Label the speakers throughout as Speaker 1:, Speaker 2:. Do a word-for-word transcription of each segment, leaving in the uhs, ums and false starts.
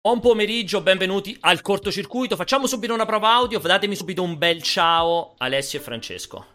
Speaker 1: Buon pomeriggio, benvenuti al cortocircuito. Facciamo subito una prova audio, datemi subito un bel ciao Alessio e Francesco.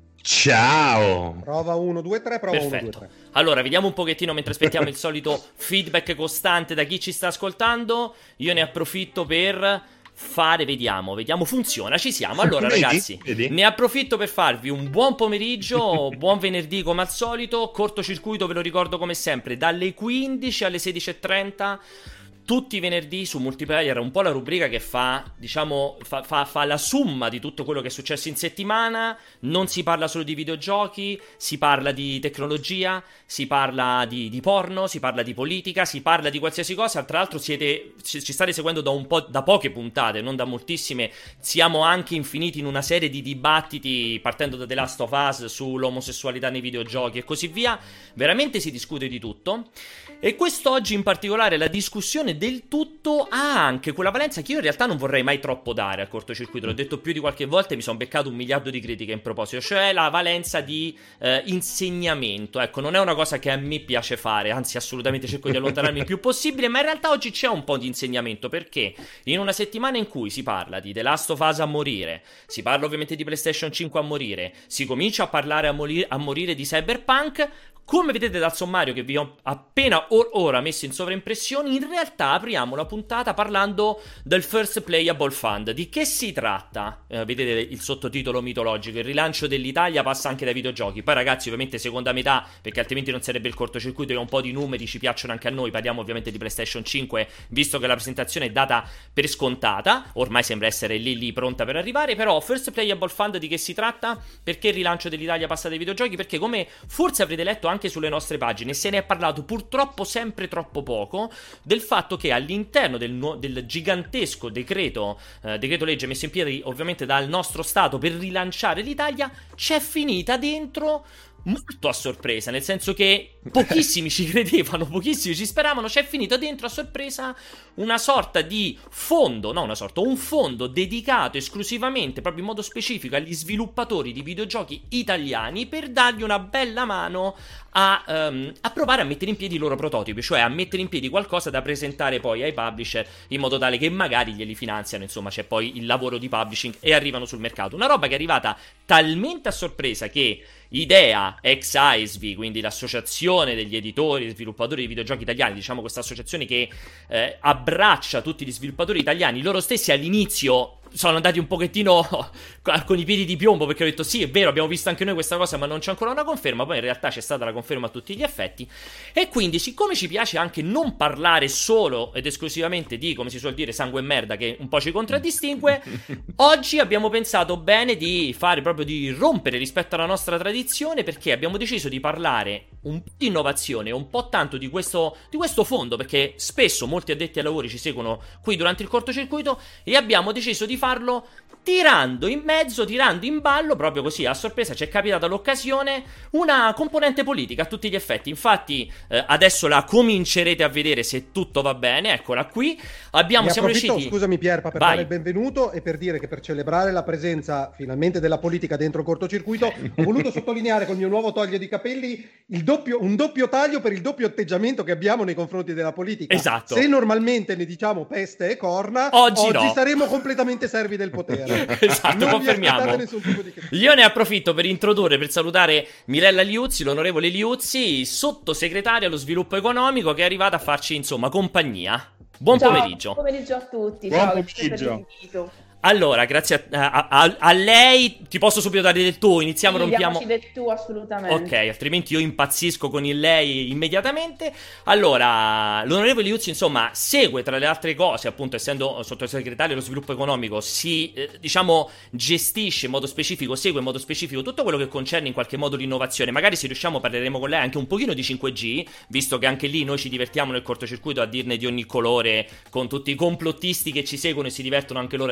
Speaker 2: Ciao!
Speaker 3: Prova uno, due, tre, prova uno, due, tre.
Speaker 1: Allora, vediamo un pochettino mentre aspettiamo il solito feedback costante da chi ci sta ascoltando. Io ne approfitto per fare, vediamo, vediamo, funziona, ci siamo. Allora
Speaker 2: Vedi?
Speaker 1: ragazzi,
Speaker 2: Vedi?
Speaker 1: ne approfitto per farvi un buon pomeriggio, buon venerdì come al solito. Cortocircuito, ve lo ricordo come sempre, dalle quindici alle sedici e trenta. Tutti i venerdì su Multiplayer, un po' la rubrica che fa, diciamo, fa, fa, fa la somma di tutto quello che è successo in settimana. Non si parla solo di videogiochi, si parla di tecnologia, si parla di, di porno, si parla di politica, si parla di qualsiasi cosa. Tra l'altro siete, ci, ci state seguendo da un po', da poche puntate, non da moltissime. Siamo anche infiniti in una serie di dibattiti, partendo da The Last of Us, sull'omosessualità nei videogiochi e così via. Veramente si discute di tutto. E quest'oggi in particolare la discussione del tutto ha anche quella valenza che io in realtà non vorrei mai troppo dare al cortocircuito. L'ho detto più di qualche volta e mi sono beccato un miliardo di critiche in proposito, cioè la valenza di eh, insegnamento. Ecco, non è una cosa che a me piace fare, anzi assolutamente cerco di allontanarmi il più possibile, ma in realtà oggi c'è un po' di insegnamento, perché in una settimana in cui si parla di The Last of Us a morire, si parla ovviamente di PlayStation cinque a morire, si comincia a parlare a, mori- a morire di Cyberpunk. Come vedete dal sommario che vi ho appena or- ora messo in sovraimpressione, in realtà apriamo la puntata parlando del First Playable Fund. Di che si tratta? Eh, vedete il sottotitolo mitologico, il rilancio dell'Italia passa anche dai videogiochi. Poi ragazzi, ovviamente seconda metà, perché altrimenti non sarebbe il cortocircuito, e un po' di numeri ci piacciono anche a noi. Parliamo ovviamente di PlayStation cinque, visto che la presentazione è data per scontata, ormai sembra essere lì lì pronta per arrivare. Però First Playable Fund di che si tratta? Perché il rilancio dell'Italia passa dai videogiochi? Perché come forse avrete letto anche sulle nostre pagine, se ne è parlato purtroppo sempre troppo poco del fatto che all'interno del, nu- del gigantesco decreto eh, decreto legge messo in piedi ovviamente dal nostro Stato per rilanciare l'Italia, c'è finita dentro molto a sorpresa, nel senso che pochissimi ci credevano, pochissimi ci speravano, c'è finito dentro a sorpresa una sorta di fondo, no una sorta, un fondo dedicato esclusivamente, proprio in modo specifico, agli sviluppatori di videogiochi italiani per dargli una bella mano a, um, a provare a mettere in piedi i loro prototipi, cioè a mettere in piedi qualcosa da presentare poi ai publisher in modo tale che magari glieli finanziano, insomma c'è poi il lavoro di publishing e arrivano sul mercato. Una roba che è arrivata talmente a sorpresa che Idea, ex A E S V I, quindi l'associazione degli editori e sviluppatori di videogiochi italiani, diciamo questa associazione che eh, abbraccia tutti gli sviluppatori italiani, loro stessi all'inizio sono andati un pochettino con i piedi di piombo, perché ho detto sì, è vero, abbiamo visto anche noi questa cosa, ma non c'è ancora una conferma. Poi in realtà c'è stata la conferma a tutti gli effetti. E quindi, siccome ci piace anche non parlare solo ed esclusivamente di, come si suol dire, sangue e merda, che un po' ci contraddistingue, oggi abbiamo pensato bene di fare proprio, di rompere rispetto alla nostra tradizione, perché abbiamo deciso di parlare un po' di innovazione, un po' tanto di questo, di questo fondo, perché spesso molti addetti ai lavori ci seguono qui durante il cortocircuito, e abbiamo deciso di farlo tirando in mezzo, tirando in ballo, proprio così a sorpresa ci è capitata l'occasione, una componente politica a tutti gli effetti. Infatti eh, adesso la comincerete a vedere se tutto va bene, eccola qui. Abbiamo,
Speaker 3: Mi
Speaker 1: siamo
Speaker 3: approfitto,
Speaker 1: riusciti...
Speaker 3: scusami Pierpa, per
Speaker 1: Vai.
Speaker 3: dare il benvenuto e per dire che per celebrare la presenza finalmente della politica dentro il cortocircuito ho voluto sottolineare col mio nuovo taglio di capelli il doppio, un doppio taglio per il doppio atteggiamento che abbiamo nei confronti della politica.
Speaker 1: Esatto.
Speaker 3: Se normalmente ne diciamo peste e corna,
Speaker 1: Oggi
Speaker 3: oggi
Speaker 1: no.
Speaker 3: saremo completamente servi del potere.
Speaker 1: Esatto,
Speaker 3: Non vi
Speaker 1: confermiamo.
Speaker 3: aspettate nessun tipo di critica.
Speaker 1: Io ne approfitto per introdurre, per salutare Mirella Liuzzi, l'onorevole Liuzzi, sottosegretaria allo sviluppo economico, che è arrivata a farci, insomma, compagnia. Buon
Speaker 4: Ciao,
Speaker 1: pomeriggio.
Speaker 4: Buon pomeriggio a tutti.
Speaker 2: Buon
Speaker 4: Ciao,
Speaker 2: pomeriggio.
Speaker 4: grazie per l'invito.
Speaker 1: Allora, grazie a, a- a- a lei, ti posso subito dare del tu, iniziamo,
Speaker 4: Sì,
Speaker 1: rompiamo...
Speaker 4: diamoci del tu, assolutamente.
Speaker 1: Ok, altrimenti io impazzisco con il lei immediatamente. Allora, l'onorevole Liuzzi, insomma, segue tra le altre cose, appunto, essendo sottosegretario dello sviluppo economico, si, eh, diciamo, gestisce in modo specifico, segue in modo specifico tutto quello che concerne in qualche modo l'innovazione. Magari se riusciamo parleremo con lei anche un pochino di cinque G, visto che anche lì noi ci divertiamo nel cortocircuito a dirne di ogni colore, con tutti i complottisti che ci seguono e si divertono anche loro a dirne di ogni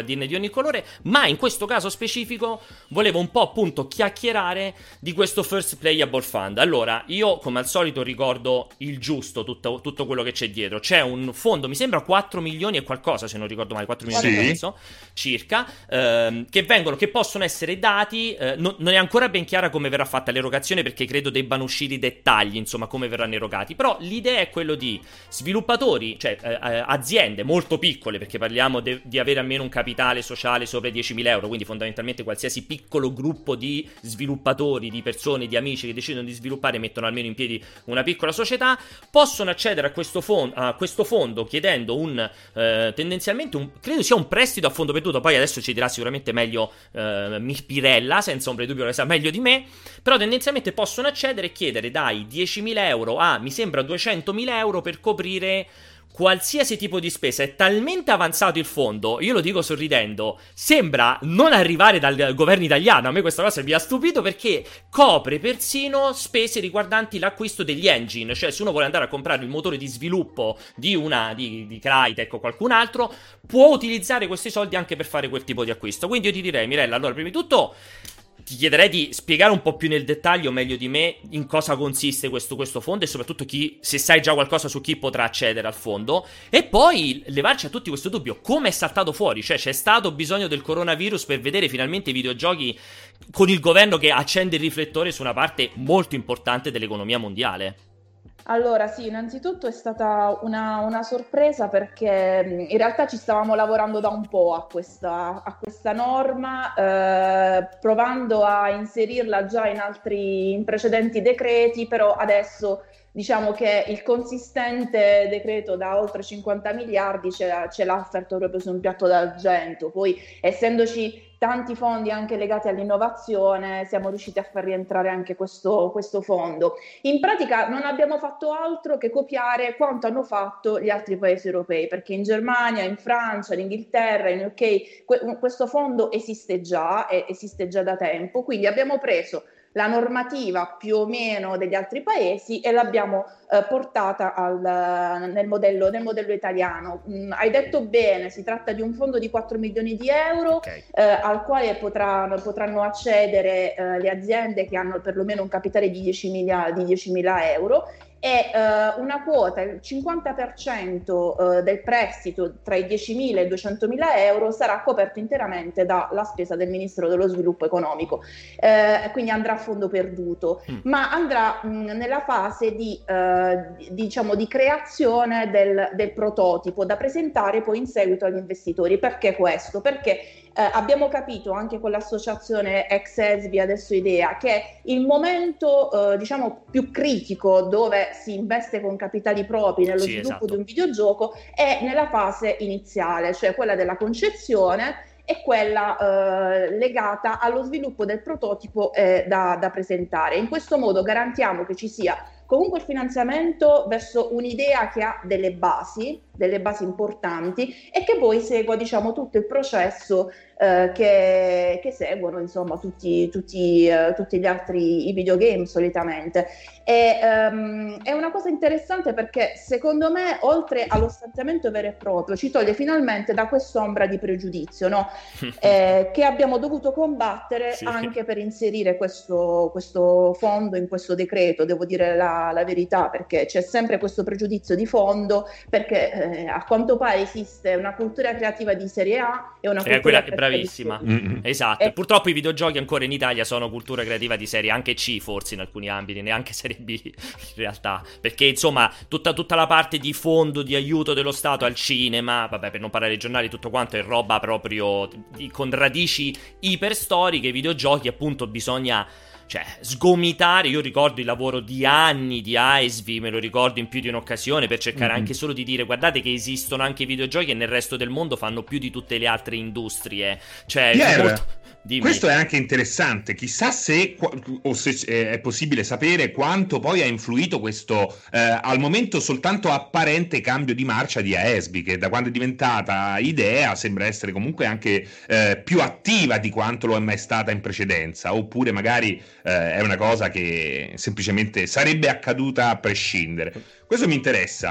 Speaker 1: ogni colore, ma in questo caso specifico volevo un po' appunto chiacchierare di questo First Playable Fund. Allora, io come al solito ricordo il giusto, tutto, tutto quello che c'è dietro. C'è un fondo, mi sembra quattro milioni e qualcosa, se non ricordo male, quattro milioni
Speaker 2: Sì.
Speaker 1: e mezzo circa, ehm, che vengono, che possono essere dati, eh, non, non è ancora ben chiara come verrà fatta l'erogazione, perché credo debbano uscire i dettagli, insomma, come verranno erogati, però l'idea è quello di sviluppatori, cioè eh, aziende molto piccole, perché parliamo de- di avere almeno un capitale sociale sopra i diecimila euro, quindi fondamentalmente qualsiasi piccolo gruppo di sviluppatori, di persone, di amici che decidono di sviluppare e mettono almeno in piedi una piccola società, possono accedere a questo, fon- a questo fondo chiedendo un eh, tendenzialmente un, credo sia un prestito a fondo perduto, poi adesso ci dirà sicuramente meglio eh, Pirella, senza ombra di dubbio lo sa meglio di me, però tendenzialmente possono accedere e chiedere dai diecimila euro a, mi sembra, duecentomila euro per coprire qualsiasi tipo di spesa. È talmente avanzato il fondo, io lo dico sorridendo, sembra non arrivare dal governo italiano. A me questa cosa mi ha stupito, perché copre persino spese riguardanti l'acquisto degli engine, cioè se uno vuole andare a comprare il motore di sviluppo di una di, di Crytek o qualcun altro, può utilizzare questi soldi anche per fare quel tipo di acquisto. Quindi io ti direi, Mirella, allora prima di tutto ti chiederei di spiegare un po' più nel dettaglio, meglio di me, in cosa consiste questo, questo fondo, e soprattutto chi, se sai già qualcosa su chi potrà accedere al fondo, e poi levarci a tutti questo dubbio: come è saltato fuori? Cioè, c'è stato bisogno del coronavirus per vedere finalmente i videogiochi con il governo che accende il riflettore su una parte molto importante dell'economia mondiale?
Speaker 4: Allora, sì, innanzitutto è stata una, una sorpresa, perché mh, in realtà ci stavamo lavorando da un po' a questa, a questa norma, eh, provando a inserirla già in altri, in precedenti decreti, però adesso diciamo che il consistente decreto da oltre cinquanta miliardi ce, ce l'ha offerto proprio su un piatto d'argento. Poi, essendoci tanti fondi anche legati all'innovazione, siamo riusciti a far rientrare anche questo, questo fondo. In pratica non abbiamo fatto altro che copiare quanto hanno fatto gli altri paesi europei, perché in Germania, in Francia, in Inghilterra, in U K que- questo fondo esiste già, e esiste già da tempo, quindi abbiamo preso la normativa più o meno degli altri paesi e l'abbiamo eh, portata al, nel, modello, nel modello italiano. Mm, hai detto bene, si tratta di un fondo di quattro milioni di euro,
Speaker 1: Okay.
Speaker 4: eh, al quale potranno, potranno accedere eh, le aziende che hanno perlomeno un capitale di diecimila euro, e eh, una quota, il cinquanta per cento eh, del prestito tra i diecimila e i duecentomila euro sarà coperto interamente dalla spesa del Ministero dello Sviluppo Economico, eh, quindi andrà a fondo perduto,
Speaker 1: Mm.
Speaker 4: ma andrà mh, nella fase di, eh, diciamo, di creazione del, del prototipo da presentare poi in seguito agli investitori. Perché questo? Perché Eh, abbiamo capito anche con l'associazione ex E S B I, adesso Idea, che il momento eh, diciamo più critico dove si investe con capitali propri nello
Speaker 1: Sì,
Speaker 4: sviluppo
Speaker 1: esatto.
Speaker 4: di un videogioco è nella fase iniziale, cioè quella della concezione e quella eh, legata allo sviluppo del prototipo eh, da, da presentare. In questo modo garantiamo che ci sia comunque il finanziamento verso un'idea che ha delle basi, delle basi importanti, e che poi segua, diciamo, tutto il processo eh, che, che seguono, insomma, tutti, tutti, eh, tutti gli altri i videogame solitamente. E, um, è una cosa interessante perché secondo me, oltre allo stanziamento vero e proprio, ci toglie finalmente da quest'ombra di pregiudizio, no? eh, che abbiamo dovuto combattere
Speaker 1: Sì.
Speaker 4: anche per inserire questo, questo fondo in questo decreto. Devo dire la, la verità, perché c'è sempre questo pregiudizio di fondo, perché eh, a quanto pare esiste una cultura creativa di serie A e una
Speaker 1: Eh,
Speaker 4: cultura
Speaker 1: quella è
Speaker 4: creativa di
Speaker 1: bravissima.
Speaker 4: serie
Speaker 2: Mm-mm.
Speaker 1: Esatto.
Speaker 4: Eh.
Speaker 1: Purtroppo i videogiochi ancora in Italia sono cultura creativa di serie anche C, forse in alcuni ambiti, neanche serie B in realtà, perché insomma tutta, tutta la parte di fondo, di aiuto dello Stato al cinema, vabbè, per non parlare dei giornali, tutto quanto è roba proprio di, con radici iperstoriche. I videogiochi appunto bisogna, cioè, sgomitare. Io ricordo il lavoro di anni di I S V I, me lo ricordo in più di un'occasione, per cercare
Speaker 2: Mm-hmm.
Speaker 1: anche solo di dire: guardate che esistono anche i videogiochi e nel resto del mondo fanno più di tutte le altre industrie. Cioè,
Speaker 2: Pierre,
Speaker 1: molto... Dimmi.
Speaker 2: questo è anche interessante. Chissà se o se eh, è possibile sapere quanto poi ha influito questo eh, al momento soltanto apparente cambio di marcia di A E S B I, che da quando è diventata Idea sembra essere comunque anche eh, più attiva di quanto lo è mai stata in precedenza, oppure magari eh, è una cosa che semplicemente sarebbe accaduta a prescindere. Questo mi interessa.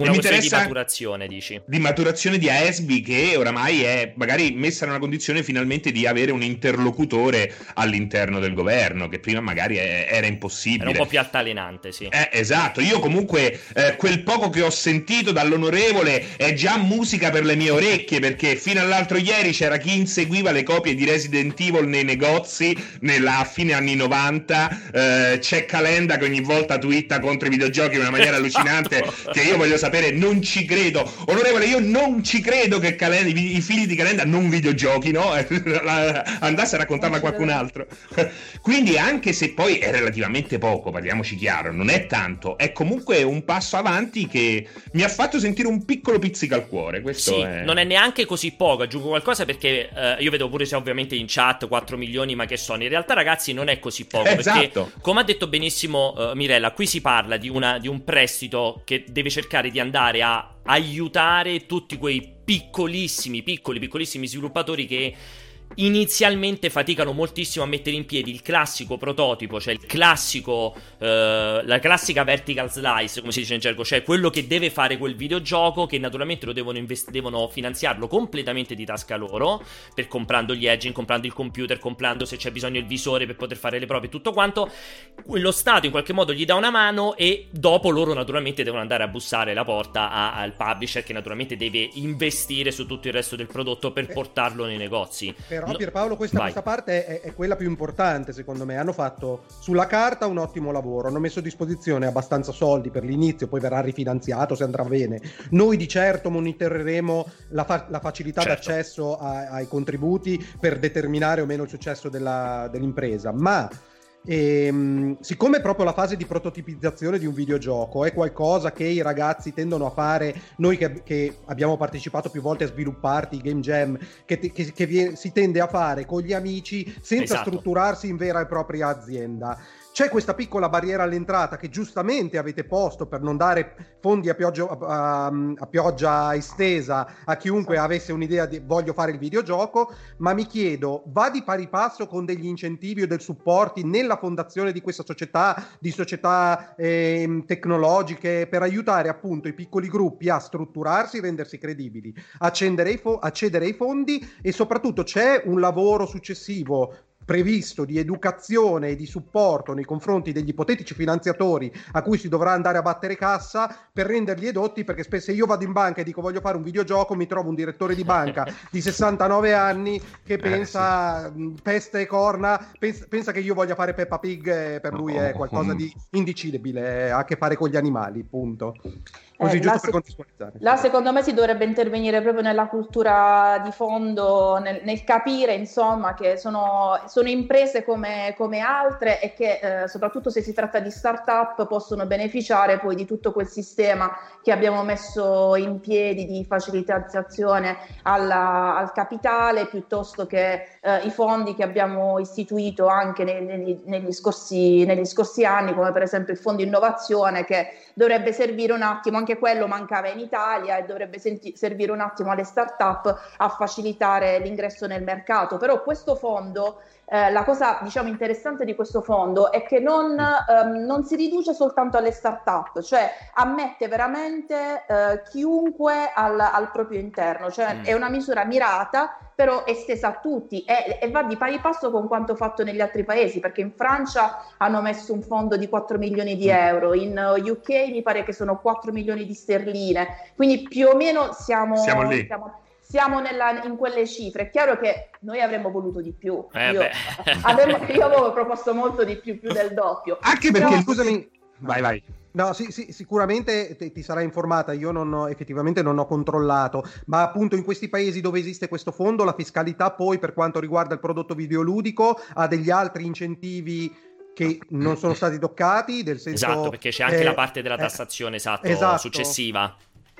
Speaker 1: Una questione di maturazione, dici?
Speaker 2: Di maturazione di A S B, che oramai è magari messa in una condizione finalmente di avere un interlocutore all'interno del governo, che prima magari è, era impossibile.
Speaker 1: Era un po' più altalenante, sì.
Speaker 2: Eh, esatto, io comunque eh, quel poco che ho sentito dall'onorevole è già musica per le mie orecchie, perché fino all'altro ieri c'era chi inseguiva le copie di Resident Evil nei negozi nella a fine anni novanta, eh, c'è Calenda che ogni volta twitta contro i videogiochi in una maniera allucinante, che io voglio sapere, non ci credo, onorevole, io non ci credo che Calenda, i, i figli di Calenda non videogiochino, andasse a raccontarla a qualcun altro. Quindi anche se poi è relativamente poco, parliamoci chiaro, non è tanto, è comunque un passo avanti che mi ha fatto sentire un piccolo pizzico al cuore. Questo
Speaker 1: sì,
Speaker 2: è...
Speaker 1: non è neanche così poco, aggiungo qualcosa perché eh, io vedo pure se ovviamente in chat quattro milioni, ma che sono, in realtà ragazzi non è così poco,
Speaker 2: esatto.
Speaker 1: Perché come ha detto benissimo uh, Mirella, qui si parla di, una, di un prestito che deve cercare di andare a aiutare tutti quei piccolissimi, piccoli, piccolissimi sviluppatori che inizialmente faticano moltissimo a mettere in piedi il classico prototipo, cioè il classico eh, la classica vertical slice, come si dice in gergo, cioè quello che deve fare quel videogioco, che naturalmente lo devono, invest- devono finanziarlo completamente di tasca loro, per comprando gli engine, comprando il computer, comprando se c'è bisogno il visore per poter fare le prove e tutto quanto. Lo Stato in qualche modo gli dà una mano e dopo loro naturalmente devono andare a bussare la porta a- al publisher, che naturalmente deve investire su tutto il resto del prodotto per portarlo nei negozi.
Speaker 3: Però Pierpaolo, questa, questa parte è, è quella più importante secondo me. Hanno fatto sulla carta un ottimo lavoro, hanno messo a disposizione abbastanza soldi per l'inizio, poi verrà rifinanziato se andrà bene. Noi di certo monitoreremo la, fa- la facilità certo. d'accesso a- ai contributi per determinare o meno il successo della, dell'impresa, ma E, siccome proprio la fase di prototipizzazione di un videogioco è qualcosa che i ragazzi tendono a fare, noi che, che abbiamo partecipato più volte a svilupparti i game jam, che, che, che vi, si tende a fare con gli amici senza esatto. strutturarsi in vera e propria azienda. C'è questa piccola barriera all'entrata che giustamente avete posto per non dare fondi a pioggia, a, a pioggia estesa a chiunque avesse un'idea di voglio fare il videogioco, ma mi chiedo, va di pari passo con degli incentivi o del supporti nella fondazione di questa società, di società eh, tecnologiche, per aiutare appunto i piccoli gruppi a strutturarsi, rendersi credibili, accedere ai, fo- accedere ai fondi, e soprattutto c'è un lavoro successivo previsto di educazione e di supporto nei confronti degli ipotetici finanziatori a cui si dovrà andare a battere cassa per renderli edotti, perché spesso io vado in banca e dico voglio fare un videogioco, mi trovo un direttore di banca di sessantanove anni che pensa eh, sì. peste e corna, pensa, pensa che io voglia fare Peppa Pig, per lui è qualcosa di indicibile, ha a che fare con gli animali, punto. Così,
Speaker 4: eh,
Speaker 3: giusto
Speaker 4: se-
Speaker 3: per contestualizzare.
Speaker 4: Là secondo me si dovrebbe intervenire proprio nella cultura di fondo, nel, nel capire insomma che sono, sono imprese come, come altre e che eh, soprattutto se si tratta di start-up possono beneficiare poi di tutto quel sistema che abbiamo messo in piedi di facilitazione alla, al capitale, piuttosto che eh, i fondi che abbiamo istituito anche nei, negli, negli, scorsi, negli scorsi anni, come per esempio il fondo innovazione, che dovrebbe servire un attimo, anche quello mancava in Italia, e dovrebbe senti- servire un attimo alle start-up a facilitare l'ingresso nel mercato. Però questo fondo, eh, la cosa diciamo interessante di questo fondo è che non, ehm, non si riduce soltanto alle start-up, cioè ammette veramente eh, chiunque al, al proprio interno, cioè mm. è una misura mirata però estesa a tutti e, e va di pari passo con quanto fatto negli altri paesi, perché in Francia hanno messo un fondo di quattro milioni di euro, in U K mi pare che sono quattro milioni di sterline, quindi più o meno siamo,
Speaker 2: siamo lì.
Speaker 4: Siamo, siamo nella, in quelle cifre. È chiaro che noi avremmo voluto di più,
Speaker 1: eh
Speaker 4: io, avevo, io avevo proposto molto di più, più del doppio.
Speaker 2: Anche perché,
Speaker 4: però,
Speaker 2: scusami, vai vai.
Speaker 3: No, sì, sì, sicuramente te, ti sarai informata, io non ho, effettivamente non ho controllato, ma appunto in questi paesi dove esiste questo fondo la fiscalità poi per quanto riguarda il prodotto videoludico ha degli altri incentivi che non sono stati toccati, del senso,
Speaker 1: esatto, perché c'è anche
Speaker 3: eh,
Speaker 1: la parte della tassazione, eh, esatto,
Speaker 3: esatto.
Speaker 1: successiva.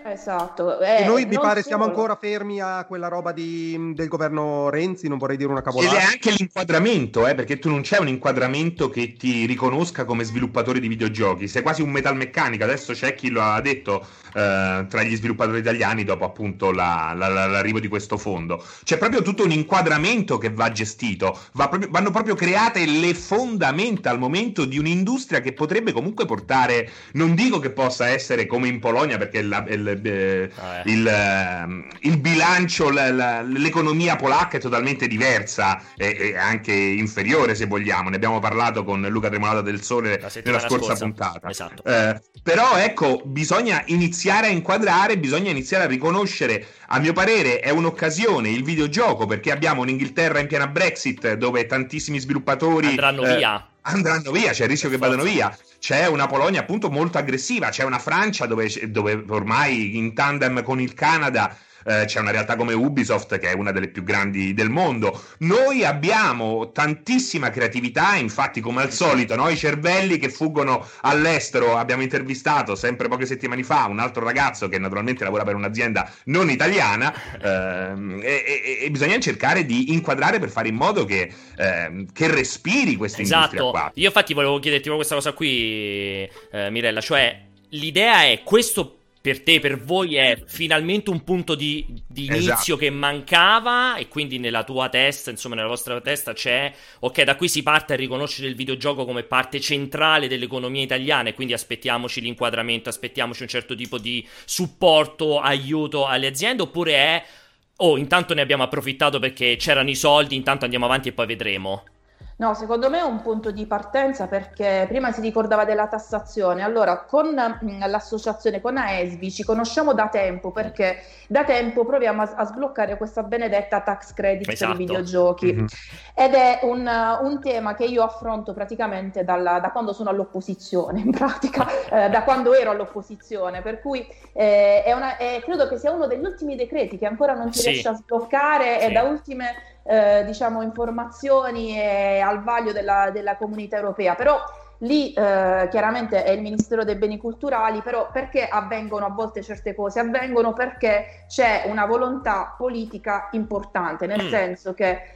Speaker 4: Esatto.
Speaker 3: E
Speaker 4: Eh,
Speaker 3: noi mi
Speaker 4: non
Speaker 3: pare siamo
Speaker 4: solo.
Speaker 3: ancora fermi a quella roba di, del governo Renzi, non vorrei dire una
Speaker 2: Ed
Speaker 3: cavolata.
Speaker 2: è anche l'inquadramento, eh, perché tu non c'è un inquadramento che ti riconosca come sviluppatore di videogiochi, sei quasi un metalmeccanico. Adesso c'è chi lo ha detto eh, tra gli sviluppatori italiani dopo appunto la, la, la, l'arrivo di questo fondo. C'è proprio tutto un inquadramento che va gestito, va proprio, vanno proprio create le fondamenta al momento di un'industria che potrebbe comunque portare, non dico che possa essere come in Polonia, perché la, il, eh,
Speaker 1: Ah, eh.
Speaker 2: il, eh, il bilancio, la, la, l'economia polacca è totalmente diversa e, e anche inferiore, se vogliamo. Ne abbiamo parlato con Luca Tremolata del Sole
Speaker 1: La
Speaker 2: nella
Speaker 1: settimana
Speaker 2: scorsa
Speaker 1: scorsa.
Speaker 2: puntata.
Speaker 1: Esatto.
Speaker 2: Eh, però ecco, bisogna iniziare a inquadrare, bisogna iniziare a riconoscere, a mio parere è un'occasione il videogioco, perché abbiamo un'Inghilterra in piena Brexit dove tantissimi sviluppatori
Speaker 1: Andranno
Speaker 2: eh,
Speaker 1: via.
Speaker 2: andranno via, c'è il rischio
Speaker 1: Per
Speaker 2: che vadano
Speaker 1: forza.
Speaker 2: via. C'è una Polonia appunto molto aggressiva, c'è una Francia dove, dove ormai in tandem con il Canada eh, c'è una realtà come Ubisoft che è una delle più grandi del mondo. Noi abbiamo tantissima creatività, infatti come al solito, no? I cervelli che fuggono all'estero. Abbiamo intervistato sempre poche settimane fa un altro ragazzo che naturalmente lavora per un'azienda non italiana ehm, e, e, e bisogna cercare di inquadrare per fare in modo che, ehm, che respiri questa industria
Speaker 1: Esatto.
Speaker 2: qua.
Speaker 1: Io infatti volevo chiederti proprio questa cosa qui, eh, Mirella, cioè l'idea è questo per te, per voi è finalmente un punto di, di inizio
Speaker 2: Esatto.
Speaker 1: che mancava e quindi nella tua testa, insomma nella vostra testa c'è, ok, da qui si parte a riconoscere il videogioco come parte centrale dell'economia italiana e quindi aspettiamoci l'inquadramento, aspettiamoci un certo tipo di supporto, aiuto alle aziende, oppure è, oh, intanto ne abbiamo approfittato perché c'erano i soldi, intanto andiamo avanti e poi vedremo.
Speaker 4: No, secondo me è un punto di partenza perché prima si ricordava della tassazione. Allora, con mh, l'associazione, con A E S B I ci conosciamo da tempo perché da tempo proviamo a, a sbloccare questa benedetta tax credit
Speaker 1: Esatto.
Speaker 4: per i videogiochi.
Speaker 2: Mhm.
Speaker 4: Ed è un, un tema che io affronto praticamente dalla- da quando sono all'opposizione, in pratica, eh, da quando ero all'opposizione. Per cui eh, è una- è- credo che sia uno degli ultimi decreti che ancora non si
Speaker 1: Sì.
Speaker 4: riesce a sbloccare
Speaker 1: Sì.
Speaker 4: e da ultime eh, diciamo informazioni e al vaglio della, della comunità europea, però lì eh, chiaramente è il Ministero dei Beni Culturali, però perché avvengono a volte certe cose? Avvengono perché c'è una volontà politica importante, nel
Speaker 1: Mm.
Speaker 4: senso che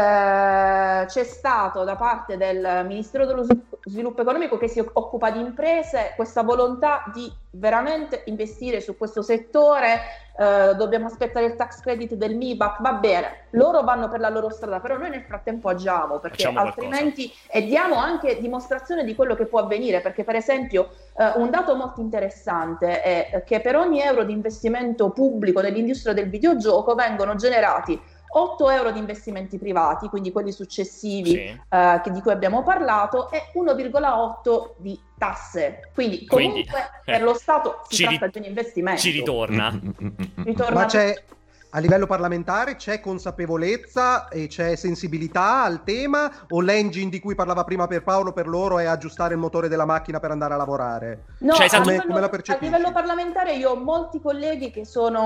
Speaker 4: eh, c'è stato da parte del Ministero dello Sviluppo- Sviluppo Economico che si occupa di imprese questa volontà di veramente investire su questo settore. Eh, dobbiamo aspettare il tax credit del M I B A C, va bene, loro vanno per la loro strada, però noi nel frattempo agiamo perché
Speaker 1: Facciamo qualcosa.
Speaker 4: altrimenti e diamo anche dimostrazione di quello che può avvenire, perché per esempio eh, un dato molto interessante è che per ogni euro di investimento pubblico nell'industria del videogioco vengono generati otto euro di investimenti privati, quindi quelli successivi
Speaker 1: Sì.
Speaker 4: eh, che- di cui abbiamo parlato, e uno virgola otto di tasse. Quindi
Speaker 1: Quindi,
Speaker 4: comunque
Speaker 1: eh,
Speaker 4: per lo Stato si
Speaker 1: ci ri-
Speaker 4: tratta di un investimento.
Speaker 1: Ci ritorna.
Speaker 4: Ritorna
Speaker 3: Ma c'è, a livello parlamentare c'è consapevolezza e c'è sensibilità al tema, o l'engine di cui parlava prima per Paolo per loro è aggiustare il motore della macchina per andare a lavorare?
Speaker 4: No,
Speaker 1: Cioè,
Speaker 4: a,
Speaker 1: esatto.
Speaker 3: Come-
Speaker 4: livello,
Speaker 3: come la
Speaker 4: a
Speaker 3: percepisci?
Speaker 4: livello parlamentare io ho molti colleghi che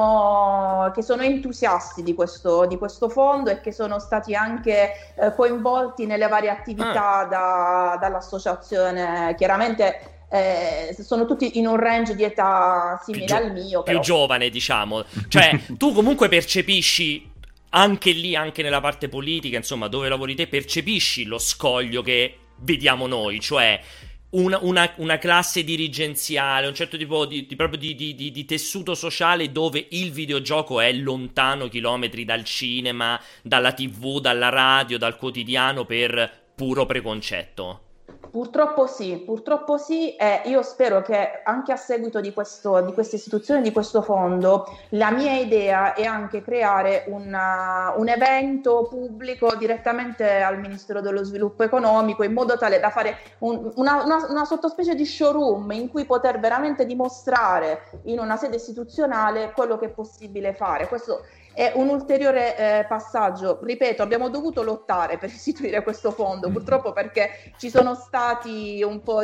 Speaker 4: sono, che sono entusiasti di questo, di questo fondo e che sono stati anche eh, coinvolti nelle varie attività da- dall'associazione. Chiaramente eh, sono tutti in un range di età simile
Speaker 1: Più gio-
Speaker 4: al mio,
Speaker 1: più
Speaker 4: però.
Speaker 1: giovane, diciamo. Cioè, tu comunque percepisci anche lì, anche nella parte politica, insomma, dove lavori te, percepisci lo scoglio che vediamo noi, cioè una, una- una classe dirigenziale, un certo tipo di, di- proprio di, di- di- di tessuto sociale dove il videogioco è lontano chilometri dal cinema, dalla tivù, dalla radio, dal quotidiano per puro preconcetto.
Speaker 4: Purtroppo sì, purtroppo sì, e io spero che anche a seguito di questo, di questa istituzione, di questo fondo, la mia idea è anche creare una- un evento pubblico direttamente al Ministero dello Sviluppo Economico, in modo tale da fare un- una, una- una sottospecie di showroom in cui poter veramente dimostrare in una sede istituzionale quello che è possibile fare. Questo è un ulteriore eh, passaggio. Ripeto, abbiamo dovuto lottare per istituire questo fondo, purtroppo, perché ci sono stati un po'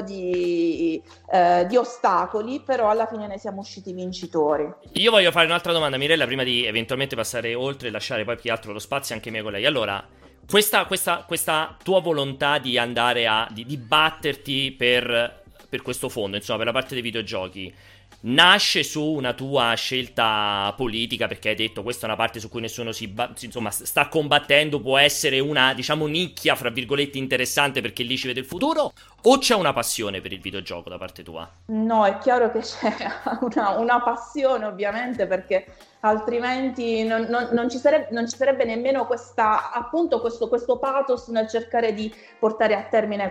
Speaker 4: di, eh, di ostacoli, però alla fine ne siamo usciti vincitori.
Speaker 1: Io voglio fare un'altra domanda, Mirella, prima di eventualmente passare oltre e lasciare poi più che altro lo spazio anche ai miei colleghi. Allora, questa, questa, questa tua volontà di andare a di, di batterti per, per questo fondo, insomma, per la parte dei videogiochi, nasce su una tua scelta politica, perché hai detto questa è una parte su cui nessuno si ba- insomma sta combattendo, può essere una, diciamo, nicchia fra virgolette interessante perché lì ci vede il futuro, o c'è una passione per il videogioco da parte tua?
Speaker 4: No, è chiaro che c'è una, una passione, ovviamente, perché altrimenti non, non, non, ci sarebbe, non ci sarebbe nemmeno questa, appunto questo, questo pathos nel cercare di portare a termine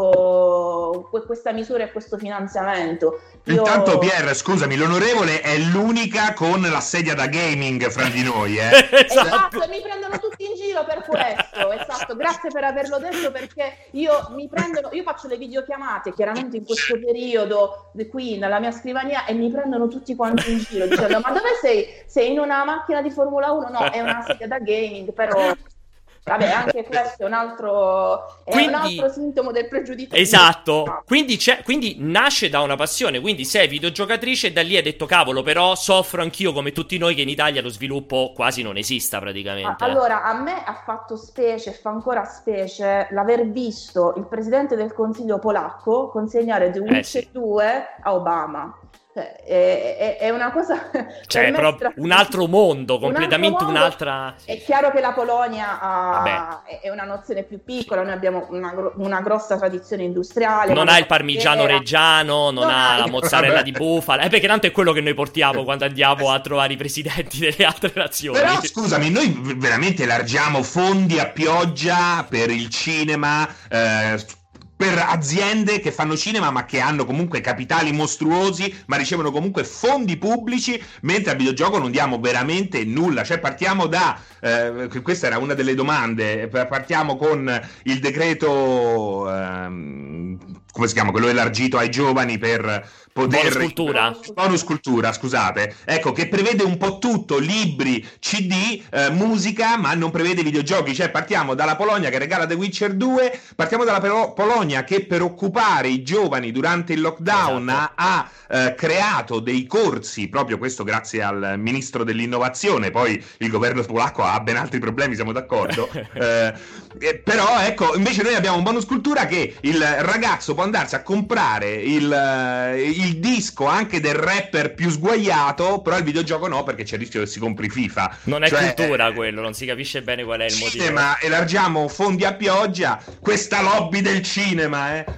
Speaker 4: questo, questa misura e questo finanziamento. Io...
Speaker 2: Intanto Pier, scusami, l'onorevole è l'unica con la sedia da gaming fra di noi, eh?
Speaker 4: Esatto, mi prendono tutti in giro per questo, esatto, grazie per averlo detto, perché io mi prendono, io faccio le videochiamate chiaramente in questo periodo qui nella mia scrivania e mi prendono tutti quanti in giro dicendo ma dove sei? Sei in una macchina di Formula uno? No, è una sedia da gaming, però vabbè, anche questo è un altro, è
Speaker 1: quindi,
Speaker 4: un altro sintomo del pregiudizio.
Speaker 1: Esatto, quindi, c'è, quindi nasce da una passione, quindi sei videogiocatrice e da lì hai detto cavolo, però soffro anch'io come tutti noi che in Italia lo sviluppo quasi non esista praticamente.
Speaker 4: Allora, a me ha fatto specie, fa ancora specie, l'aver visto il presidente del Consiglio polacco consegnare The Witcher
Speaker 1: eh sì.
Speaker 4: due a Obama. Cioè, è, è, è una cosa,
Speaker 1: cioè è proprio un altro mondo, completamente
Speaker 4: un altro mondo.
Speaker 1: un'altra.
Speaker 4: È chiaro che la Polonia ha, è una nazione più piccola, noi abbiamo una, una grossa tradizione industriale,
Speaker 1: non ha il parmigiano reggiano, non, non ha la mozzarella vabbè. di bufala, eh, perché tanto è quello che noi portiamo quando andiamo a trovare i presidenti delle altre nazioni.
Speaker 2: Però scusami, noi veramente elargiamo fondi a pioggia per il cinema, eh, per aziende che fanno cinema ma che hanno comunque capitali mostruosi ma ricevono comunque fondi pubblici, mentre al videogioco non diamo veramente nulla. Cioè partiamo da eh, questa era una delle domande, partiamo con il decreto ehm, come si chiama, quello elargito ai giovani per poter
Speaker 1: bonus cultura.
Speaker 2: bonus cultura, scusate, ecco, che prevede un po' tutto, libri, C D, eh, musica, ma non prevede videogiochi. Cioè partiamo dalla Polonia che regala The Witcher due, partiamo dalla Pol- Polonia che per occupare i giovani durante il lockdown esatto. ha, ha eh, creato dei corsi, proprio questo grazie al ministro dell'innovazione. Poi il governo polacco ha ben altri problemi, siamo d'accordo. eh, eh, però ecco, invece noi abbiamo un bonus cultura che il ragazzo può andarsi a comprare il, il disco anche del rapper più sguaiato, però il videogioco no, perché c'è il rischio che si compri FIFA.
Speaker 1: Non è
Speaker 2: cioè,
Speaker 1: cultura quello, non si capisce bene qual è il motivo.
Speaker 2: Cinema, elargiamo fondi a pioggia, questa lobby del cinema, eh.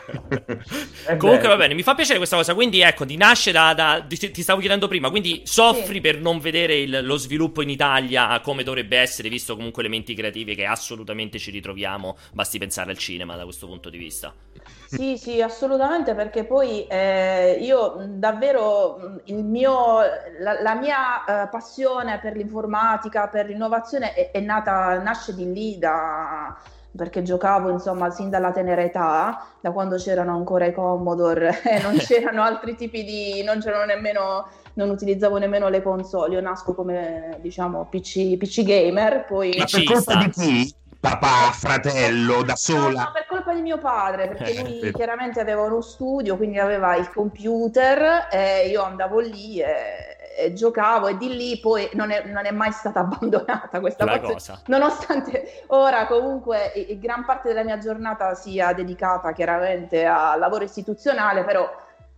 Speaker 1: Comunque va bene, mi fa piacere questa cosa, quindi ecco, ti nasce da, da ti, ti stavo chiedendo prima, quindi soffri sì. per non vedere il, lo sviluppo in Italia come dovrebbe essere, visto comunque elementi creativi che assolutamente ci ritroviamo, basti pensare al cinema da questo punto di vista.
Speaker 4: Sì, sì, assolutamente, perché poi eh, io davvero il mio, la, la mia eh, passione per l'informatica, per l'innovazione è, è nata, nasce di lì, da, perché giocavo insomma sin dalla tenera età, da quando c'erano ancora i Commodore e non c'erano altri tipi di, non c'erano nemmeno, non utilizzavo nemmeno le console, io nasco come diciamo P C, P C gamer, poi...
Speaker 2: Ma per colpa di chi? Papà, fratello, da sola?
Speaker 4: No, no, per colpa di mio padre, perché lui chiaramente aveva uno studio, quindi aveva il computer e io andavo lì e, e giocavo, e di lì poi non è, non è mai stata abbandonata questa
Speaker 1: La
Speaker 4: cosa,
Speaker 1: cosa.
Speaker 4: Nonostante ora comunque e, gran parte della mia giornata sia dedicata chiaramente al lavoro istituzionale, però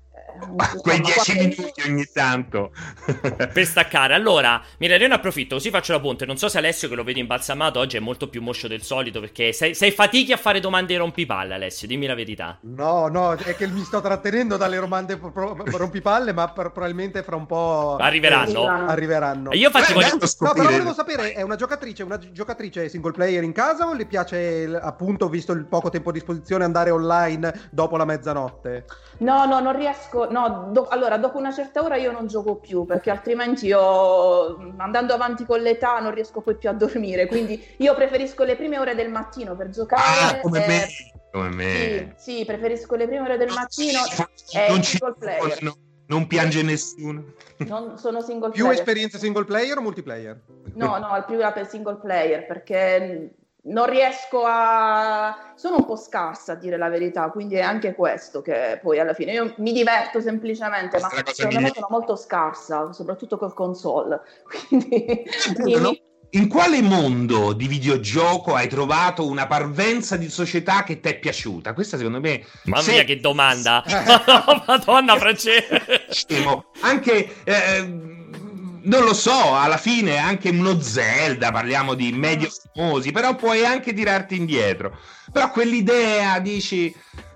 Speaker 2: Ma quei dieci minuti ogni tanto
Speaker 1: per staccare. Allora, Mirella, io ne approfitto, così faccio la ponte. Non so se Alessio, che lo vedi imbalsamato oggi, è molto più moscio del solito, perché sei, sei fatichi a fare domande rompipalle, Alessio, dimmi la verità.
Speaker 3: No, no, è che mi sto trattenendo dalle domande pro- rompipalle, ma per, probabilmente fra un po'
Speaker 1: arriveranno.
Speaker 3: arriveranno.
Speaker 1: E io infatti
Speaker 2: eh,
Speaker 1: voglio...
Speaker 3: No, però volevo sapere, è una giocatrice, una giocatrice single player in casa o le piace, appunto, visto il poco tempo a disposizione, andare online dopo la mezzanotte?
Speaker 4: No, no, non riesco, no, do, allora dopo una certa ora io non gioco più, perché altrimenti io, andando avanti con l'età, non riesco poi più a dormire, quindi io preferisco le prime ore del mattino per giocare.
Speaker 2: Ah, come
Speaker 4: eh,
Speaker 2: me, come me.
Speaker 4: Sì, sì, preferisco le prime ore del mattino e
Speaker 2: non
Speaker 4: single player.
Speaker 2: No, non piange nessuno.
Speaker 4: Non sono single
Speaker 3: più
Speaker 4: player.
Speaker 3: Più esperienze single player o multiplayer?
Speaker 4: No, no, al più per single player, perché... non riesco a... sono un po' scarsa a dire la verità, quindi è anche questo che poi alla fine io mi diverto semplicemente, ma secondo me sono molto scarsa, soprattutto col console, quindi...
Speaker 2: No, no. in quale mondo di videogioco hai trovato una parvenza di società che ti è piaciuta? Questa secondo me...
Speaker 1: Mamma
Speaker 2: se...
Speaker 1: mia che domanda! Madonna Francesco!
Speaker 2: Anche... Eh, non lo so, alla fine anche uno Zelda, parliamo di medio famosi, però puoi anche tirarti indietro. Però quell'idea, dici...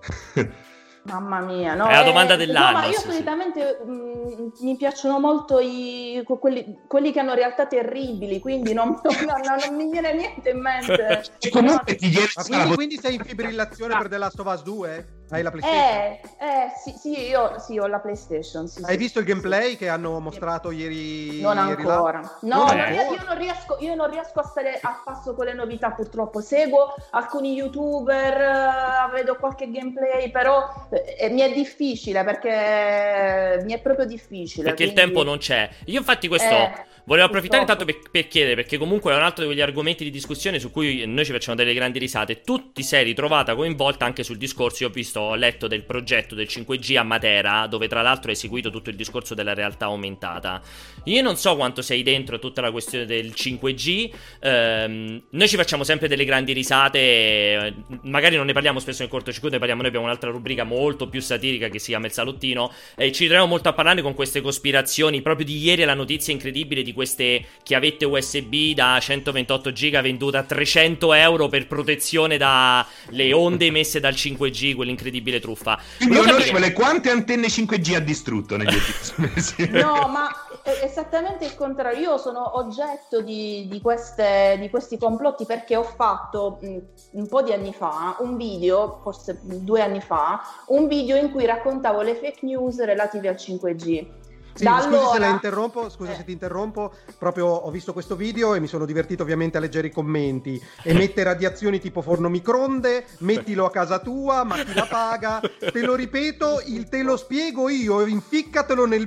Speaker 4: Mamma mia, no?
Speaker 1: È la domanda
Speaker 4: eh,
Speaker 1: dell'anno.
Speaker 4: No, ma io
Speaker 1: sì,
Speaker 4: solitamente sì. mh, mi piacciono molto i, quelli, quelli che hanno realtà terribili, quindi non, non, non, non mi viene niente in mente.
Speaker 2: Comunque ti viene...
Speaker 3: Ma quindi, quindi sei in fibrillazione per The Last of Us due? Hai la PlayStation?
Speaker 4: Eh, eh sì, sì, io sì, ho la PlayStation. Sì,
Speaker 3: Hai
Speaker 4: sì,
Speaker 3: visto
Speaker 4: sì,
Speaker 3: il gameplay
Speaker 4: sì.
Speaker 3: che hanno mostrato ieri?
Speaker 4: Non
Speaker 3: ieri
Speaker 4: ancora.
Speaker 3: là?
Speaker 4: No,
Speaker 3: non
Speaker 4: non
Speaker 3: ancora.
Speaker 4: ries- io, non riesco, io non riesco a stare a passo con le novità, purtroppo. Seguo alcuni YouTuber, eh, vedo qualche gameplay, però eh, mi è difficile perché mi è proprio difficile.
Speaker 1: Perché
Speaker 4: quindi...
Speaker 1: il tempo non c'è. Io infatti questo...
Speaker 4: Eh,
Speaker 1: Volevo approfittare
Speaker 4: purtroppo.
Speaker 1: intanto per, per chiedere, perché comunque è un altro di quegli argomenti di discussione su cui noi ci facciamo delle grandi risate. Tu ti sei ritrovata coinvolta anche sul discorso, io ho visto, ho letto del progetto del cinque G a Matera, dove tra l'altro hai seguito tutto il discorso della realtà aumentata. Io non so quanto sei dentro a tutta la questione del cinque G, ehm, noi ci facciamo sempre delle grandi risate, magari non ne parliamo spesso nel cortocircuito, ne parliamo, noi abbiamo un'altra rubrica molto più satirica che si chiama Il Salottino, e ci troviamo molto a parlare con queste cospirazioni. Proprio di ieri la notizia incredibile di queste chiavette U S B da centoventotto giga venduta a trecento euro per protezione dalle onde emesse dal cinque G, quell'incredibile truffa.
Speaker 2: Quindi
Speaker 1: Volevo
Speaker 2: onorevole,
Speaker 1: capire-
Speaker 2: quante antenne cinque G ha distrutto negli ultimi mesi?
Speaker 4: No, ma è esattamente il contrario. Io sono oggetto di, di, queste, di questi complotti perché ho fatto mh, un po' di anni fa un video, forse due anni fa, un video in cui raccontavo le fake news relative al cinque G.
Speaker 3: Sì,
Speaker 4: Da
Speaker 3: scusi
Speaker 4: allora...
Speaker 3: se la interrompo, scusa
Speaker 4: Eh.
Speaker 3: se ti interrompo, proprio ho visto questo video e mi sono divertito ovviamente a leggere i commenti. Emette radiazioni tipo forno microonde, mettilo a casa tua, ma chi la paga? Te lo ripeto, il te lo spiego io, inficcatelo nel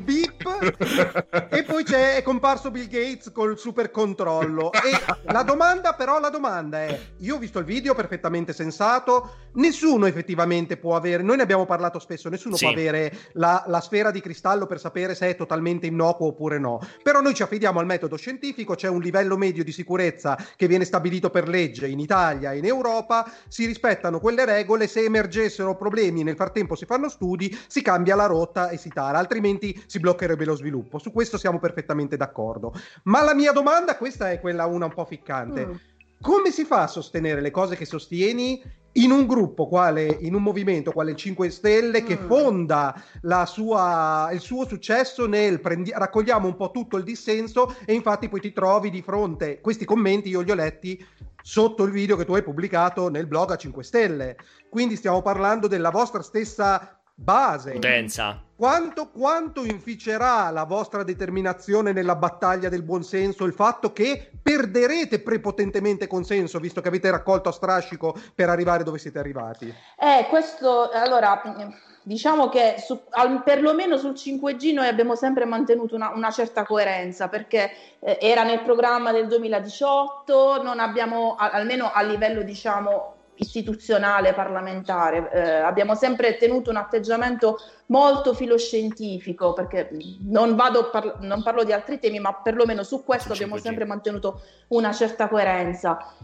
Speaker 3: beep. E poi c'è, è comparso Bill Gates col super controllo. E la domanda però, la domanda è, io ho visto il video perfettamente sensato, nessuno effettivamente può avere, noi ne abbiamo parlato spesso, nessuno
Speaker 1: Sì.
Speaker 3: può avere la, la sfera di cristallo per sapere se è totalmente innocuo oppure no, però noi ci affidiamo al metodo scientifico, c'è un livello medio di sicurezza che viene stabilito per legge in Italia e in Europa, si rispettano quelle regole, se emergessero problemi nel frattempo si fanno studi, si cambia la rotta e si tara, altrimenti si bloccherebbe lo sviluppo. Su questo siamo perfettamente d'accordo, ma la mia domanda, questa è quella una un po' ficcante,
Speaker 4: Mm.
Speaker 3: come si fa a sostenere le cose che sostieni in un gruppo quale, in un movimento quale il cinque Stelle che
Speaker 4: Mm.
Speaker 3: fonda la sua, il suo successo nel prendi, raccogliamo un po' tutto il dissenso, e infatti poi ti trovi di fronte, questi commenti io li ho letti sotto il video che tu hai pubblicato nel blog a cinque Stelle, quindi stiamo parlando della vostra stessa base.
Speaker 1: Utenza.
Speaker 3: Quanto, quanto inficerà la vostra determinazione nella battaglia del buonsenso il fatto che perderete prepotentemente consenso, visto che avete raccolto a strascico per arrivare dove siete arrivati?
Speaker 4: Eh, questo, allora, diciamo che su, al, perlomeno sul cinque G noi abbiamo sempre mantenuto una, una certa coerenza, perché eh, era nel programma del duemiladiciotto, non abbiamo, a, almeno a livello, diciamo, istituzionale, parlamentare, eh, abbiamo sempre tenuto un atteggiamento molto filoscientifico, perché non vado par- non parlo di altri temi, ma perlomeno su questo
Speaker 1: Su
Speaker 4: abbiamo
Speaker 1: cinque G.
Speaker 4: sempre mantenuto una certa coerenza.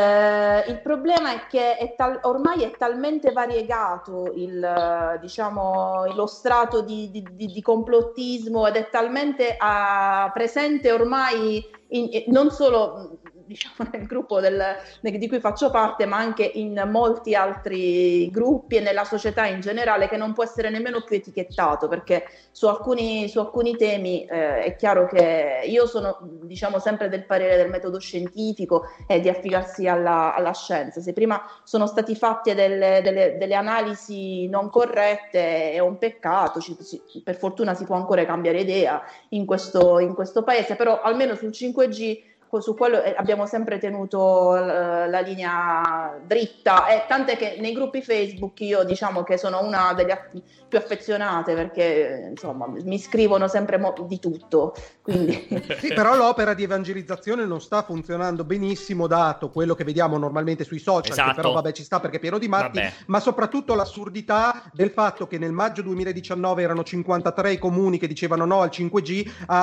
Speaker 4: Eh, il problema è che è tal- ormai è talmente variegato il, diciamo, lo strato di, di, di, di complottismo, ed è talmente ah, presente ormai in, non solo, diciamo, nel gruppo del, di cui faccio parte, ma anche in molti altri gruppi e nella società in generale, che non può essere nemmeno più etichettato, perché su alcuni, su alcuni temi eh, è chiaro che io sono, diciamo, sempre del parere del metodo scientifico e di affidarsi alla, alla scienza. Se prima sono stati fatti delle, delle, delle analisi non corrette è un peccato, ci, ci, per fortuna si può ancora cambiare idea in questo, in questo paese, però almeno sul cinque G su quello abbiamo sempre tenuto la, la linea dritta, e tant'è che nei gruppi Facebook io, diciamo, che sono una delle più affezionate, perché insomma mi scrivono sempre mo- di tutto, quindi...
Speaker 3: Sì, però l'opera di evangelizzazione non sta funzionando benissimo, dato quello che vediamo normalmente sui social,
Speaker 1: Esatto.
Speaker 3: che però vabbè ci sta perché è pieno di matti,
Speaker 1: Vabbè.
Speaker 3: ma soprattutto l'assurdità del fatto che nel maggio duemiladiciannove erano cinquantatré i comuni che dicevano no al cinque G, a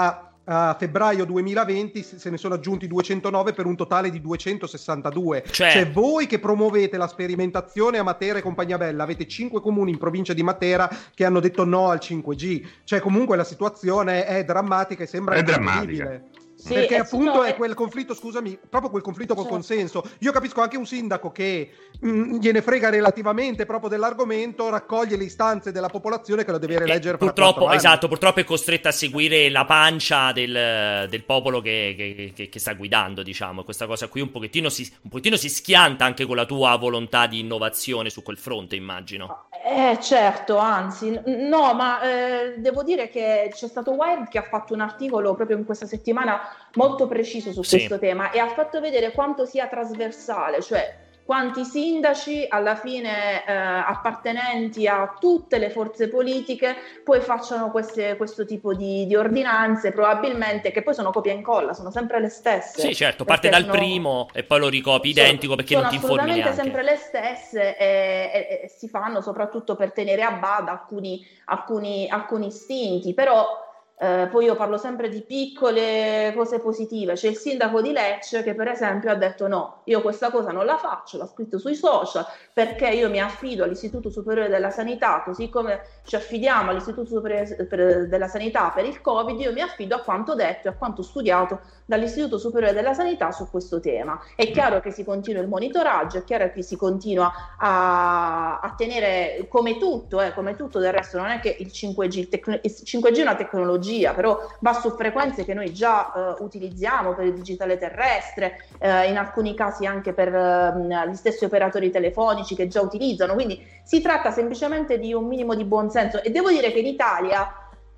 Speaker 3: a febbraio duemilaventi se ne sono aggiunti duecentonove per un totale di duecentosessantadue.
Speaker 1: Cioè,
Speaker 3: cioè voi che promuovete la sperimentazione a Matera e compagnia bella avete cinque comuni in provincia di Matera che hanno detto no al cinque G, cioè comunque la situazione è drammatica e sembra
Speaker 2: è
Speaker 3: incredibile.
Speaker 2: drammatica.
Speaker 4: Sì,
Speaker 3: perché
Speaker 4: e
Speaker 3: appunto
Speaker 4: sono-
Speaker 3: è quel conflitto, scusami, proprio quel conflitto col
Speaker 4: Certo.
Speaker 3: consenso. Io capisco anche un sindaco che mh, gliene frega relativamente proprio dell'argomento, raccoglie le istanze della popolazione che lo deve rieleggere per
Speaker 1: purtroppo,
Speaker 3: quattro anni.
Speaker 1: esatto, purtroppo è costretta a seguire la pancia del, del popolo che, che- che- che sta guidando, diciamo. E questa cosa qui un pochettino, si, un pochettino si schianta anche con la tua volontà di innovazione su quel fronte, immagino.
Speaker 4: Eh certo, anzi, n- no, ma eh, devo dire che c'è stato Wired che ha fatto un articolo proprio in questa settimana molto preciso su
Speaker 1: Sì.
Speaker 4: questo tema e ha fatto vedere quanto sia trasversale, cioè quanti sindaci alla fine eh, appartenenti a tutte le forze politiche poi facciano queste- questo tipo di, di ordinanze, probabilmente che poi sono copia e incolla, sono sempre le stesse.
Speaker 1: Sì, certo, parte
Speaker 4: Perché
Speaker 1: dal
Speaker 4: sono-
Speaker 1: primo e poi lo ricopi
Speaker 4: sono-
Speaker 1: identico perché
Speaker 4: sono
Speaker 1: non ti informi
Speaker 4: assolutamente
Speaker 1: neanche.
Speaker 4: sempre le stesse e, e- e si fanno soprattutto per tenere a bada alcuni, alcuni, alcuni istinti, però eh, poi io parlo sempre di piccole cose positive. C'è il sindaco di Lecce che per esempio ha detto no, io questa cosa non la faccio, l'ha scritto sui social perché io mi affido all'Istituto Superiore della Sanità, così come ci affidiamo all'Istituto Superiore per- della Sanità per il Covid, io mi affido a quanto detto e a quanto studiato dall'Istituto Superiore della Sanità su questo tema. È chiaro che si continua il monitoraggio, è chiaro che si continua a, a tenere, come tutto, eh, come tutto del resto, non è che il cinque G, il, tecno- il cinque G è una tecnologia, però va su frequenze che noi già eh, utilizziamo per il digitale terrestre, eh, in alcuni casi anche per eh, gli stessi operatori telefonici che già utilizzano, quindi si tratta semplicemente di un minimo di buonsenso e devo dire che in Italia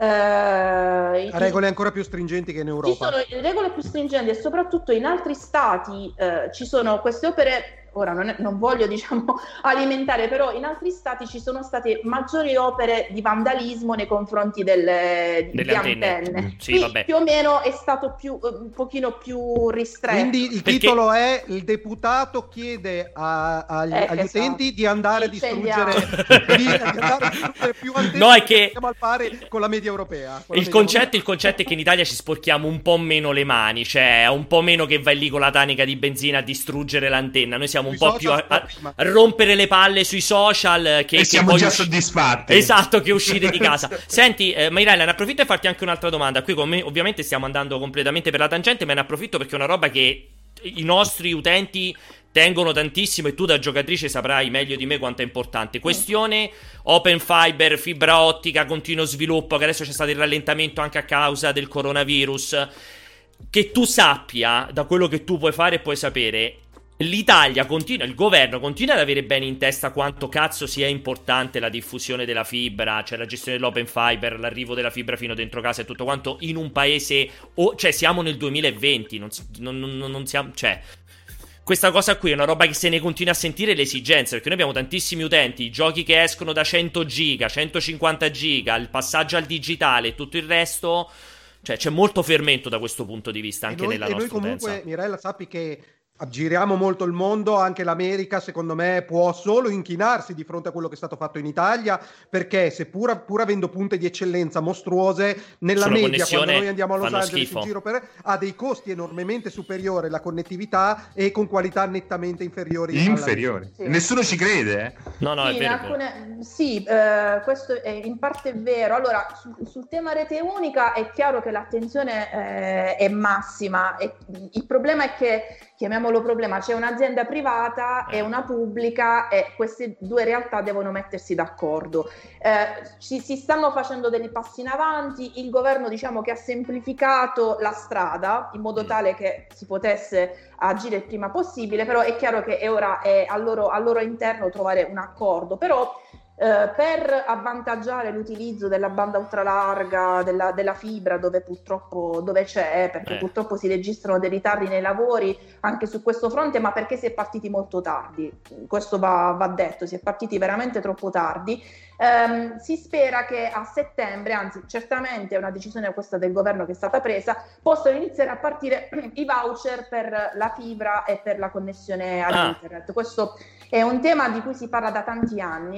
Speaker 4: eh,
Speaker 3: A regole ancora più stringenti che in
Speaker 4: ci
Speaker 3: Europa.
Speaker 4: sono regole più stringenti e soprattutto in altri stati eh, ci sono queste opere. Ora non, è- non voglio diciamo alimentare, però in altri stati ci sono state maggiori opere di vandalismo nei confronti delle,
Speaker 1: Delle
Speaker 4: di
Speaker 1: antenne.
Speaker 4: antenne.
Speaker 1: Mm, sì,
Speaker 4: Qui
Speaker 1: vabbè.
Speaker 4: più o meno è stato più, eh, un pochino più ristretto.
Speaker 3: Quindi il
Speaker 1: Perché-
Speaker 3: titolo è: il deputato chiede a- agli,
Speaker 4: Eh,
Speaker 3: agli
Speaker 4: che sa.
Speaker 3: utenti di andare a
Speaker 4: Incendiare.
Speaker 3: distruggere, di, di andare a distruggere più antenne.
Speaker 1: No, è che-
Speaker 3: siamo al pari con la media europea. con la
Speaker 1: Il
Speaker 3: media
Speaker 1: concetto, il concetto è che in Italia ci sporchiamo un po' meno le mani, cioè è un po' meno che vai lì con la tanica di benzina a distruggere l'antenna. Noi siamo un
Speaker 3: Sui
Speaker 1: po' più a,
Speaker 3: social,
Speaker 1: a-
Speaker 3: prima.
Speaker 1: a rompere le palle sui social che,
Speaker 2: E
Speaker 1: che
Speaker 2: siamo
Speaker 1: poi
Speaker 2: già
Speaker 1: usci-
Speaker 2: soddisfatti.
Speaker 1: Esatto, che uscite di casa. Senti, eh, Mairella, ne approfitto e farti anche un'altra domanda. Qui con me ovviamente stiamo andando completamente per la tangente, ma ne approfitto perché è una roba che i nostri utenti tengono tantissimo e tu da giocatrice saprai meglio di me quanto è importante. Questione open fiber, fibra ottica, continuo sviluppo, che adesso c'è stato il rallentamento anche a causa del coronavirus. Che tu sappia, da quello che tu puoi fare e puoi sapere, l'Italia continua, il governo continua ad avere bene in testa quanto cazzo sia importante la diffusione della fibra, cioè la gestione dell'open fiber, l'arrivo della fibra fino dentro casa e tutto quanto in un paese, o, cioè siamo nel duemilaventi, non, si- non, non, non siamo, cioè questa cosa qui è una roba che se ne continua a sentire l'esigenza, perché noi abbiamo tantissimi utenti, i giochi che escono da cento giga, centocinquanta giga, il passaggio al digitale e tutto il resto, cioè c'è molto fermento da questo punto di vista anche
Speaker 3: e noi,
Speaker 1: nella
Speaker 3: e noi
Speaker 1: nostra
Speaker 3: comunque,
Speaker 1: utenza.
Speaker 3: Mirella, sappi che aggiriamo molto il mondo, anche l'America secondo me può solo inchinarsi di fronte a quello che è stato fatto in Italia, perché seppur pur avendo punte di eccellenza mostruose, nella
Speaker 1: Sulla
Speaker 3: media
Speaker 1: connessione
Speaker 3: quando noi andiamo a Los
Speaker 1: fanno
Speaker 3: Angeles
Speaker 1: schifo.
Speaker 3: in giro per, ha dei costi enormemente superiori la connettività e con qualità nettamente inferiori alla-
Speaker 2: Inferiori.
Speaker 4: Sì.
Speaker 2: Nessuno ci crede, eh?
Speaker 1: No, no,
Speaker 4: Sì,
Speaker 1: è
Speaker 4: in
Speaker 1: vero, è vero.
Speaker 4: alcune- sì, eh, questo è in parte vero. Allora, sul, sul tema rete unica è chiaro che l'attenzione eh, è massima. E il problema è che, chiamiamolo problema, c'è un'azienda privata
Speaker 1: Eh.
Speaker 4: e una pubblica e queste due realtà devono mettersi d'accordo. Eh, ci, si stanno facendo dei passi in avanti, il governo diciamo che ha semplificato la strada in modo
Speaker 1: Mm.
Speaker 4: tale che si potesse agire il prima possibile, però è chiaro che è ora è al loro, al loro interno trovare un accordo, però eh, per avvantaggiare l'utilizzo della banda ultralarga, della, della fibra dove purtroppo dove c'è, perché
Speaker 1: Eh.
Speaker 4: purtroppo si registrano dei ritardi nei lavori anche su questo fronte, ma perché si è partiti molto tardi, questo va, va detto, si è partiti veramente troppo tardi. Ehm, si spera che a settembre, anzi certamente è una decisione questa del governo che è stata presa, possano iniziare a partire i voucher per la fibra e per la connessione ad
Speaker 1: Ah.
Speaker 4: internet. Questo è un tema di cui si parla da tanti anni, questa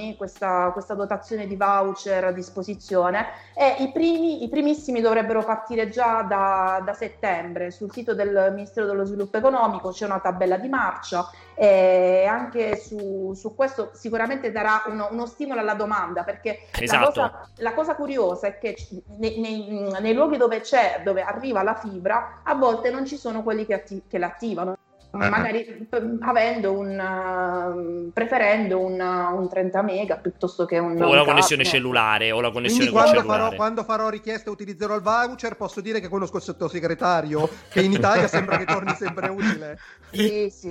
Speaker 4: questa, questa dotazione di voucher a disposizione, e i primi, i primissimi dovrebbero partire già da, da settembre. Sul sito del Ministero dello Sviluppo Economico c'è una tabella di marcia, e anche su, su questo sicuramente darà uno, uno stimolo alla domanda, perché
Speaker 1: esatto.
Speaker 4: la, cosa, la cosa curiosa è che nei, nei, nei luoghi dove c'è, dove arriva la fibra, a volte non ci sono quelli che, atti- che l'attivano. Magari avendo un uh, preferendo un, uh, un trenta mega piuttosto che un
Speaker 1: o
Speaker 4: un
Speaker 1: la connessione
Speaker 4: cavo.
Speaker 1: cellulare o la connessione
Speaker 3: Quindi
Speaker 1: con
Speaker 3: quando
Speaker 1: cellulare.
Speaker 3: farò, quando farò richiesta utilizzerò il voucher, posso dire che conosco il sottosegretario, che in Italia sembra che torni sempre utile.
Speaker 4: Sì, sì.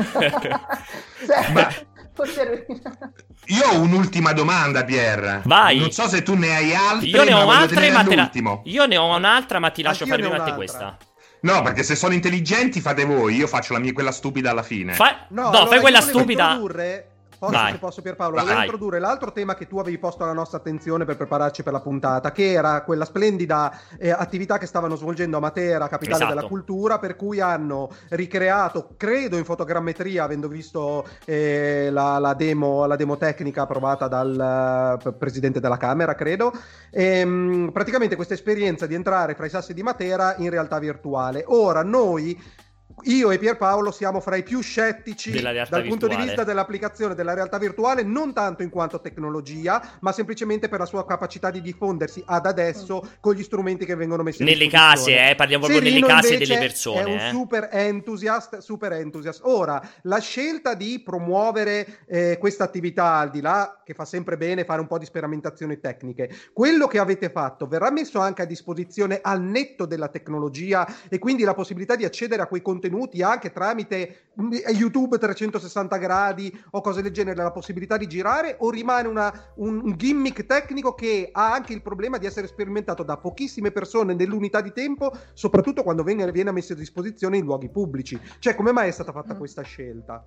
Speaker 4: Cioè,
Speaker 2: Ma-
Speaker 4: forse-
Speaker 2: Io ho un'ultima domanda, Pier.
Speaker 1: Vai.
Speaker 2: Non so se tu ne hai altre.
Speaker 1: Io ne
Speaker 2: ma
Speaker 1: ho
Speaker 2: voglio
Speaker 1: un'altra,
Speaker 2: tenere
Speaker 1: ma te la...
Speaker 2: all'ultimo.
Speaker 1: Io ne ho un'altra, ma ti lascio
Speaker 3: Anch'io
Speaker 1: fare
Speaker 3: ne ho
Speaker 1: prima a te
Speaker 3: un'altra.
Speaker 1: questa.
Speaker 2: No, perché se sono intelligenti fate voi, io faccio la mia quella stupida alla fine.
Speaker 1: Fa... No,
Speaker 3: allora
Speaker 1: fai quella
Speaker 3: io volevo
Speaker 1: stupida.
Speaker 3: introdurre- Posso,
Speaker 1: Vai.
Speaker 3: se posso Pierpaolo,
Speaker 1: Vai.
Speaker 3: volevo introdurre l'altro tema che tu avevi posto alla nostra attenzione per prepararci per la puntata, che era quella splendida eh, attività che stavano svolgendo a Matera, capitale
Speaker 1: Esatto.
Speaker 3: della cultura, per cui hanno ricreato, credo in fotogrammetria, avendo visto eh, la, la, demo, la demo tecnica approvata dal uh, presidente della Camera, credo, ehm, praticamente questa esperienza di entrare fra i sassi di Matera in realtà virtuale. Ora noi... Io e Pierpaolo siamo fra i più scettici
Speaker 1: Della
Speaker 3: dal
Speaker 1: realtà
Speaker 3: punto di
Speaker 1: virtuale.
Speaker 3: vista dell'applicazione della realtà virtuale, non tanto in quanto tecnologia, ma semplicemente per la sua capacità di diffondersi ad adesso con gli strumenti che vengono messi a
Speaker 1: Nelle
Speaker 3: disposizione.
Speaker 1: case, eh, parliamo proprio
Speaker 3: Serino
Speaker 1: nelle case
Speaker 3: invece
Speaker 1: delle persone.
Speaker 3: È un
Speaker 1: eh.
Speaker 3: super enthusiast, super enthusiast. Ora, la scelta di promuovere eh, questa attività, al di là che fa sempre bene fare un po' di sperimentazioni tecniche, quello che avete fatto verrà messo anche a disposizione al netto della tecnologia, e quindi la possibilità di accedere a quei contenuti anche tramite YouTube trecentosessanta gradi o cose del genere, la possibilità di girare, o rimane una, un, un gimmick tecnico che ha anche il problema di essere sperimentato da pochissime persone nell'unità di tempo, soprattutto quando viene, viene messo a disposizione in luoghi pubblici? Cioè, come mai è stata fatta questa scelta?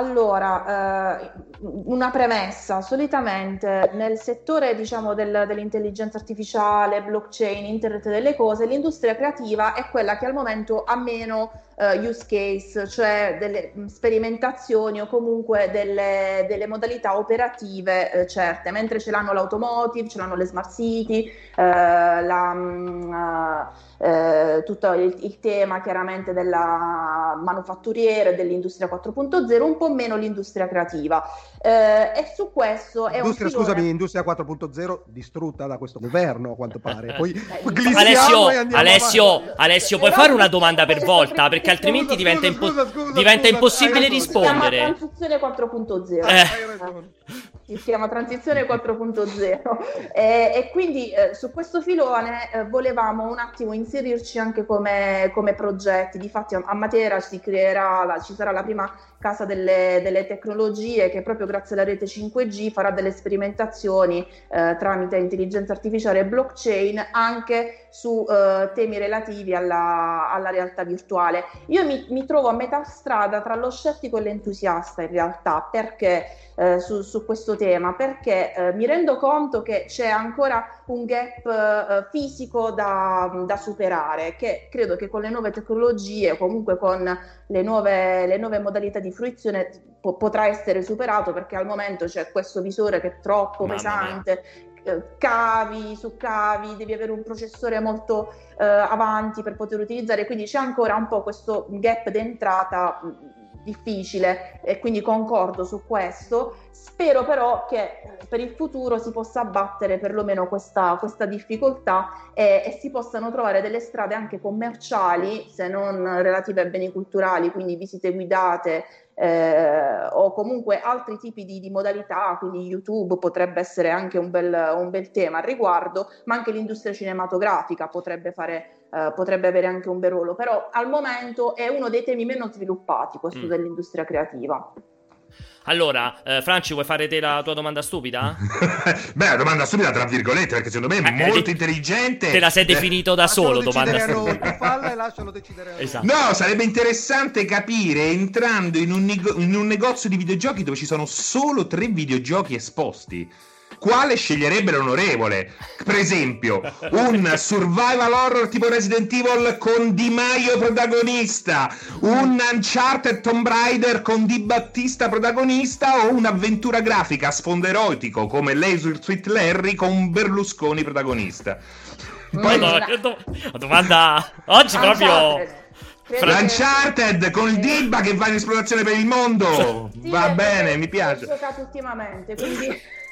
Speaker 4: Allora, eh, una premessa: solitamente nel settore, diciamo, del, dell'intelligenza artificiale, blockchain, internet delle cose, l'industria creativa è quella che al momento ha meno eh, use case, cioè delle sperimentazioni o comunque delle, delle modalità operative eh, certe, mentre ce l'hanno l'automotive, ce l'hanno le smart city, eh, la, mh, eh, tutto il, il tema chiaramente della manufatturiera e dell'industria quattro punto zero, un po' meno l'industria creativa, eh, e su questo è
Speaker 3: Industria,
Speaker 4: un filone...
Speaker 3: scusami, industria quattro punto zero distrutta da questo governo, a quanto pare. Poi
Speaker 4: Eh,
Speaker 3: glissiamo
Speaker 1: Alessio,
Speaker 3: e andiamo
Speaker 1: Alessio,
Speaker 3: avanti.
Speaker 1: Alessio, puoi fare una domanda per volta? Perché altrimenti
Speaker 3: Scusa,
Speaker 1: diventa,
Speaker 3: scusa,
Speaker 1: impo-
Speaker 3: scusa, scusa,
Speaker 1: diventa
Speaker 3: scusa,
Speaker 1: impossibile
Speaker 3: hai ragione.
Speaker 4: Si chiama
Speaker 1: rispondere.
Speaker 4: transizione quattro punto zero.
Speaker 1: Eh.
Speaker 3: Hai ragione.
Speaker 4: Si chiama transizione quattro punto zero, e, e quindi eh, su questo filone eh, volevamo un attimo inserirci anche come, come progetti. Difatti a, a Matera si creerà la, ci sarà la prima casa delle, delle tecnologie che proprio grazie alla rete cinque G farà delle sperimentazioni eh, tramite intelligenza artificiale e blockchain anche su eh, temi relativi alla, alla realtà virtuale. Io mi, mi trovo a metà strada tra lo scettico e l'entusiasta in realtà, perché Eh, su, su questo tema, perché eh, mi rendo conto che c'è ancora un gap eh, fisico da, da superare, che credo che con le nuove tecnologie, comunque con le nuove, le nuove modalità di fruizione po- potrà essere superato, perché al momento c'è questo visore che è troppo
Speaker 1: Mamma
Speaker 4: pesante, eh, cavi su cavi, devi avere un processore molto eh, avanti per poter utilizzare, quindi c'è ancora un po' questo gap d'entrata difficile, e quindi concordo su questo. Spero però che per il futuro si possa abbattere perlomeno questa, questa difficoltà e, e si possano trovare delle strade anche commerciali, se non relative ai beni culturali, quindi visite guidate eh, o comunque altri tipi di, di modalità, quindi YouTube potrebbe essere anche un bel, un bel tema al riguardo, ma anche l'industria cinematografica potrebbe fare Uh, potrebbe avere anche un bel ruolo, però al momento è uno dei temi meno sviluppati, questo mm. dell'industria creativa.
Speaker 1: Allora, eh, Franci, vuoi fare te la tua domanda stupida?
Speaker 2: Beh, la domanda stupida tra virgolette, perché secondo me è
Speaker 1: Eh,
Speaker 2: molto
Speaker 1: de-
Speaker 2: intelligente.
Speaker 1: Te la sei definito da solo,
Speaker 3: Lascialo
Speaker 1: domanda
Speaker 3: decidere a noi,
Speaker 1: stupida.
Speaker 3: tu falla e lascialo decidere a noi.
Speaker 1: Esatto.
Speaker 2: No, sarebbe interessante capire, entrando in un, nego- in un negozio di videogiochi dove ci sono solo tre videogiochi esposti. quale sceglierebbe l'onorevole? Per esempio, un survival horror tipo Resident Evil con Di Maio protagonista, un Uncharted Tomb Raider con Di Battista protagonista, o un'avventura grafica a sfondo erotico come Laser Sweet Larry con Berlusconi protagonista?
Speaker 1: Poi no, che do- domanda oggi proprio
Speaker 2: Uncharted che... con il Dibba che va in esplorazione per il mondo. Sì, va bene, mi piace.
Speaker 4: Ho giocato ultimamente, quindi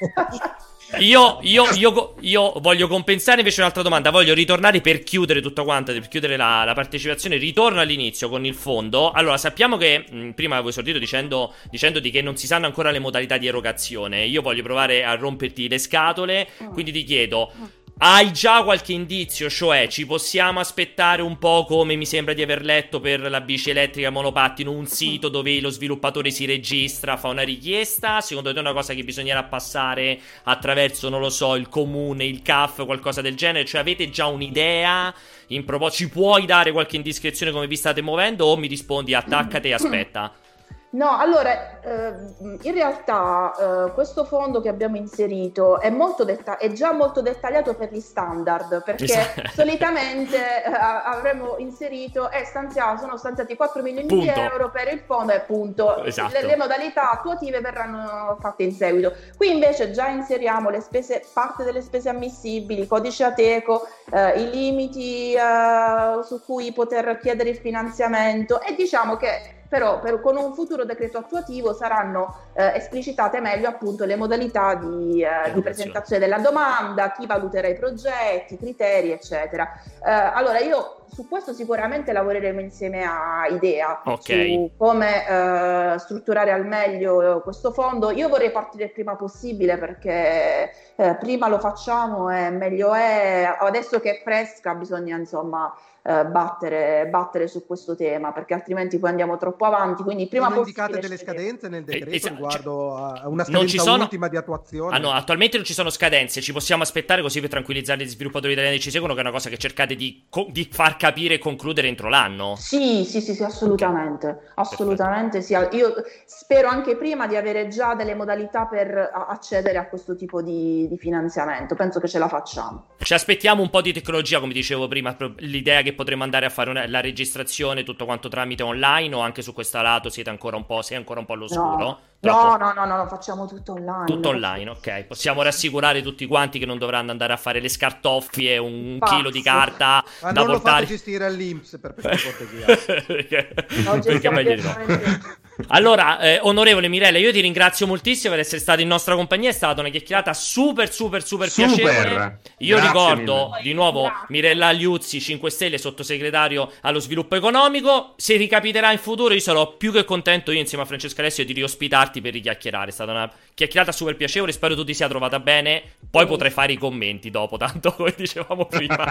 Speaker 1: Io, io, io, io voglio compensare invece un'altra domanda. Voglio ritornare per chiudere tutto quanto, per chiudere la, la partecipazione. Ritorno all'inizio con il fondo. Allora, sappiamo che mh, prima avevo esordito dicendo, dicendoti che non si sanno ancora le modalità di erogazione. Io voglio provare a romperti le scatole, quindi ti chiedo: hai già qualche indizio? Cioè, ci possiamo aspettare un po', come mi sembra di aver letto per la bici elettrica monopattino, un sito dove lo sviluppatore si registra, fa una richiesta? Secondo te è una cosa che bisognerà passare attraverso, non lo so, il comune, il C A F, qualcosa del genere? Cioè, avete già un'idea? In propo- ci puoi dare qualche indiscrezione come vi state muovendo, o mi rispondi attaccate e aspetta?
Speaker 4: No, allora, eh, in realtà eh, questo fondo che abbiamo inserito è, molto detta- è già molto dettagliato per gli standard, perché
Speaker 1: esatto.
Speaker 4: solitamente eh, avremmo inserito e eh, stanziato, sono stanziati quattro milioni
Speaker 1: punto.
Speaker 4: di euro per il fondo e punto.
Speaker 1: Esatto.
Speaker 4: Le, le modalità attuative verranno fatte in seguito. Qui invece già inseriamo le spese, parte delle spese ammissibili, codice Ateco, eh, i limiti eh, su cui poter chiedere il finanziamento, e diciamo che però per, con un futuro decreto attuativo saranno eh, esplicitate meglio appunto le modalità di, eh, di presentazione della domanda, chi valuterà i progetti, criteri, eccetera. Eh, allora io su questo sicuramente lavoreremo insieme a Idea,
Speaker 1: okay.
Speaker 4: su come eh, strutturare al meglio questo fondo. Io vorrei partire il prima possibile, perché eh, prima lo facciamo e meglio è. Adesso che è fresca bisogna insomma Uh, battere, battere su questo tema, perché altrimenti poi andiamo troppo avanti. Quindi prima
Speaker 3: sono indicate delle
Speaker 4: scegliere.
Speaker 3: scadenze nel decreto
Speaker 1: eh, esatto.
Speaker 3: riguardo a una
Speaker 1: non
Speaker 3: scadenza
Speaker 1: sono...
Speaker 3: ultima di attuazione?
Speaker 1: Ah no, attualmente non ci sono scadenze. Ci possiamo aspettare, così per tranquillizzare gli sviluppatori italiani che ci seguono, che è una cosa che cercate di, co- di far capire e concludere entro l'anno?
Speaker 4: Sì, sì, sì, sì, assolutamente. Okay. Assolutamente sì. Io spero anche prima di avere già delle modalità per accedere a questo tipo di, di finanziamento. Penso che ce la facciamo.
Speaker 1: Ci aspettiamo un po' di tecnologia, come dicevo prima, l'idea che potremmo andare a fare una, la registrazione, tutto quanto tramite online, o anche su questo lato siete ancora un po', sei ancora un po' all'oscuro?
Speaker 4: No. No, no, no, no, no, facciamo tutto online.
Speaker 1: Tutto online, ok. Possiamo rassicurare tutti quanti che non dovranno andare a fare le scartoffie, un
Speaker 4: Pazzo.
Speaker 1: chilo di carta
Speaker 3: Ma
Speaker 1: da
Speaker 3: non
Speaker 1: portare.
Speaker 3: lo fate gestire all'I N P S per cortesia.
Speaker 1: perché
Speaker 4: No,
Speaker 1: perché meglio di no. Allora, eh, onorevole Mirella, io ti ringrazio moltissimo per essere stato in nostra compagnia. È stata una chiacchierata super, super, super, super piacevole. Io
Speaker 2: Grazie
Speaker 1: ricordo
Speaker 2: mille.
Speaker 1: di nuovo
Speaker 4: Grazie.
Speaker 1: Mirella Liuzzi, cinque Stelle, sottosegretario allo sviluppo economico. Se ricapiterà in futuro, io sarò più che contento, io insieme a Francesca Alessio, di riospitarti per richiacchierare. È stata una chiacchierata super piacevole. Spero tu ti sia trovata bene. Poi sì. Potrai fare i commenti dopo, tanto come dicevamo prima.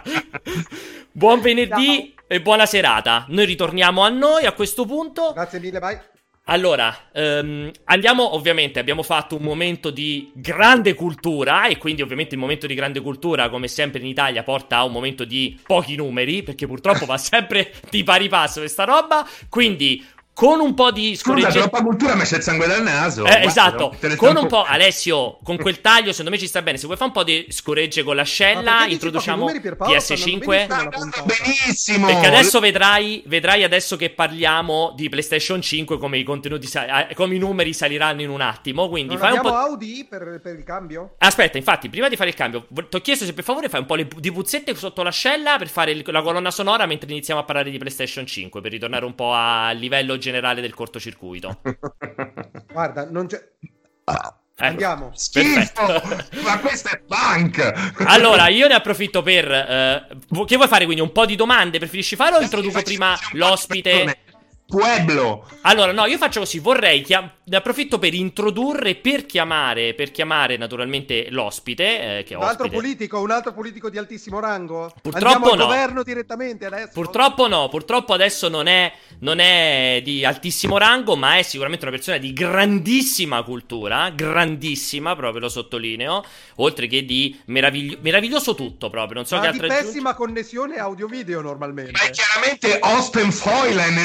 Speaker 1: Buon venerdì
Speaker 4: Ciao.
Speaker 1: E buona serata. Noi ritorniamo a noi a questo punto.
Speaker 3: Grazie mille, bye.
Speaker 1: Allora, um, andiamo, ovviamente abbiamo fatto un momento di grande cultura, e quindi ovviamente il momento di grande cultura, come sempre in Italia, porta a un momento di pochi numeri, perché purtroppo va sempre di pari passo questa roba, quindi con un po' di
Speaker 2: scorreggere... Scusa, troppa cultura, mi c'è il sangue dal naso.
Speaker 1: Eh, Guarda, esatto, con un po'... Alessio, con quel taglio secondo me ci sta bene. Se vuoi fare un po' di scorregge con l'ascella, introduciamo P S cinque.
Speaker 2: Benissimo.
Speaker 1: Perché adesso vedrai, vedrai adesso che parliamo di PlayStation cinque come i contenuti, come i numeri saliranno in un attimo. Quindi
Speaker 3: non
Speaker 1: fai un po'...
Speaker 3: Audi per, per il cambio?
Speaker 1: Aspetta, infatti, prima di fare il cambio, ti ho chiesto se per favore fai un po' le, di puzzette sotto l'ascella per fare il, la colonna sonora mentre iniziamo a parlare di PlayStation cinque, per ritornare un po' a livello generale del cortocircuito.
Speaker 3: Guarda, non c'è...
Speaker 1: Ecco.
Speaker 3: Andiamo.
Speaker 1: Perfetto.
Speaker 2: Ma questo è punk.
Speaker 1: Allora, io ne approfitto per eh, che vuoi fare, quindi un po' di domande preferisci fare, o introduco prima l'ospite?
Speaker 2: Pueblo.
Speaker 1: Allora, no, io faccio così, vorrei chiam- ne approfitto per introdurre, per chiamare, per chiamare naturalmente l'ospite, eh, che
Speaker 3: un altro
Speaker 1: ospite.
Speaker 3: politico, un altro politico di altissimo rango?
Speaker 1: Purtroppo
Speaker 3: Andiamo al
Speaker 1: no.
Speaker 3: governo direttamente adesso?
Speaker 1: Purtroppo no, purtroppo adesso non è, non è di altissimo rango, ma è sicuramente una persona di grandissima cultura, grandissima, proprio lo sottolineo, oltre che di meravigli- meraviglioso tutto proprio, non so
Speaker 3: ma
Speaker 1: che
Speaker 3: di
Speaker 1: altra
Speaker 3: pessima aggiunge. Connessione audio-video normalmente.
Speaker 2: Ma è chiaramente Austin Foylen, il filosofo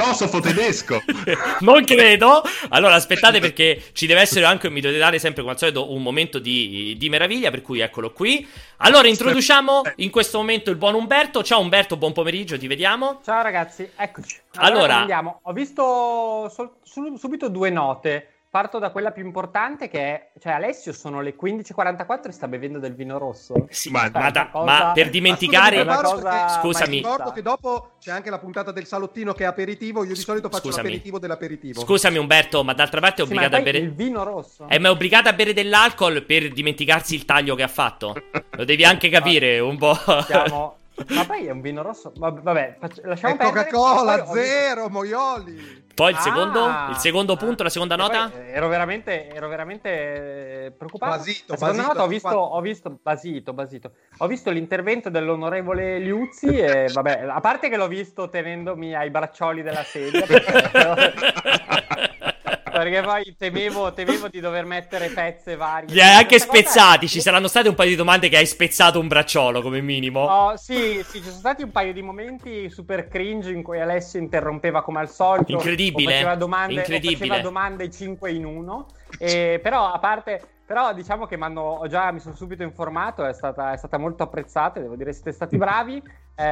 Speaker 2: filosofo tedesco.
Speaker 1: Non credo. Allora aspettate, perché ci deve essere anche, mi dovete dare sempre come al solito un momento di, di meraviglia, per cui eccolo qui. Allora introduciamo in questo momento il buon Umberto. Ciao Umberto, buon pomeriggio, ti vediamo.
Speaker 5: Ciao ragazzi, eccoci. Allora,
Speaker 1: Allora
Speaker 5: andiamo. Ho visto sol- su- subito due note. Parto da quella più importante, che è, cioè Alessio sono le quindici e quarantaquantaquattro e sta bevendo del vino rosso.
Speaker 1: Sì,
Speaker 2: Ma-
Speaker 1: ma, da-
Speaker 5: cosa-
Speaker 1: ma per
Speaker 5: Ma
Speaker 1: dimenticare,
Speaker 5: scusami, è una cosa
Speaker 1: scusami,
Speaker 5: mai
Speaker 3: Ricordo che dopo c'è anche la puntata del salottino che è aperitivo. Io di solito faccio
Speaker 1: Scusami.
Speaker 3: l'aperitivo dell'aperitivo.
Speaker 1: scusami Umberto, ma d'altra parte è
Speaker 5: Sì, ma
Speaker 1: obbligata a
Speaker 5: poi
Speaker 1: bere.
Speaker 5: il vino rosso?
Speaker 1: Eh, ma è obbligata a bere dell'alcol per dimenticarsi il taglio che ha fatto. Lo devi anche capire un po'.
Speaker 5: Siamo... Ma poi è un vino rosso? Vabbè, vabbè faccio- lasciamo
Speaker 3: È
Speaker 5: perdere.
Speaker 3: Coca-Cola,
Speaker 5: Poi ho visto-
Speaker 3: zero, moioli.
Speaker 1: Poi il
Speaker 5: Ah,
Speaker 1: secondo, il secondo
Speaker 5: ah.
Speaker 1: punto, la seconda
Speaker 5: E poi,
Speaker 1: nota?
Speaker 5: eh, ero veramente, ero veramente eh, preoccupato.
Speaker 3: Basito,
Speaker 5: La seconda
Speaker 3: basito,
Speaker 5: nota ho visto,
Speaker 3: fatto.
Speaker 5: ho visto, basito, basito. Ho visto l'intervento dell'onorevole Liuzzi e vabbè, a parte che l'ho visto tenendomi ai braccioli della sedia, perché, perché poi temevo, temevo di dover mettere pezze varie.
Speaker 1: Li hai anche
Speaker 5: Questa cosa-
Speaker 1: spezzati, ci saranno state un paio di domande che hai spezzato un bracciolo come minimo.
Speaker 5: Oh, sì, sì, ci sono stati un paio di momenti super cringe in cui Alessio interrompeva come al solito.
Speaker 1: Incredibile,
Speaker 5: O faceva domande, o
Speaker 1: incredibile.
Speaker 5: faceva domande cinque in uno. E, però, a parte, però diciamo che m'hanno, ho già, mi sono subito informato, è stata, è stata molto apprezzata, devo dire siete stati bravi.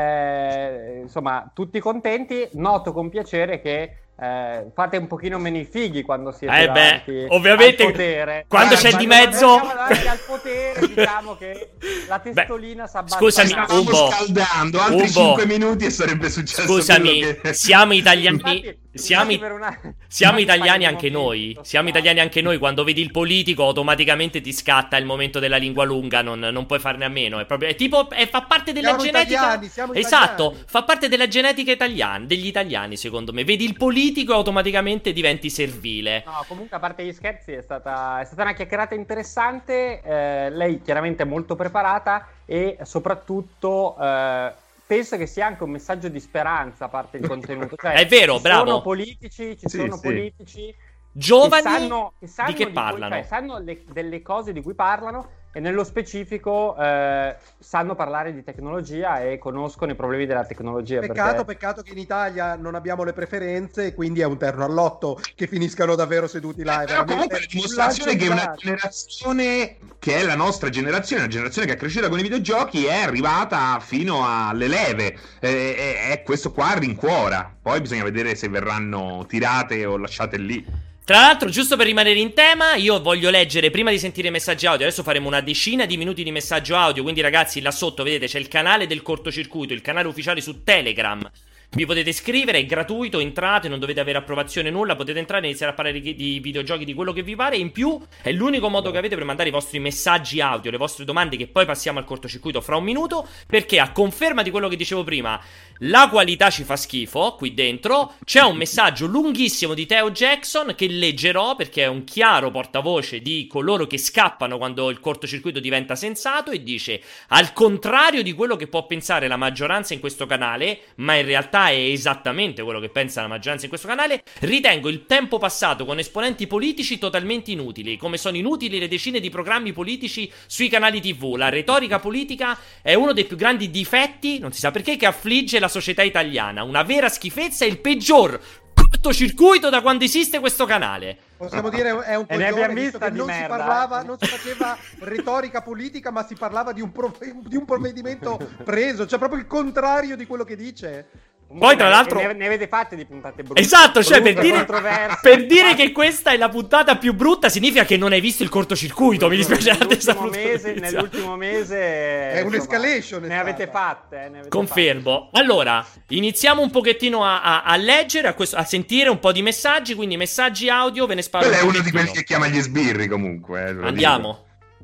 Speaker 5: Eh, insomma, tutti contenti. Noto con piacere che eh, fate un pochino meno i fighi quando siete
Speaker 1: Eh
Speaker 5: davanti
Speaker 1: beh, ovviamente,
Speaker 5: al potere.
Speaker 1: quando
Speaker 5: Eh,
Speaker 1: c'è
Speaker 5: quando
Speaker 1: di mezzo-
Speaker 5: siamo davanti al potere, diciamo che la testolina si abbassa.
Speaker 1: scusami,
Speaker 5: un attimo.
Speaker 2: Stavamo
Speaker 1: Umbo.
Speaker 2: scaldando altri
Speaker 1: Umbo.
Speaker 2: cinque minuti e sarebbe successo
Speaker 1: Scusami,
Speaker 2: quello che...
Speaker 1: siamo italiani.
Speaker 5: Infatti-
Speaker 1: Siamo,
Speaker 5: infatti
Speaker 1: i-
Speaker 5: per una-
Speaker 1: siamo
Speaker 5: infatti
Speaker 1: italiani
Speaker 5: fai
Speaker 1: anche
Speaker 5: un
Speaker 1: noi.
Speaker 5: momento,
Speaker 1: Siamo
Speaker 5: sì.
Speaker 1: italiani anche noi. Quando vedi il politico, automaticamente ti scatta il momento della lingua lunga. Non, non puoi farne a meno. È proprio, è tipo, è- fa parte della
Speaker 3: Siamo
Speaker 1: genetica.
Speaker 3: italiani, siamo
Speaker 1: Esatto,
Speaker 3: italiani.
Speaker 1: fa parte della genetica italiana, degli italiani, secondo me. Vedi il politico e automaticamente diventi servile.
Speaker 5: No, comunque a parte gli scherzi è stata, è stata una chiacchierata interessante, eh, lei chiaramente è molto preparata e soprattutto eh, penso che sia anche un messaggio di speranza a parte il contenuto. Cioè,
Speaker 1: È vero,
Speaker 5: ci
Speaker 1: bravo.
Speaker 5: sono politici, ci
Speaker 2: Sì,
Speaker 5: sono
Speaker 2: sì.
Speaker 5: politici
Speaker 1: Giovani
Speaker 5: che sanno, che sanno
Speaker 1: di che
Speaker 5: cui-
Speaker 1: parlano.
Speaker 5: cioè, sanno le- delle cose di cui parlano e nello specifico eh, sanno parlare di tecnologia e conoscono i problemi della tecnologia.
Speaker 3: Peccato,
Speaker 5: perché...
Speaker 3: peccato che in Italia non abbiamo le preferenze e quindi è un terno all'otto che finiscano davvero seduti là. È
Speaker 2: Però
Speaker 3: veramente
Speaker 2: comunque è la
Speaker 3: un
Speaker 2: dimostrazione
Speaker 3: lancio
Speaker 2: che
Speaker 3: in
Speaker 2: una
Speaker 3: braccio.
Speaker 2: generazione che è la nostra generazione, una generazione che è cresciuta con i videogiochi, è arrivata fino alle leve. E, e- e questo qua rincuora. Poi bisogna vedere se verranno tirate o lasciate lì.
Speaker 1: Tra l'altro, giusto per rimanere in tema, io voglio leggere, prima di sentire i messaggi audio, adesso faremo una decina di minuti di messaggio audio, quindi ragazzi, là sotto, vedete, c'è il canale del cortocircuito, il canale ufficiale su Telegram. Vi potete iscrivere, è gratuito, entrate, non dovete avere approvazione, nulla, potete entrare e iniziare a parlare di, di videogiochi, di quello che vi pare. In più, è l'unico modo che avete per mandare i vostri messaggi audio, le vostre domande, che poi passiamo al cortocircuito fra un minuto, perché a conferma di quello che dicevo prima, la qualità ci fa schifo qui dentro. C'è un messaggio lunghissimo di Theo Jackson che leggerò perché è un chiaro portavoce di coloro che scappano quando il cortocircuito diventa sensato, e dice: al contrario di quello che può pensare la maggioranza in questo canale, ma in realtà è esattamente quello che pensa la maggioranza in questo canale, ritengo il tempo passato con esponenti politici totalmente inutili, come sono inutili le decine di programmi politici sui canali tivù. La retorica politica è uno dei più grandi difetti, non si sa perché, che affligge la società italiana. Una vera schifezza, il peggior cortocircuito da quando esiste questo canale.
Speaker 3: Possiamo dire è un
Speaker 5: E ne
Speaker 3: coglione,
Speaker 5: abbiamo
Speaker 3: visto
Speaker 5: vista
Speaker 3: che
Speaker 5: di
Speaker 3: non si
Speaker 5: merda,
Speaker 3: parlava,
Speaker 5: eh.
Speaker 3: non si faceva retorica politica, ma si parlava di un, prov- di un provvedimento preso, cioè proprio il contrario di quello che dice.
Speaker 1: Poi, tra
Speaker 5: Ne-
Speaker 1: l'altro-
Speaker 5: ne, ne avete fatte di puntate brutte.
Speaker 1: Esatto, cioè per
Speaker 5: brutte,
Speaker 1: dire,
Speaker 5: controverse.
Speaker 1: per dire che questa è la puntata più brutta significa che non hai visto il cortocircuito. Mi dispiace dare questa
Speaker 5: nell'ultimo
Speaker 1: brutta
Speaker 5: mese,
Speaker 1: notizia.
Speaker 5: nell'ultimo mese
Speaker 3: È
Speaker 5: insomma,
Speaker 3: un'escalation, è
Speaker 5: ne avete
Speaker 3: stata.
Speaker 5: fatte, eh, ne avete
Speaker 1: Confermo. Allora, iniziamo un pochettino a, a- a leggere, a, questo- a sentire un po' di messaggi. Quindi messaggi audio, ve ne sparo
Speaker 2: Quello è
Speaker 1: un
Speaker 2: uno di
Speaker 1: pochettino.
Speaker 2: quelli che chiama gli sbirri comunque. eh, ve lo
Speaker 1: Andiamo.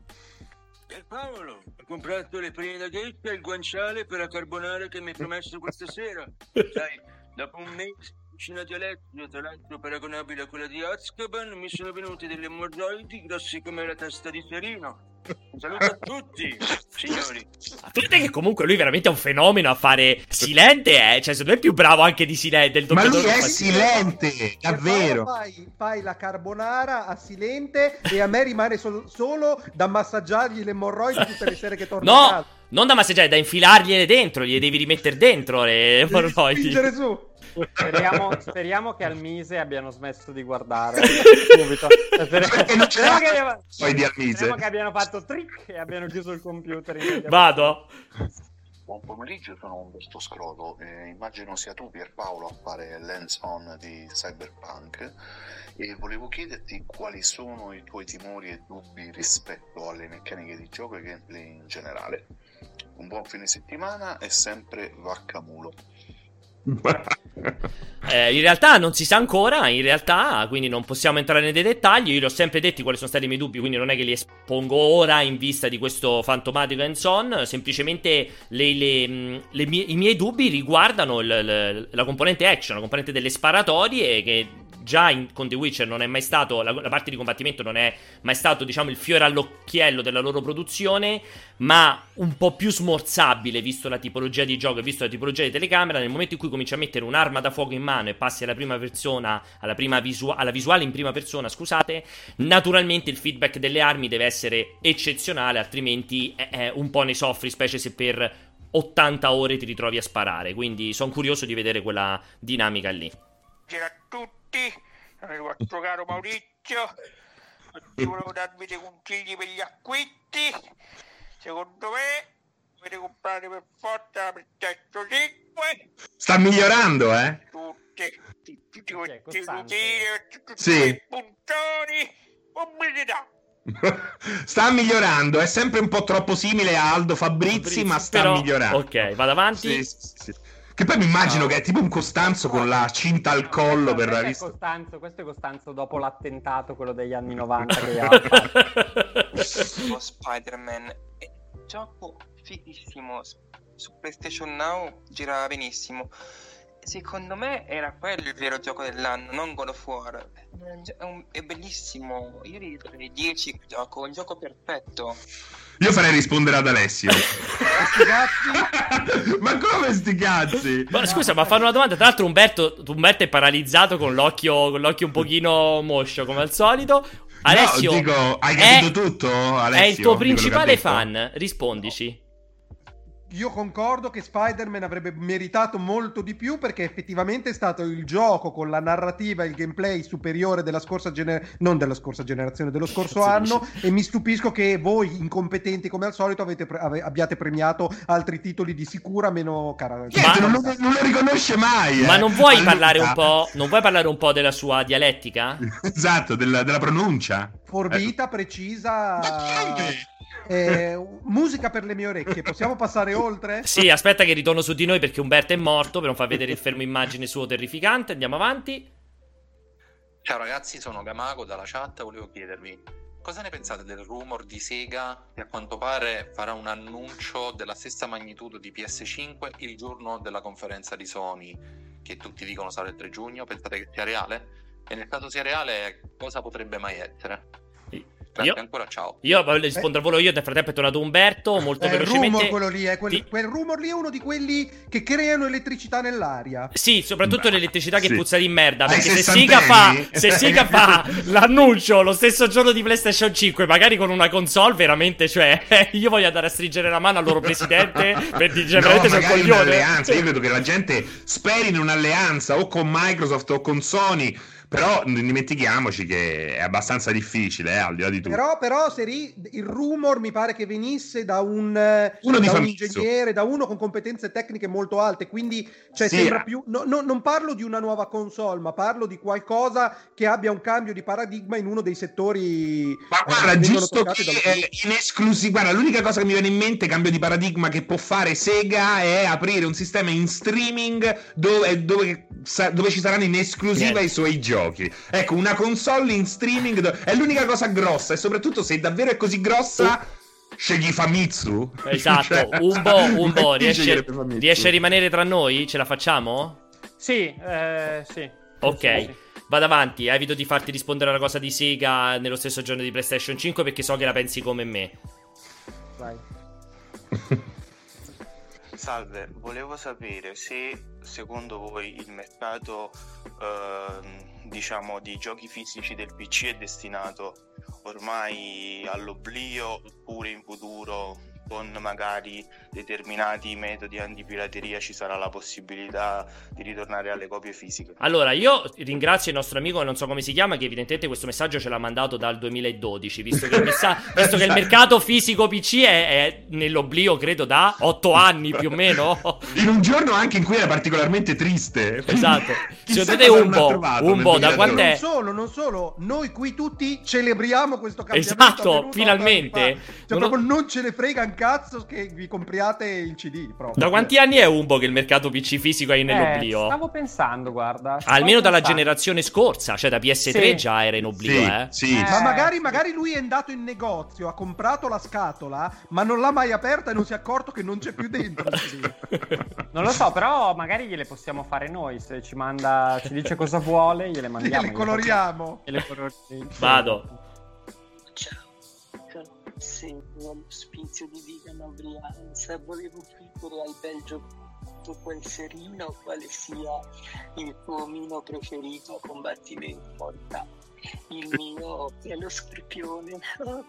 Speaker 6: E Paolo, ho comprato le prime nuggette e il guanciale per la carbonara che mi hai promesso questa sera. Sai, dopo un mese cucinati a letto, tra l'altro paragonabile a quella di Azkaban, mi sono venute delle emorroidi grossi come la testa di Serino. Un saluto a tutti, signori.
Speaker 1: A parte che comunque lui veramente è un fenomeno a fare Silente, eh. Cioè, secondo me è più bravo anche di Silente. Del
Speaker 2: Ma lui
Speaker 1: doppiatore
Speaker 2: è
Speaker 1: che fa-
Speaker 2: silente,
Speaker 3: E
Speaker 2: davvero.
Speaker 3: Paolo Fai, fai la carbonara a Silente e a me rimane sol- solo da massaggiargli le emorroidi tutte le sere che torno a
Speaker 1: No,
Speaker 3: casa.
Speaker 1: non da massaggiare, da infilargliele dentro. Gliele devi rimettere dentro le
Speaker 3: Devi
Speaker 1: emorroidi.
Speaker 3: spingere su.
Speaker 5: Speriamo, speriamo che al Mise abbiano smesso di guardare subito. Speriamo, speriamo, che, abbiamo,
Speaker 2: poi di Almise.
Speaker 5: speriamo che abbiano fatto trick e abbiano chiuso il computer.
Speaker 1: Vado.
Speaker 7: Buon pomeriggio, sono Umberto Scroto. Eh, immagino sia tu, Pierpaolo, a fare l'hands-on di Cyberpunk e volevo chiederti quali sono i tuoi timori e dubbi rispetto alle meccaniche di gioco e gameplay in generale. Un buon fine settimana e sempre vaccamulo.
Speaker 1: Eh, in realtà non si sa ancora, in realtà, quindi non possiamo entrare nei dettagli. Io li ho sempre detti quali sono stati i miei dubbi, quindi non è che li espongo ora in vista di questo fantomatico hands-on. Semplicemente le, le, le mie, i miei dubbi riguardano il, il, la componente action, la componente delle sparatorie, che già in, con The Witcher non è mai stato, la, la parte di combattimento non è mai stato, diciamo, il fiore all'occhiello della loro produzione, ma un po' più smorzabile visto la tipologia di gioco e visto la tipologia di telecamera. Nel momento in cui cominci a mettere un'arma da fuoco in mano e passi alla prima persona, alla, prima visu- alla visuale in prima persona, scusate, naturalmente il feedback delle armi deve essere eccezionale, altrimenti eh, eh, un po' ne soffri, specie se per ottanta ore ti ritrovi a sparare. Quindi sono curioso di vedere quella dinamica lì.
Speaker 6: Buonasera a tutti, sono il vostro caro Maurizio. Oggi volevo darvi dei consigli per gli acquisti. Secondo me dovete comprare per forza la PlayStation cinque.
Speaker 2: Sta migliorando, eh?
Speaker 6: Tutte, tutti tutti
Speaker 5: Ok,
Speaker 6: questi
Speaker 5: costante.
Speaker 6: rutine, tutti
Speaker 2: Sì.
Speaker 6: quei puntoni, pubblicità.
Speaker 2: Sta migliorando, è sempre un po' troppo simile a Aldo Fabrizi, ma sta
Speaker 1: Però-
Speaker 2: migliorando.
Speaker 1: Ok, vado avanti.
Speaker 2: Sì, sì, sì. Che poi mi immagino
Speaker 7: Ciao.
Speaker 2: che è tipo un Costanzo con la cinta al collo per
Speaker 5: questo,
Speaker 2: la
Speaker 5: questo, è
Speaker 2: vista.
Speaker 5: Costanzo, questo è Costanzo dopo l'attentato, quello degli anni novanta che aveva fatto.
Speaker 8: Tipo Spider-Man, è un gioco fighissimo, s- su PlayStation Now girava benissimo. Secondo me era quello il vero gioco dell'anno, non God of War. È, un gio- è un- è bellissimo, io gli darei dieci il gioco, un gioco perfetto.
Speaker 2: Io farei rispondere ad Alessio.
Speaker 3: Sti cazzi.
Speaker 2: Ma come sti cazzi?
Speaker 1: Ma scusa, ma fanno una domanda. Tra l'altro, Umberto, Umberto è paralizzato con l'occhio, con l'occhio un pochino moscio, come al solito. Alessio,
Speaker 2: no, dico, hai
Speaker 1: è-
Speaker 2: capito tutto, Alessio?
Speaker 1: è il tuo
Speaker 2: di quello che ha
Speaker 1: principale
Speaker 2: detto?
Speaker 1: fan. Rispondici.
Speaker 3: Io concordo che Spider-Man avrebbe meritato molto di più perché effettivamente è stato il gioco con la narrativa e il gameplay superiore della scorsa generazione, non della scorsa generazione, dello scorso
Speaker 1: Cazzo
Speaker 3: anno, e mi stupisco che voi incompetenti come al solito avete pre- ave- abbiate premiato altri titoli di sicura meno cara.
Speaker 2: Niente,
Speaker 1: Ma-
Speaker 2: non, lo, non lo riconosce mai.
Speaker 1: Ma
Speaker 2: eh.
Speaker 1: non vuoi
Speaker 2: Allora-
Speaker 1: parlare un po'? Non vuoi parlare un po' della sua dialettica?
Speaker 2: Esatto, della, della pronuncia.
Speaker 3: Forbita, precisa.
Speaker 2: Ma che-
Speaker 3: eh, musica per le mie orecchie. Possiamo passare oltre?
Speaker 1: Sì, aspetta che ritorno su di noi perché Umberto è morto, per non far vedere il fermo immagine suo terrificante. Andiamo avanti.
Speaker 7: Ciao ragazzi, sono Gamago dalla chat, volevo chiedervi cosa ne pensate del rumor di Sega che a quanto pare farà un annuncio della stessa magnitudo di P S cinque il giorno della conferenza di Sony, che tutti dicono sarà il tre giugno. Pensate che sia reale? E nel caso sia reale, cosa potrebbe mai essere? Grazie
Speaker 1: Io,
Speaker 7: ancora, ciao.
Speaker 1: io voglio rispondere al volo io. Nel frattempo è tornato Umberto. Molto
Speaker 3: È il
Speaker 1: velocemente.
Speaker 3: rumor quello lì, è quel,
Speaker 1: Ti-
Speaker 3: quel rumor lì è uno di quelli che creano elettricità nell'aria.
Speaker 1: Sì, soprattutto
Speaker 2: Beh,
Speaker 1: l'elettricità che
Speaker 2: sì.
Speaker 1: puzza di merda.
Speaker 2: Ai
Speaker 1: Perché se
Speaker 2: sessantenni?
Speaker 1: Sega fa, se Sega fa l'annuncio lo stesso giorno di PlayStation cinque, magari con una console, veramente, cioè, io voglio andare a stringere la mano al loro presidente per dire,
Speaker 2: No,
Speaker 1: veramente sono
Speaker 2: magari
Speaker 1: coglione.
Speaker 2: un'alleanza. Io credo che la gente speri in un'alleanza o con Microsoft o con Sony. Però non dimentichiamoci che è abbastanza difficile, eh, al di là di tutto.
Speaker 3: Però, però se ri- il rumor mi pare che venisse da un, eh,
Speaker 2: Uno di
Speaker 3: da un
Speaker 2: Famitsu.
Speaker 3: ingegnere, da uno con competenze tecniche molto alte, quindi cioè,
Speaker 2: Sì,
Speaker 3: sembra
Speaker 2: eh.
Speaker 3: più no, no, non parlo di una nuova console, ma parlo di qualcosa che abbia un cambio di paradigma in uno dei settori
Speaker 2: Ma
Speaker 3: eh,
Speaker 2: guarda,
Speaker 3: che vengono
Speaker 2: giusto
Speaker 3: toccati
Speaker 2: che
Speaker 3: dallo
Speaker 2: eh,
Speaker 3: sviluppo.
Speaker 2: in esclusiva, guarda, l'unica cosa che mi viene in mente, cambio di paradigma che può fare Sega, è aprire un sistema in streaming dove, dove, sa- dove ci saranno in esclusiva
Speaker 1: Niente.
Speaker 2: i suoi giochi. Ecco, una console in streaming do- è l'unica cosa grossa, e soprattutto se davvero è così grossa, scegli Famitsu.
Speaker 1: Esatto,
Speaker 2: Cioè,
Speaker 1: Umbo, Umbo,
Speaker 2: chi
Speaker 1: riesce,
Speaker 2: sceglierebbe Famitsu?
Speaker 1: riesce a rimanere tra noi? Ce la facciamo?
Speaker 5: Sì, eh, sì.
Speaker 1: Ok,
Speaker 5: Sì, sì.
Speaker 1: vado avanti. Evito di farti rispondere alla cosa di Sega nello stesso giorno di PlayStation cinque perché so che la pensi come me.
Speaker 5: Vai.
Speaker 6: Salve, volevo sapere se secondo voi il mercato ehm, diciamo di giochi fisici del P C è destinato ormai all'oblio oppure in futuro con magari determinati metodi antipirateria ci sarà la possibilità di ritornare alle copie fisiche.
Speaker 1: Allora, io ringrazio il nostro amico, non so come si chiama, che evidentemente questo messaggio ce l'ha mandato dal duemiladodici, visto che il, messa- visto che il mercato fisico P C è, è nell'oblio, credo, da otto anni più o meno.
Speaker 2: In un giorno anche in cui era particolarmente triste.
Speaker 1: Esatto.
Speaker 2: Chissà
Speaker 1: Secondo te
Speaker 2: cosa
Speaker 1: un
Speaker 2: non ha
Speaker 1: po',
Speaker 2: trovato
Speaker 1: un
Speaker 2: nel
Speaker 1: po', da quant'è?
Speaker 3: Non solo, non solo, noi qui tutti celebriamo questo cambiamento.
Speaker 1: Esatto,
Speaker 3: avvenuto
Speaker 1: finalmente.
Speaker 3: otto anni fa. Cioè,
Speaker 1: Non ho-
Speaker 3: proprio non ce ne frega un cazzo che vi compriate il C D. Proprio.
Speaker 1: Da quanti anni è Umbo che il mercato P C fisico è
Speaker 5: Eh,
Speaker 1: nell'oblio?
Speaker 5: stavo pensando, guarda. stavo
Speaker 1: Almeno dalla
Speaker 5: pensando.
Speaker 1: generazione scorsa, cioè da P S tre
Speaker 5: Sì.
Speaker 1: già era in oblio,
Speaker 2: Sì,
Speaker 1: eh.
Speaker 2: sì.
Speaker 5: Eh.
Speaker 3: Ma magari, magari lui è andato in negozio, ha comprato la scatola, ma non l'ha mai aperta e non si è accorto che non c'è più dentro il C D.
Speaker 5: Non lo so, però magari gliele possiamo fare noi. Se ci manda, ci dice cosa vuole, gliele mandiamo.
Speaker 3: Le coloriamo.
Speaker 5: Gliele coloriamo.
Speaker 1: Vado.
Speaker 9: Ciao, sono seguo lo spizio di Vigan Brianza. Volevo chiedere al bel giochetto quel serino quale sia il tuo omino preferito a combattimento mortale. Il mio è lo scorpione.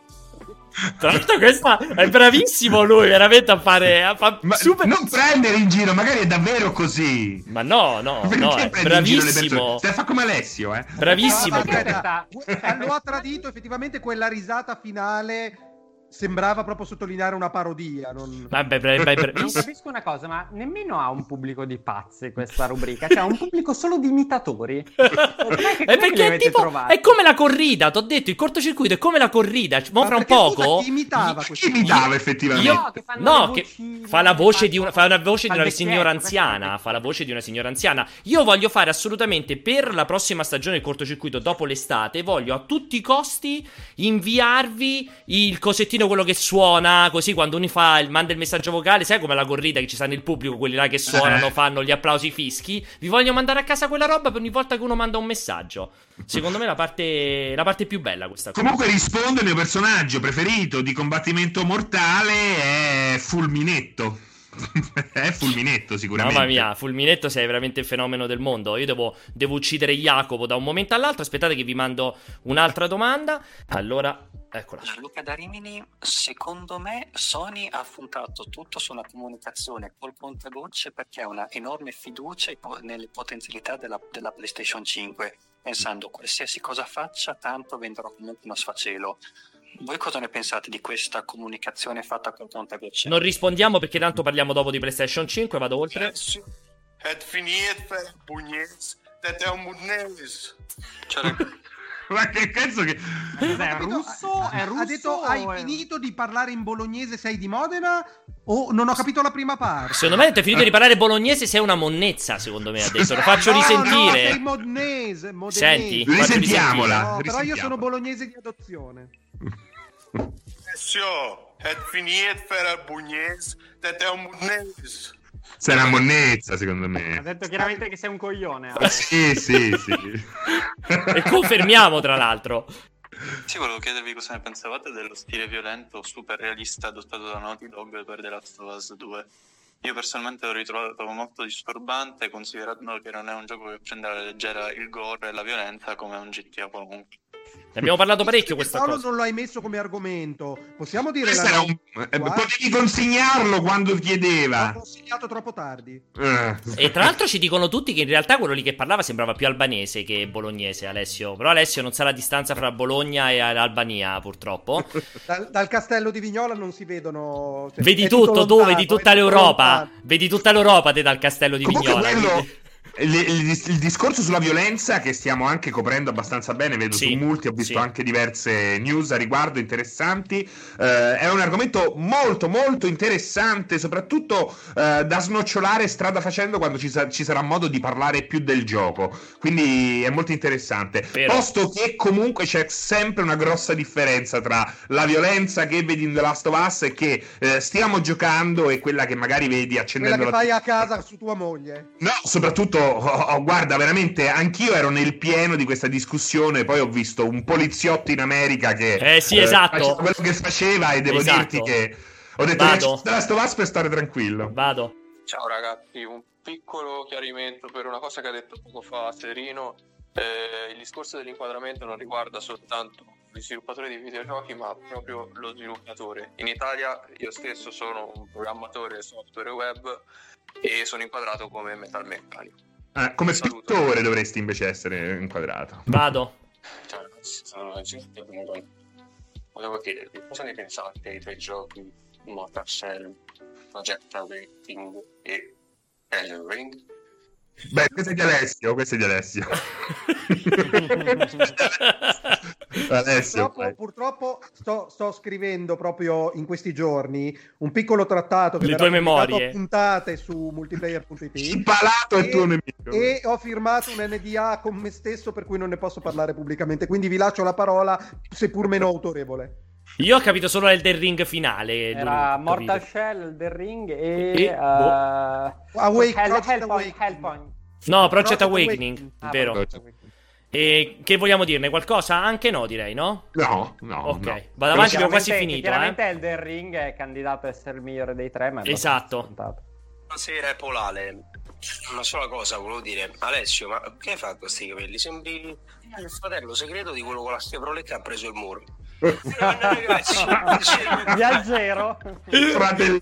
Speaker 1: Tra l'altro questa è bravissimo lui, veramente a fare a fa
Speaker 2: Ma
Speaker 1: super...
Speaker 2: non prendere in giro, magari è davvero così.
Speaker 1: Ma no, no,
Speaker 2: Perché
Speaker 1: no, è
Speaker 2: prendi in giro le persone?
Speaker 1: bravissimo.
Speaker 2: Stai a fare come Alessio, eh.
Speaker 1: Bravissimo.
Speaker 3: No,
Speaker 1: proprio.
Speaker 3: aspetta, eh, lo ha tradito effettivamente quella risata finale. Sembrava proprio sottolineare una parodia. Non...
Speaker 1: Vabbè, bra- bra-
Speaker 5: Non
Speaker 1: bravissimo.
Speaker 5: capisco una cosa, ma nemmeno ha un pubblico di pazzi questa rubrica, cioè ha un pubblico solo di imitatori.
Speaker 1: È
Speaker 5: com'è che li
Speaker 1: perché è
Speaker 5: avete
Speaker 1: tipo
Speaker 5: trovati?
Speaker 1: è come la corrida, t'ho detto, il cortocircuito è come la corrida. Mo
Speaker 3: Ma
Speaker 1: fra un
Speaker 3: perché, scusa,
Speaker 1: poco
Speaker 3: chi imitava
Speaker 2: Chi
Speaker 3: questo?
Speaker 2: imitava effettivamente?
Speaker 1: Io-
Speaker 5: No, che fanno
Speaker 1: No,
Speaker 5: le
Speaker 1: che
Speaker 5: voci-
Speaker 1: fa la voce di una, fa la voce di
Speaker 5: Fa il
Speaker 1: una
Speaker 5: vecchietto,
Speaker 1: signora
Speaker 5: vecchietto.
Speaker 1: anziana. Fa la voce di una signora anziana. Io voglio fare assolutamente per la prossima stagione del cortocircuito dopo l'estate. Voglio a tutti i costi inviarvi il cosettino, quello che suona. Così quando uno fa il, manda il messaggio vocale, sai come la corrida che ci sta nel pubblico, quelli là che suonano,
Speaker 2: Eh.
Speaker 1: fanno gli applausi fischi. Vi voglio mandare a casa quella roba per ogni volta che uno manda un messaggio. Secondo me è la parte, la parte più bella questa cosa.
Speaker 2: Comunque risponde il mio personaggio preferito di combattimento mortale è Fulminetto. È Fulminetto sicuramente.
Speaker 1: Mamma mia, Fulminetto sei veramente il fenomeno del mondo. Io devo, devo uccidere Jacopo da un momento all'altro. Aspettate che vi mando un'altra domanda. Allora, eccola.
Speaker 10: Luca da Rimini, secondo me Sony ha puntato tutto su una comunicazione col contagocce perché ha una enorme fiducia nelle potenzialità della, della PlayStation cinque, pensando qualsiasi cosa faccia tanto venderò comunque uno sfacelo. Voi cosa ne pensate di questa comunicazione fatta col contagocce?
Speaker 1: Non rispondiamo perché tanto parliamo dopo di PlayStation cinque. Vado oltre.
Speaker 6: Het finiert per Pugnez, dat è un Mudnez.
Speaker 10: Cioè,
Speaker 2: Ma che cazzo che...
Speaker 5: Cos'è, russo? È russo
Speaker 3: Ha detto
Speaker 5: o
Speaker 3: hai
Speaker 5: è-
Speaker 3: finito di parlare in bolognese, sei di Modena? O non ho capito la prima parte?
Speaker 1: Secondo me ti hai finito di parlare bolognese, sei una monnezza. Secondo me ha detto. Lo faccio
Speaker 3: No, no,
Speaker 1: risentire.
Speaker 3: sei modnese, modenese.
Speaker 1: Senti, faccio
Speaker 2: Risentiamola.
Speaker 3: No, però io
Speaker 2: risentiamola.
Speaker 3: sono bolognese di adozione.
Speaker 6: Alessio, het finiert per Pugnez, dat è un Mudnez.
Speaker 2: Sei una monnezza secondo
Speaker 5: Ha
Speaker 2: me.
Speaker 5: detto chiaramente che sei un coglione. Alex.
Speaker 2: Sì, sì, sì.
Speaker 1: E confermiamo, tra l'altro.
Speaker 7: Sì, volevo chiedervi cosa ne pensavate dello stile violento super realista adottato da Naughty Dog per The Last of Us due. Io personalmente l'ho ritrovato molto disturbante, considerando che non è un gioco che prende alla leggera il gore e la violenza come un G T A qualunque.
Speaker 1: Ne abbiamo parlato parecchio questa
Speaker 3: Paolo
Speaker 1: cosa.
Speaker 3: non lo hai messo come argomento. Possiamo dire
Speaker 2: Questo
Speaker 3: la
Speaker 2: era un... eh, Potevi consegnarlo quando chiedeva.
Speaker 3: L'ho segnato troppo tardi.
Speaker 2: Eh.
Speaker 1: E tra l'altro ci dicono tutti che in realtà quello lì che parlava sembrava più albanese che bolognese, Alessio. Però Alessio non sa la distanza fra Bologna e Albania, purtroppo.
Speaker 3: Dal, dal castello di Vignola non si vedono. Cioè,
Speaker 1: Vedi
Speaker 3: è
Speaker 1: tutto, tu
Speaker 3: lontano,
Speaker 1: vedi
Speaker 3: è
Speaker 1: tutta
Speaker 3: tutto
Speaker 1: l'Europa.
Speaker 3: lontano.
Speaker 1: Vedi tutta l'Europa te dal castello di
Speaker 2: Comunque
Speaker 1: Vignola.
Speaker 2: quello,
Speaker 1: quindi-
Speaker 2: il, il- il discorso sulla violenza che stiamo anche coprendo abbastanza bene, vedo
Speaker 1: Sì,
Speaker 2: su Multi, ho visto
Speaker 1: sì.
Speaker 2: anche diverse news a riguardo interessanti. Eh, è un argomento molto molto interessante, soprattutto eh, da snocciolare strada facendo quando ci, sa- ci sarà modo di parlare più del gioco, quindi è molto interessante.
Speaker 1: Vero.
Speaker 2: Posto che comunque c'è sempre una grossa differenza tra la violenza che vedi in The Last of Us e che eh, stiamo giocando e quella che magari vedi
Speaker 3: Quella
Speaker 2: accendendo
Speaker 3: che
Speaker 2: la
Speaker 3: fai a casa su tua moglie.
Speaker 2: No, soprattutto, oh, oh, guarda, veramente, anch'io ero nel pieno di questa discussione, poi ho visto un poliziotto in America che...
Speaker 1: Eh, sì, esatto.
Speaker 2: faceva quello che faceva e devo
Speaker 1: Esatto.
Speaker 2: dirti che... Ho detto
Speaker 1: Vado.
Speaker 2: che la sto vas per stare tranquillo.
Speaker 1: Vado.
Speaker 11: Ciao ragazzi, un piccolo chiarimento per una cosa che ha detto poco fa Serino. Eh, il discorso dell'inquadramento non riguarda soltanto gli sviluppatori di videogiochi, ma proprio lo sviluppatore. In Italia io stesso sono un programmatore software web e sono inquadrato come metalmeccanico.
Speaker 2: Ah, come scrittore dovresti invece essere inquadrato.
Speaker 1: Vado.
Speaker 11: Ciao ragazzi, sono Giuseppe. Volevo chiedervi cosa ne pensate dei tre giochi Mortal Shell, Project Awakening e Elden Ring?
Speaker 2: Beh, questo è di Alessio, questo è di Alessio. Alessio
Speaker 3: purtroppo, purtroppo sto, sto scrivendo proprio in questi giorni un piccolo trattato che
Speaker 1: le
Speaker 3: verrà
Speaker 1: tue memorie
Speaker 3: a puntate su multiplayer punto it.
Speaker 2: Il palato è il tuo nemico.
Speaker 3: E ho firmato un N D A con me stesso, per cui non ne posso parlare pubblicamente, quindi vi lascio la parola, seppur meno autorevole.
Speaker 1: Io ho capito solo Elden Ring finale.
Speaker 5: Era Mortal Shell, Elden Ring e,
Speaker 1: e
Speaker 5: uh,
Speaker 3: Awake,
Speaker 5: Hell,
Speaker 3: Project
Speaker 5: Hellpoint, Hellpoint.
Speaker 1: No, Project,
Speaker 3: Project
Speaker 1: Awakening,
Speaker 3: Awakening.
Speaker 5: Ah,
Speaker 1: vero.
Speaker 5: Project Awakening.
Speaker 1: E che vogliamo dirne? Qualcosa? Anche no, direi, no?
Speaker 2: No, no.
Speaker 1: Ok,
Speaker 2: no.
Speaker 1: vado avanti, abbiamo quasi
Speaker 5: Chiaramente-
Speaker 1: finito.
Speaker 5: Chiaramente
Speaker 1: Eh.
Speaker 5: Elden Ring è candidato a essere il migliore dei tre, ma è
Speaker 1: Esatto.
Speaker 5: scontato.
Speaker 12: Buonasera, è Polale. Una sola cosa volevo dire, Alessio, ma che hai fatto questi capelli? Sembri il fratello segreto di quello con la Chevrolet che ha preso il muro. Ragazzi,
Speaker 5: Viaggero.
Speaker 2: Fratelli.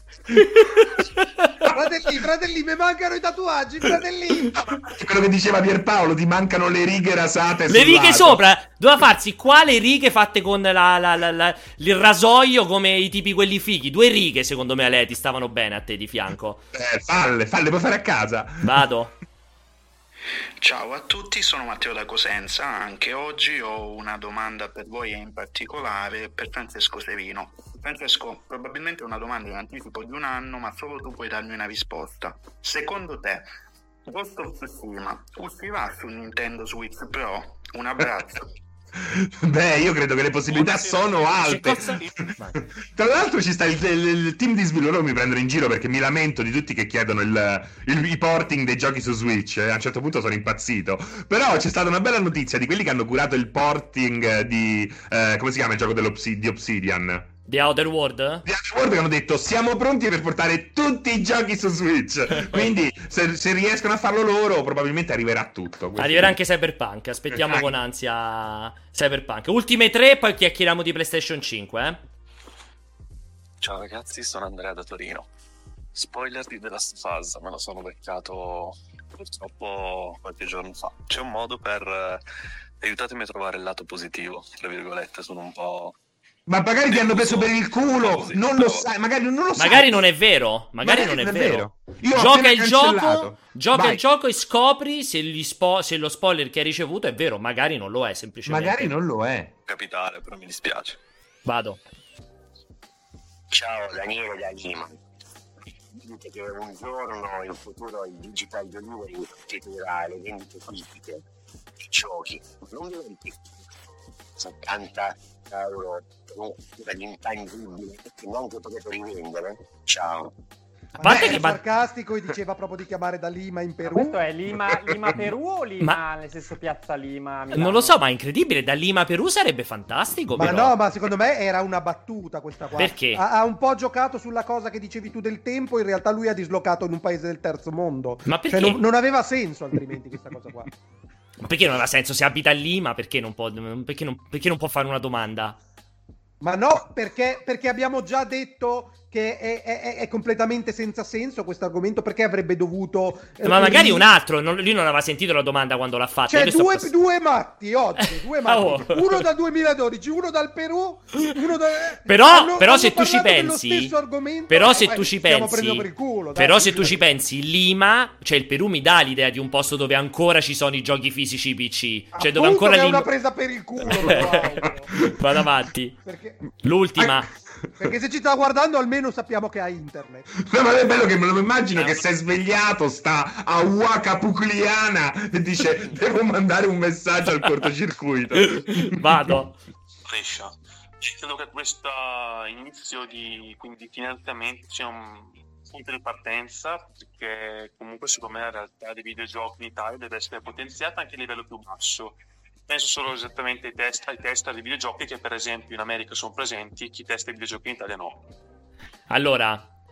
Speaker 3: Fratelli, fratelli, mi mancano i tatuaggi, fratelli.
Speaker 2: Quello che diceva Pierpaolo, ti mancano le righe rasate.
Speaker 1: Le
Speaker 2: sul
Speaker 1: righe
Speaker 2: lato.
Speaker 1: sopra, doveva farsi qua le righe fatte con la, la, la, la- il rasoio come i tipi quelli fighi. Due righe, secondo me, Ale, ti stavano bene a te di fianco.
Speaker 2: Eh, falle, falle, puoi fare a casa.
Speaker 1: Vado.
Speaker 13: Ciao a tutti, sono Matteo da Cosenza. Anche oggi ho una domanda per voi e in particolare per Francesco Serino. Francesco, probabilmente è una domanda in anticipo di un anno, ma solo tu puoi darmi una risposta. Secondo te, Ghost of Tsushima uscirà su Nintendo Switch Pro? Un abbraccio.
Speaker 2: Beh, io credo che le possibilità sono alte. Tra l'altro ci sta il, il- il team di sviluppo. Loro mi prendono in giro perché mi lamento di tutti che chiedono il, il- i porting dei giochi su Switch. eh. A un certo punto sono impazzito. Però c'è stata una bella notizia di quelli che hanno curato il porting di eh, come si chiama il gioco dell'Obsi- di Obsidian?
Speaker 1: The Outer World?
Speaker 2: Di Outer World, che hanno detto siamo pronti per portare tutti i giochi su Switch. Quindi se, se riescono a farlo loro probabilmente arriverà tutto. Questo-
Speaker 1: Arriverà anche Cyberpunk. Aspettiamo con ansia Cyberpunk. Ultime tre, poi chiacchieriamo di PlayStation cinque, eh?
Speaker 14: Ciao ragazzi, sono Andrea da Torino. Spoiler di The Last of Us, me lo sono beccato purtroppo qualche giorno fa. C'è un modo per eh, aiutatemi a trovare il lato positivo, tra virgolette, sono un po'...
Speaker 2: Ma magari ti hanno preso per il culo, non lo sai, magari non lo sai.
Speaker 1: Magari non è vero. Magari, non è vero.
Speaker 2: Io ho
Speaker 1: Gioca
Speaker 2: appena
Speaker 1: il gioco,
Speaker 2: cancellato.
Speaker 1: gioca
Speaker 2: Vai.
Speaker 1: il gioco e scopri se, gli spo- se lo spoiler che hai ricevuto è vero. Magari non lo è, semplicemente.
Speaker 2: Magari non lo è.
Speaker 14: Capitale, però mi dispiace.
Speaker 1: Vado.
Speaker 12: Ciao Daniele da Lima. Dite che un giorno in futuro il digital delivery seguirà le vendite fisiche di giochi. Non violenti. settanta euro per l'intangibile che neanche potete rivendere. Ciao.
Speaker 1: A parte
Speaker 3: Beh,
Speaker 1: che
Speaker 3: era
Speaker 1: ma-
Speaker 3: sarcastico e diceva proprio di chiamare da Lima in Perù.
Speaker 5: Questo è Lima, Lima Perù o Lima
Speaker 1: Ma-
Speaker 5: nel senso piazza Lima Milano?
Speaker 1: non lo so, ma è incredibile. Da Lima a Perù sarebbe fantastico.
Speaker 3: Ma
Speaker 1: però.
Speaker 3: no, ma secondo me era una battuta questa qua.
Speaker 1: Perché?
Speaker 3: Ha, ha un po' giocato sulla cosa che dicevi tu del tempo, in realtà lui ha dislocato in un paese del terzo mondo.
Speaker 1: Ma perché?
Speaker 3: Cioè, non, non aveva senso altrimenti questa cosa qua.
Speaker 1: Perché non aveva senso? Se abita a Lima, perché non può, perché non, perché non può fare una domanda?
Speaker 3: Ma no, perché, perché abbiamo già detto che è, è- è completamente senza senso questo argomento, perché avrebbe dovuto... eh,
Speaker 1: Ma magari
Speaker 3: ri-
Speaker 1: un altro. non- lui non aveva sentito la domanda quando l'ha fatta.
Speaker 3: C'è
Speaker 1: Io sto
Speaker 3: due,
Speaker 1: pass-
Speaker 3: due matti oggi, due matti.
Speaker 1: Oh.
Speaker 3: Uno dal duemiladodici, uno dal Perù, uno da...
Speaker 1: Però,
Speaker 3: hanno-
Speaker 1: però
Speaker 3: hanno
Speaker 1: se tu ci
Speaker 3: parlato dello
Speaker 1: pensi,
Speaker 3: stesso argomento,
Speaker 1: però
Speaker 3: eh,
Speaker 1: se
Speaker 3: eh,
Speaker 1: tu ci
Speaker 3: stiamo
Speaker 1: pensi,
Speaker 3: prendendo per il culo, dai.
Speaker 1: però se tu ci pensi, Lima, cioè il Perù mi dà l'idea di un posto dove ancora ci sono i giochi fisici P C, cioè dove
Speaker 3: Appunto
Speaker 1: ancora
Speaker 3: che è
Speaker 1: lingua-
Speaker 3: una presa per il culo. Wow.
Speaker 1: Vado avanti.
Speaker 3: Perché,
Speaker 1: L'ultima.
Speaker 3: perché se ci sta guardando almeno sappiamo che ha internet.
Speaker 2: No, ma è bello che me lo immagino che si è svegliato, sta a Huaca Pucliana e dice devo mandare un messaggio al cortocircuito.
Speaker 1: Vado.
Speaker 11: Brescia. Credo che questo inizio di, quindi, di finanziamento sia un punto di partenza, perché comunque secondo me la realtà dei videogiochi in Italia deve essere potenziata anche a livello più basso. Penso solo esattamente ai test, ai tester di videogiochi che per esempio in America sono presenti, chi testa i videogiochi in Italia no.
Speaker 1: Allora,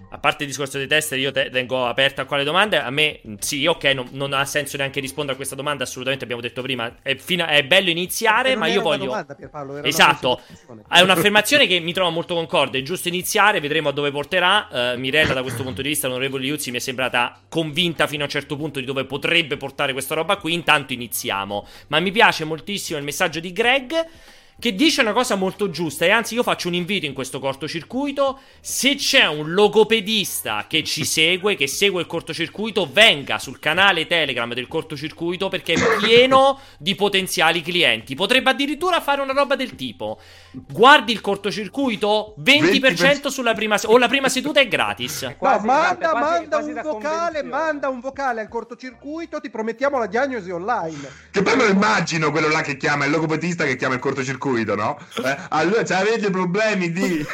Speaker 1: a parte il discorso dei tester, io te- tengo aperta a quale domande. A me, sì, ok, non, non ha senso neanche rispondere a questa domanda, assolutamente, abbiamo detto prima. È, fino- è bello iniziare, ma io voglio...
Speaker 3: Domanda, Pierpaolo, era
Speaker 1: esatto,
Speaker 3: una
Speaker 1: è un'affermazione che mi trovo molto concorde. È giusto iniziare, vedremo a dove porterà. uh, Mirella, da questo punto di vista, l'onorevole Liuzzi mi è sembrata convinta fino a un certo punto di dove potrebbe portare questa roba qui. Intanto iniziamo. Ma mi piace moltissimo il messaggio di Greg, che dice una cosa molto giusta, e anzi io faccio un invito in questo cortocircuito: se c'è un logopedista che ci segue, che segue il cortocircuito, venga sul canale Telegram del cortocircuito, perché è pieno di potenziali clienti. Potrebbe addirittura fare una roba del tipo: guardi il cortocircuito, venti per cento sulla prima se- o la prima seduta è gratis.
Speaker 3: No,
Speaker 5: Quasi,
Speaker 3: manda,
Speaker 5: quasi-
Speaker 3: manda
Speaker 5: quasi
Speaker 3: un
Speaker 5: da
Speaker 3: vocale,
Speaker 5: convenzione.
Speaker 3: manda un vocale al cortocircuito, ti promettiamo la diagnosi online.
Speaker 2: Che poi me lo immagino quello là che chiama il logopedista, che chiama il cortocircuito, no? Eh, allora, cioè, avete problemi di...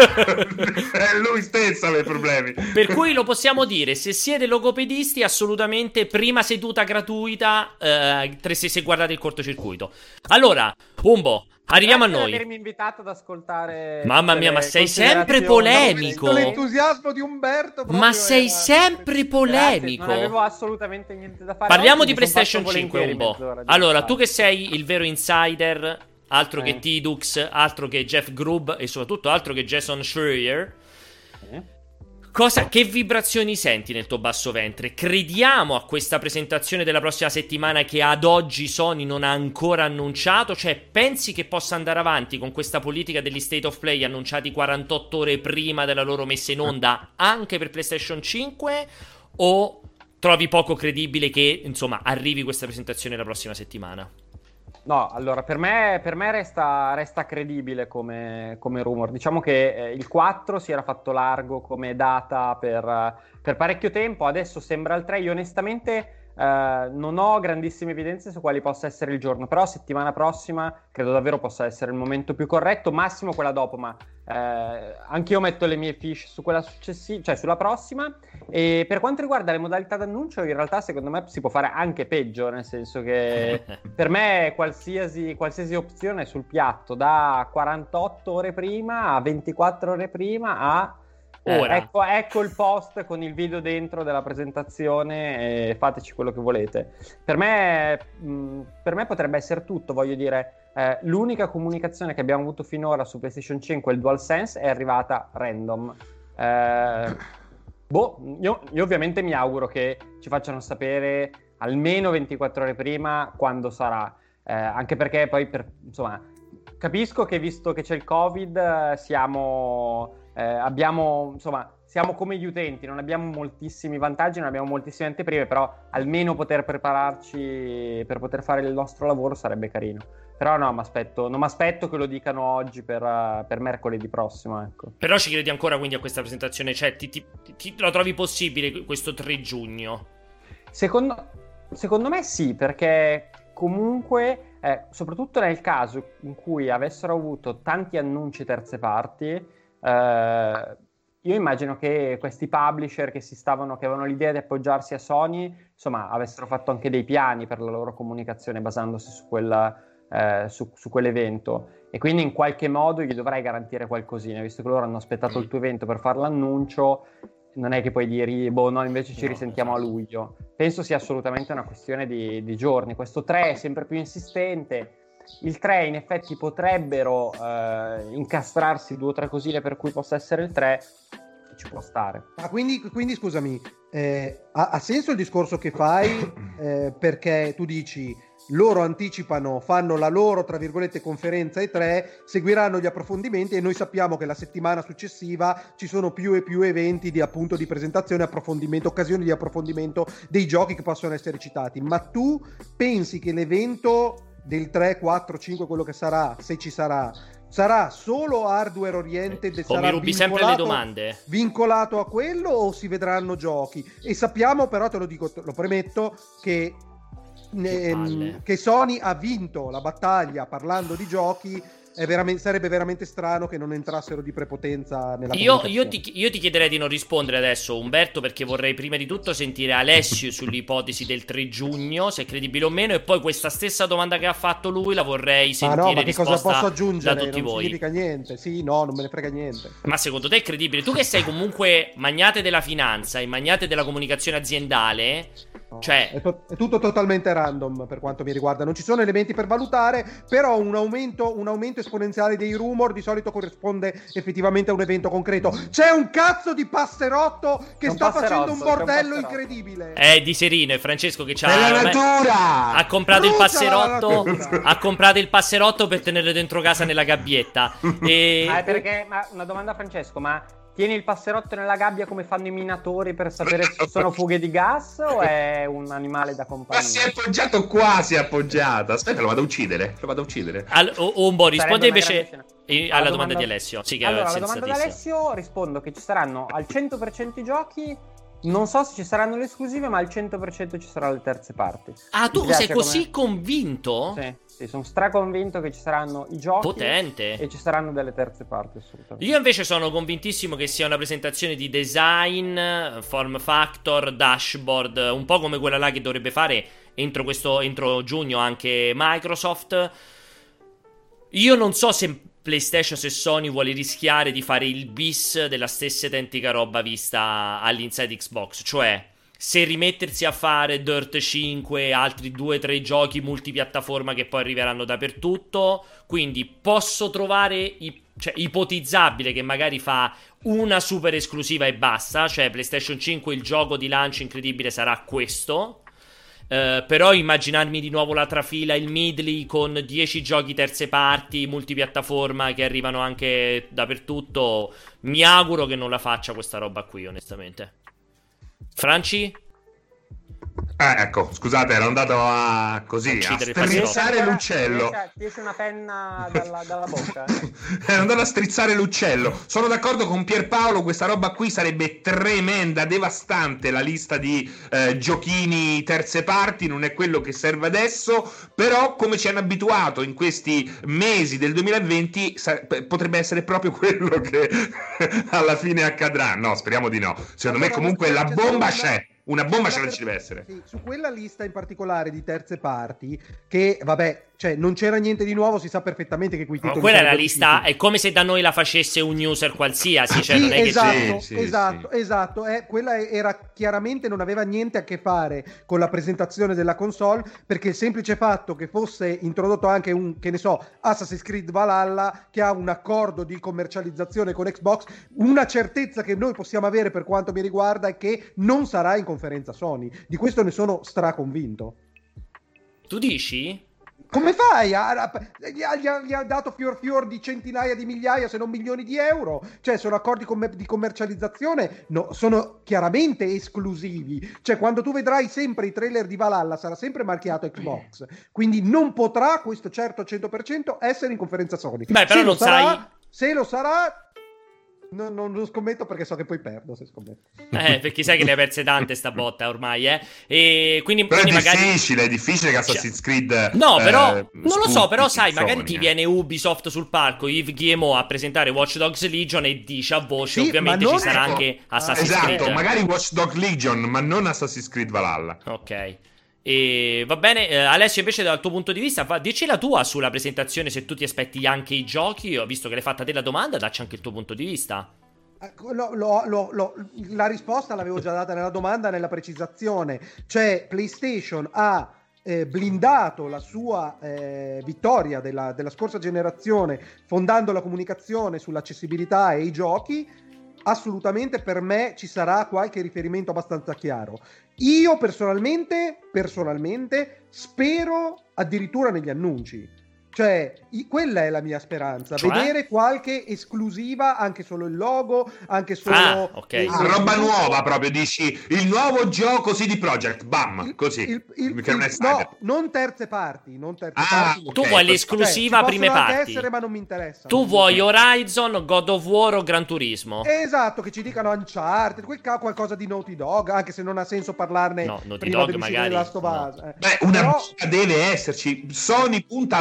Speaker 2: è lui stesso aveva problemi.
Speaker 1: Per cui lo possiamo dire: se siete logopedisti, assolutamente prima seduta gratuita, eh, tre- se, se guardate il cortocircuito. Allora, Umbo, arriviamo a
Speaker 5: Grazie
Speaker 1: noi.
Speaker 5: per avermi invitato ad ascoltare.
Speaker 1: Mamma
Speaker 5: tutte
Speaker 1: mia, ma
Speaker 5: le
Speaker 1: sei sempre
Speaker 5: considerazioni.
Speaker 1: polemico.
Speaker 3: L'entusiasmo di Umberto proprio
Speaker 1: Ma sei
Speaker 3: era-
Speaker 1: sempre
Speaker 5: Grazie,
Speaker 1: polemico.
Speaker 5: non avevo assolutamente niente da fare.
Speaker 1: Parliamo
Speaker 5: oggi,
Speaker 1: di
Speaker 5: mi son
Speaker 1: PlayStation
Speaker 5: fatto
Speaker 1: cinque,
Speaker 5: volentieri
Speaker 1: Umbo.
Speaker 5: mezz'ora di
Speaker 1: Allora,
Speaker 5: stare.
Speaker 1: tu che sei il vero insider, altro
Speaker 5: Eh.
Speaker 1: che Tidux, altro che Jeff Grubb e soprattutto altro che Jason Schreier,
Speaker 5: Eh.
Speaker 1: cosa, che vibrazioni senti nel tuo basso ventre? Crediamo a questa presentazione della prossima settimana che ad oggi Sony non ha ancora annunciato? Cioè, pensi che possa andare avanti con questa politica degli State of Play annunciati quarantotto ore prima della loro messa in onda anche per PlayStation cinque? O trovi poco credibile che, insomma, arrivi questa presentazione la prossima settimana?
Speaker 5: No, allora, per me, per me resta, resta credibile come, come rumor. Diciamo che eh, il quattro si era fatto largo come data per, per parecchio tempo, adesso sembra il tre. Io onestamente eh, non ho grandissime evidenze su quali possa essere il giorno, però settimana prossima credo davvero possa essere il momento più corretto, massimo quella dopo, ma eh, anch'io metto le mie fish su quella successiva, cioè sulla prossima. E per quanto riguarda le modalità d'annuncio, in realtà secondo me si può fare anche peggio, nel senso che per me qualsiasi, qualsiasi opzione è sul piatto, da quarantotto ore prima a ventiquattro ore prima a eh,
Speaker 1: Ora.
Speaker 5: ecco, ecco il post con il video dentro della presentazione e fateci quello che volete. Per me, mh, per me potrebbe essere tutto, voglio dire, eh, l'unica comunicazione che abbiamo avuto finora su PlayStation cinque, il DualSense, è arrivata random. Eh, boh, io, io ovviamente mi auguro che ci facciano sapere almeno ventiquattro ore prima quando sarà, eh, anche perché poi, per, insomma, capisco che visto che c'è il Covid eh, siamo, eh, abbiamo, insomma, siamo come gli utenti, non abbiamo moltissimi vantaggi, non abbiamo moltissime anteprime, però almeno poter prepararci per poter fare il nostro lavoro sarebbe carino. Però no, m'aspetto, non mi aspetto che lo dicano oggi per, uh, per mercoledì prossimo, ecco.
Speaker 1: Però ci credi ancora quindi a questa presentazione? Cioè, ti, ti, ti lo trovi possibile questo tre giugno?
Speaker 5: Secondo, secondo me sì, perché comunque, eh, soprattutto nel caso in cui avessero avuto tanti annunci terze parti, eh, io immagino che questi publisher che si stavano, che avevano l'idea di appoggiarsi a Sony, insomma, avessero fatto anche dei piani per la loro comunicazione basandosi su quella, eh, su, su quell'evento, e quindi in qualche modo gli dovrai garantire qualcosina, visto che loro hanno aspettato il tuo evento per fare l'annuncio. Non è che puoi dire, boh, no, invece ci risentiamo a luglio. Penso sia assolutamente una questione di, di giorni. Questo tre è sempre più insistente. Il tre in effetti potrebbero eh, incastrarsi due o tre cosine per cui possa essere il tre, ci può stare.
Speaker 3: Ah, quindi, quindi scusami, eh, ha, ha senso il discorso che fai, eh, perché tu dici loro anticipano, fanno la loro tra virgolette conferenza E tre, seguiranno gli approfondimenti e noi sappiamo che la settimana successiva ci sono più e più eventi di appunto di presentazione, approfondimento, occasioni di approfondimento dei giochi che possono essere citati. Ma tu pensi che l'evento del tre, quattro, cinque, quello che sarà, se ci sarà, sarà solo hardware oriented e
Speaker 1: Oh,
Speaker 3: sarà
Speaker 1: mi rubi sempre le domande.
Speaker 3: vincolato a quello, o si vedranno giochi? E sappiamo, però te lo dico, te lo premetto, che Ehm, che Sony ha vinto la battaglia parlando di giochi è veramente, sarebbe veramente strano che non entrassero di prepotenza nella
Speaker 1: io,
Speaker 3: comunicazione.
Speaker 1: io, ti, io ti chiederei di non rispondere adesso, Umberto, perché vorrei prima di tutto sentire Alessio sull'ipotesi del tre giugno, se è credibile o meno, e poi questa stessa domanda che ha fatto lui la vorrei sentire
Speaker 3: Ma no, ma che cosa
Speaker 1: risposta
Speaker 3: posso aggiungere?
Speaker 1: da tutti
Speaker 3: non
Speaker 1: voi.
Speaker 3: significa niente. Sì, no, non me ne frega niente.
Speaker 1: Ma secondo te è credibile? Tu che sei comunque magnate della finanza e magnate della comunicazione aziendale,
Speaker 3: No,
Speaker 1: cioè
Speaker 3: è, to- è tutto totalmente random per quanto mi riguarda. Non ci sono elementi per valutare, però un aumento, un aumento esponenziale dei rumor di solito corrisponde effettivamente a un evento concreto. C'è un cazzo di passerotto che
Speaker 5: Un
Speaker 3: sta
Speaker 5: passerotto,
Speaker 3: facendo un
Speaker 5: c'è un
Speaker 3: bordello
Speaker 5: passerotto.
Speaker 3: incredibile.
Speaker 1: è di Serino e Francesco che c'ha
Speaker 2: Nella
Speaker 1: ormai-
Speaker 2: natura!
Speaker 1: ha comprato il
Speaker 3: Bruciala la
Speaker 1: passerotto
Speaker 3: natura!
Speaker 1: ha comprato il passerotto per tenerlo dentro casa nella gabbietta e...
Speaker 5: Ah, è perché, ma una domanda a Francesco, ma tieni il passerotto nella gabbia come fanno i minatori per sapere se ci sono fughe di gas o è un animale da
Speaker 2: Ma
Speaker 5: compagnia?
Speaker 2: si è appoggiato qua, si è appoggiato. Aspetta, lo vado a uccidere. Lo vado a ucidere.
Speaker 1: Al- o- Umbo risponde
Speaker 5: Sarebbe una
Speaker 1: invece
Speaker 5: grande scena.
Speaker 1: eh,
Speaker 5: La
Speaker 1: alla domanda di Alessio. Sì, che
Speaker 5: allora,
Speaker 1: è
Speaker 5: la domanda di
Speaker 1: sensatissima.
Speaker 5: Alessio rispondo che ci saranno al cento per cento i giochi. Non so se ci saranno le esclusive, ma al cento per cento ci saranno le terze parti.
Speaker 1: Ah, tu
Speaker 5: Mi piace
Speaker 1: sei così
Speaker 5: come-
Speaker 1: convinto?
Speaker 5: Sì, sì, sono straconvinto che ci saranno i giochi
Speaker 1: Potente.
Speaker 5: e ci saranno delle terze parti, assolutamente.
Speaker 1: Io invece sono convintissimo che sia una presentazione di design, form factor, dashboard, un po' come quella là che dovrebbe fare entro, questo, entro giugno anche Microsoft. Io non so se PlayStation, se Sony vuole rischiare di fare il bis della stessa identica roba vista all'inside Xbox, cioè se rimettersi a fare Dirt cinque e altri due tre giochi multipiattaforma che poi arriveranno dappertutto. Quindi posso trovare, i- cioè ipotizzabile che magari fa una super esclusiva e basta, cioè PlayStation cinque il gioco di lancio incredibile sarà questo. Uh, però immaginarmi di nuovo la trafila, il medley con dieci giochi terze parti, multipiattaforma che arrivano anche dappertutto, mi auguro che non la faccia questa roba qui, onestamente. Franci?
Speaker 2: Eh, ecco, scusate, ero andato a così a
Speaker 1: Uccidere il
Speaker 2: strizzare
Speaker 5: Ti
Speaker 2: l'uccello.
Speaker 5: esce- Ti esce una penna dalla, dalla bocca?
Speaker 2: Ero andato a strizzare l'uccello. Sono d'accordo con Pierpaolo, questa roba qui sarebbe tremenda, devastante. La lista di eh, giochini terze parti non è quello che serve adesso, però come ci hanno abituato in questi mesi del duemilaventi sa- p- potrebbe essere proprio quello che alla fine accadrà. No, speriamo di no. Secondo me comunque la bomba c'è. Una bomba ce la ci deve essere.
Speaker 3: Sì, su quella lista in particolare di terze parti, che vabbè, cioè non c'era niente di nuovo, si sa perfettamente che quei
Speaker 1: Ma
Speaker 3: titoli
Speaker 1: quella è la
Speaker 3: sarebbero
Speaker 1: lista,
Speaker 3: usciti.
Speaker 1: è come se da noi la facesse un user qualsiasi, cioè
Speaker 3: Sì,
Speaker 1: non è che
Speaker 3: esatto,
Speaker 1: c'è...
Speaker 2: Sì, sì,
Speaker 3: esatto, esatto. Eh, quella era chiaramente non aveva niente a che fare con la presentazione della console, perché il semplice fatto che fosse introdotto anche un, che ne so, Assassin's Creed Valhalla, che ha un accordo di commercializzazione con Xbox, una certezza che noi possiamo avere per quanto mi riguarda è che non sarà in conferenza Sony. Di questo ne sono straconvinto.
Speaker 1: Tu dici?
Speaker 3: Come fai? A- a- gli, ha, gli ha- gli ha dato fior fior di centinaia di migliaia, se non milioni di euro. Cioè, sono accordi com- di commercializzazione, no, sono chiaramente esclusivi. Cioè, quando tu vedrai sempre i trailer di Valhalla, sarà sempre marchiato Xbox. Quindi non potrà questo certo cento per cento essere in conferenza Sony.
Speaker 1: Beh, però
Speaker 3: se
Speaker 1: non
Speaker 3: lo sarà,
Speaker 1: sai-
Speaker 3: se lo sarà, non, non lo scommetto perché so che poi perdo se scommetto.
Speaker 1: Eh, perché sai che ne hai perse tante sta botta ormai, eh. E quindi,
Speaker 2: Però è
Speaker 1: quindi magari...
Speaker 2: difficile, è difficile che Assassin's Creed
Speaker 1: No, però
Speaker 2: eh,
Speaker 1: non lo so, però
Speaker 2: spunti
Speaker 1: sai,
Speaker 2: su
Speaker 1: magari
Speaker 2: Sony,
Speaker 1: ti
Speaker 2: eh.
Speaker 1: viene Ubisoft sul palco, Yves Guillemot a presentare Watch Dogs Legion e dice a voce,
Speaker 3: Sì,
Speaker 1: ovviamente
Speaker 3: ma non
Speaker 1: ci sarà
Speaker 3: è-
Speaker 1: anche Assassin's
Speaker 2: Esatto,
Speaker 1: Creed.
Speaker 2: magari Watch Dogs Legion, ma non Assassin's Creed Valhalla.
Speaker 1: Ok. E va bene, eh, Alessio, invece dal tuo punto di vista, fa, dici la tua sulla presentazione, se tu ti aspetti anche i giochi. Ho visto che l'hai fatta te la domanda, dacci anche il tuo punto di vista.
Speaker 3: Ecco, lo- lo- lo- lo- la risposta l'avevo già data nella domanda, nella precisazione. Cioè, PlayStation ha eh, blindato la sua eh, vittoria della, della scorsa generazione fondando la comunicazione sull'accessibilità e i giochi. Assolutamente per me ci sarà qualche riferimento abbastanza chiaro. Io personalmente, personalmente spero addirittura negli annunci. Cioè, i- quella è la mia speranza,
Speaker 1: Cioè?
Speaker 3: vedere qualche esclusiva, anche solo il logo, anche solo...
Speaker 1: Ah, ok.
Speaker 3: eh,
Speaker 2: Ah, roba nuova proprio, dici il nuovo gioco C D Projekt, bam, così.
Speaker 3: il- il-
Speaker 2: che non è
Speaker 3: il-
Speaker 2: Snyder.
Speaker 3: no, non terze parti, non terze
Speaker 2: Ah,
Speaker 3: parti.
Speaker 1: Tu
Speaker 2: ok,
Speaker 1: vuoi
Speaker 2: così.
Speaker 1: l'esclusiva
Speaker 3: Cioè, ci
Speaker 1: prime
Speaker 3: possono anche
Speaker 1: parti.
Speaker 3: essere, ma non mi interessa.
Speaker 1: Tu vuoi Horizon, God of War o Gran Turismo?
Speaker 3: Esatto, che ci dicano Uncharted, quel ca- qualcosa di Naughty Dog, anche se non ha senso parlarne
Speaker 1: No, Naughty
Speaker 3: prima
Speaker 1: Dog
Speaker 3: dell'uscita
Speaker 1: magari,
Speaker 3: di Last of Us. eh.
Speaker 2: Beh, una
Speaker 3: Però-
Speaker 2: bomba deve esserci. Sony punta all'hardware.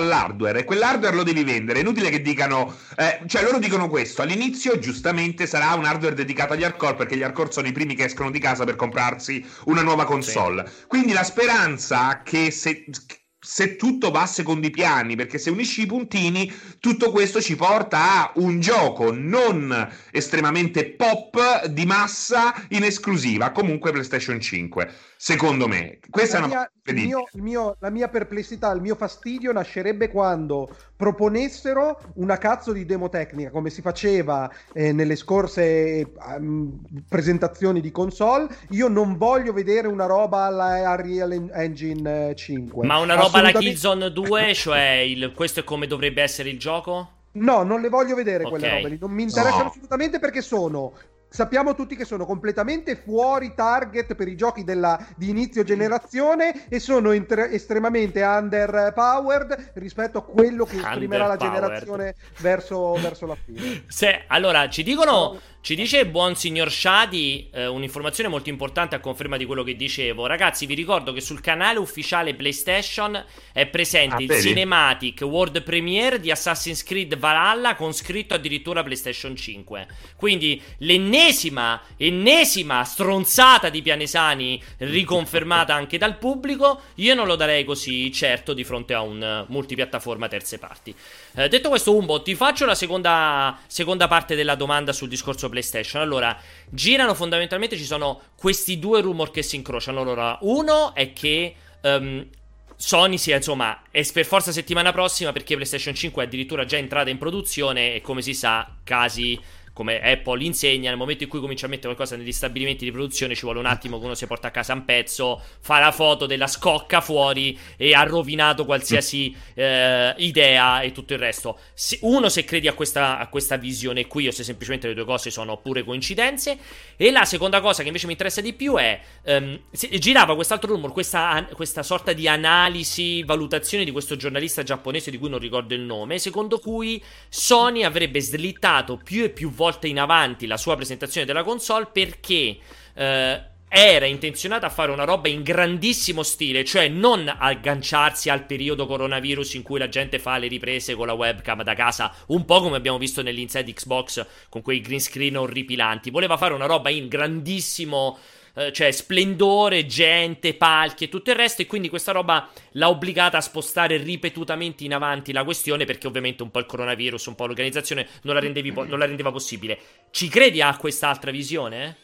Speaker 2: hardware e quell'hardware lo devi vendere. È inutile che dicano, eh, cioè loro dicono questo all'inizio, giustamente sarà un hardware dedicato agli hardcore perché gli hardcore sono i primi che escono di casa per comprarsi una nuova console. Sì. Quindi la speranza che se se tutto va secondo i piani, perché se unisci i puntini tutto questo ci porta a un gioco non estremamente pop di massa in esclusiva, comunque PlayStation cinque, secondo me. Questa
Speaker 3: la
Speaker 2: è una
Speaker 3: mia, il mio, il mio, la mia perplessità, il mio fastidio nascerebbe quando proponessero una cazzo di demo tecnica come si faceva eh, nelle scorse um, presentazioni di console. Io non voglio vedere una roba alla Unreal Engine cinque,
Speaker 1: ma una roba alla Killzone due, cioè il, questo è come dovrebbe essere il gioco?
Speaker 3: No, non le voglio vedere quelle
Speaker 1: okay.
Speaker 3: robe lì, non mi interessano
Speaker 2: no.
Speaker 3: assolutamente, perché sono, sappiamo tutti che sono completamente fuori target per i giochi della, di inizio generazione e sono intre, estremamente underpowered rispetto a quello che esprimerà la generazione verso, verso la fine.
Speaker 1: Se, allora, ci dicono, ci dice il buon signor Shadi eh, un'informazione molto importante a conferma di quello che dicevo. Ragazzi, vi ricordo che sul canale ufficiale PlayStation è presente
Speaker 2: ah,
Speaker 1: il
Speaker 2: vedi?
Speaker 1: Cinematic World Premiere di Assassin's Creed Valhalla con scritto addirittura PlayStation cinque. Quindi l'ennesima, ennesima stronzata di Pianesani riconfermata anche dal pubblico. Io non lo darei così certo di fronte a un uh, multipiattaforma terze parti. Eh, detto questo, Umbo, ti faccio la seconda, seconda parte della domanda sul discorso PlayStation. Allora, girano fondamentalmente, ci sono questi due rumor che si incrociano. Allora, uno è che um, Sony sia, insomma, è per forza settimana prossima, perché PlayStation cinque è addirittura già entrata in produzione e, come si sa, casi come Apple insegna, nel momento in cui comincia a mettere qualcosa negli stabilimenti di produzione ci vuole un attimo che uno si porta a casa un pezzo, fa la foto della scocca fuori e ha rovinato qualsiasi eh, idea e tutto il resto. Se, uno, se credi a questa, a questa visione qui, o se semplicemente le due cose sono pure coincidenze. E la seconda cosa che invece mi interessa di più è um, se, girava quest'altro rumor, questa, questa sorta di analisi, valutazione di questo giornalista giapponese di cui non ricordo il nome, secondo cui Sony avrebbe slittato più e più volte in avanti la sua presentazione della console perché eh, era intenzionata a fare una roba in grandissimo stile, cioè non agganciarsi al periodo coronavirus in cui la gente fa le riprese con la webcam da casa, un po' come abbiamo visto nell'Inside Xbox con quei green screen orripilanti. Voleva fare una roba in grandissimo, eh, cioè splendore, gente, palchi e tutto il resto, e quindi questa roba l'ha obbligata a spostare ripetutamente in avanti la questione, perché ovviamente un po' il coronavirus, un po' l'organizzazione non la, rendevi po- non la rendeva possibile. Ci credi a quest'altra visione?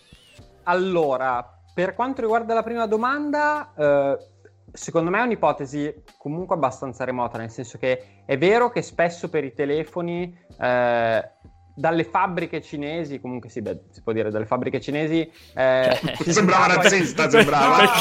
Speaker 5: Allora, per quanto riguarda la prima domanda, eh, secondo me è un'ipotesi comunque abbastanza remota, nel senso che è vero che spesso per i telefoni eh, dalle fabbriche cinesi, comunque sì, beh, si può dire dalle fabbriche cinesi, eh,
Speaker 2: cioè, sembrava razzista, sembrava.
Speaker 5: No,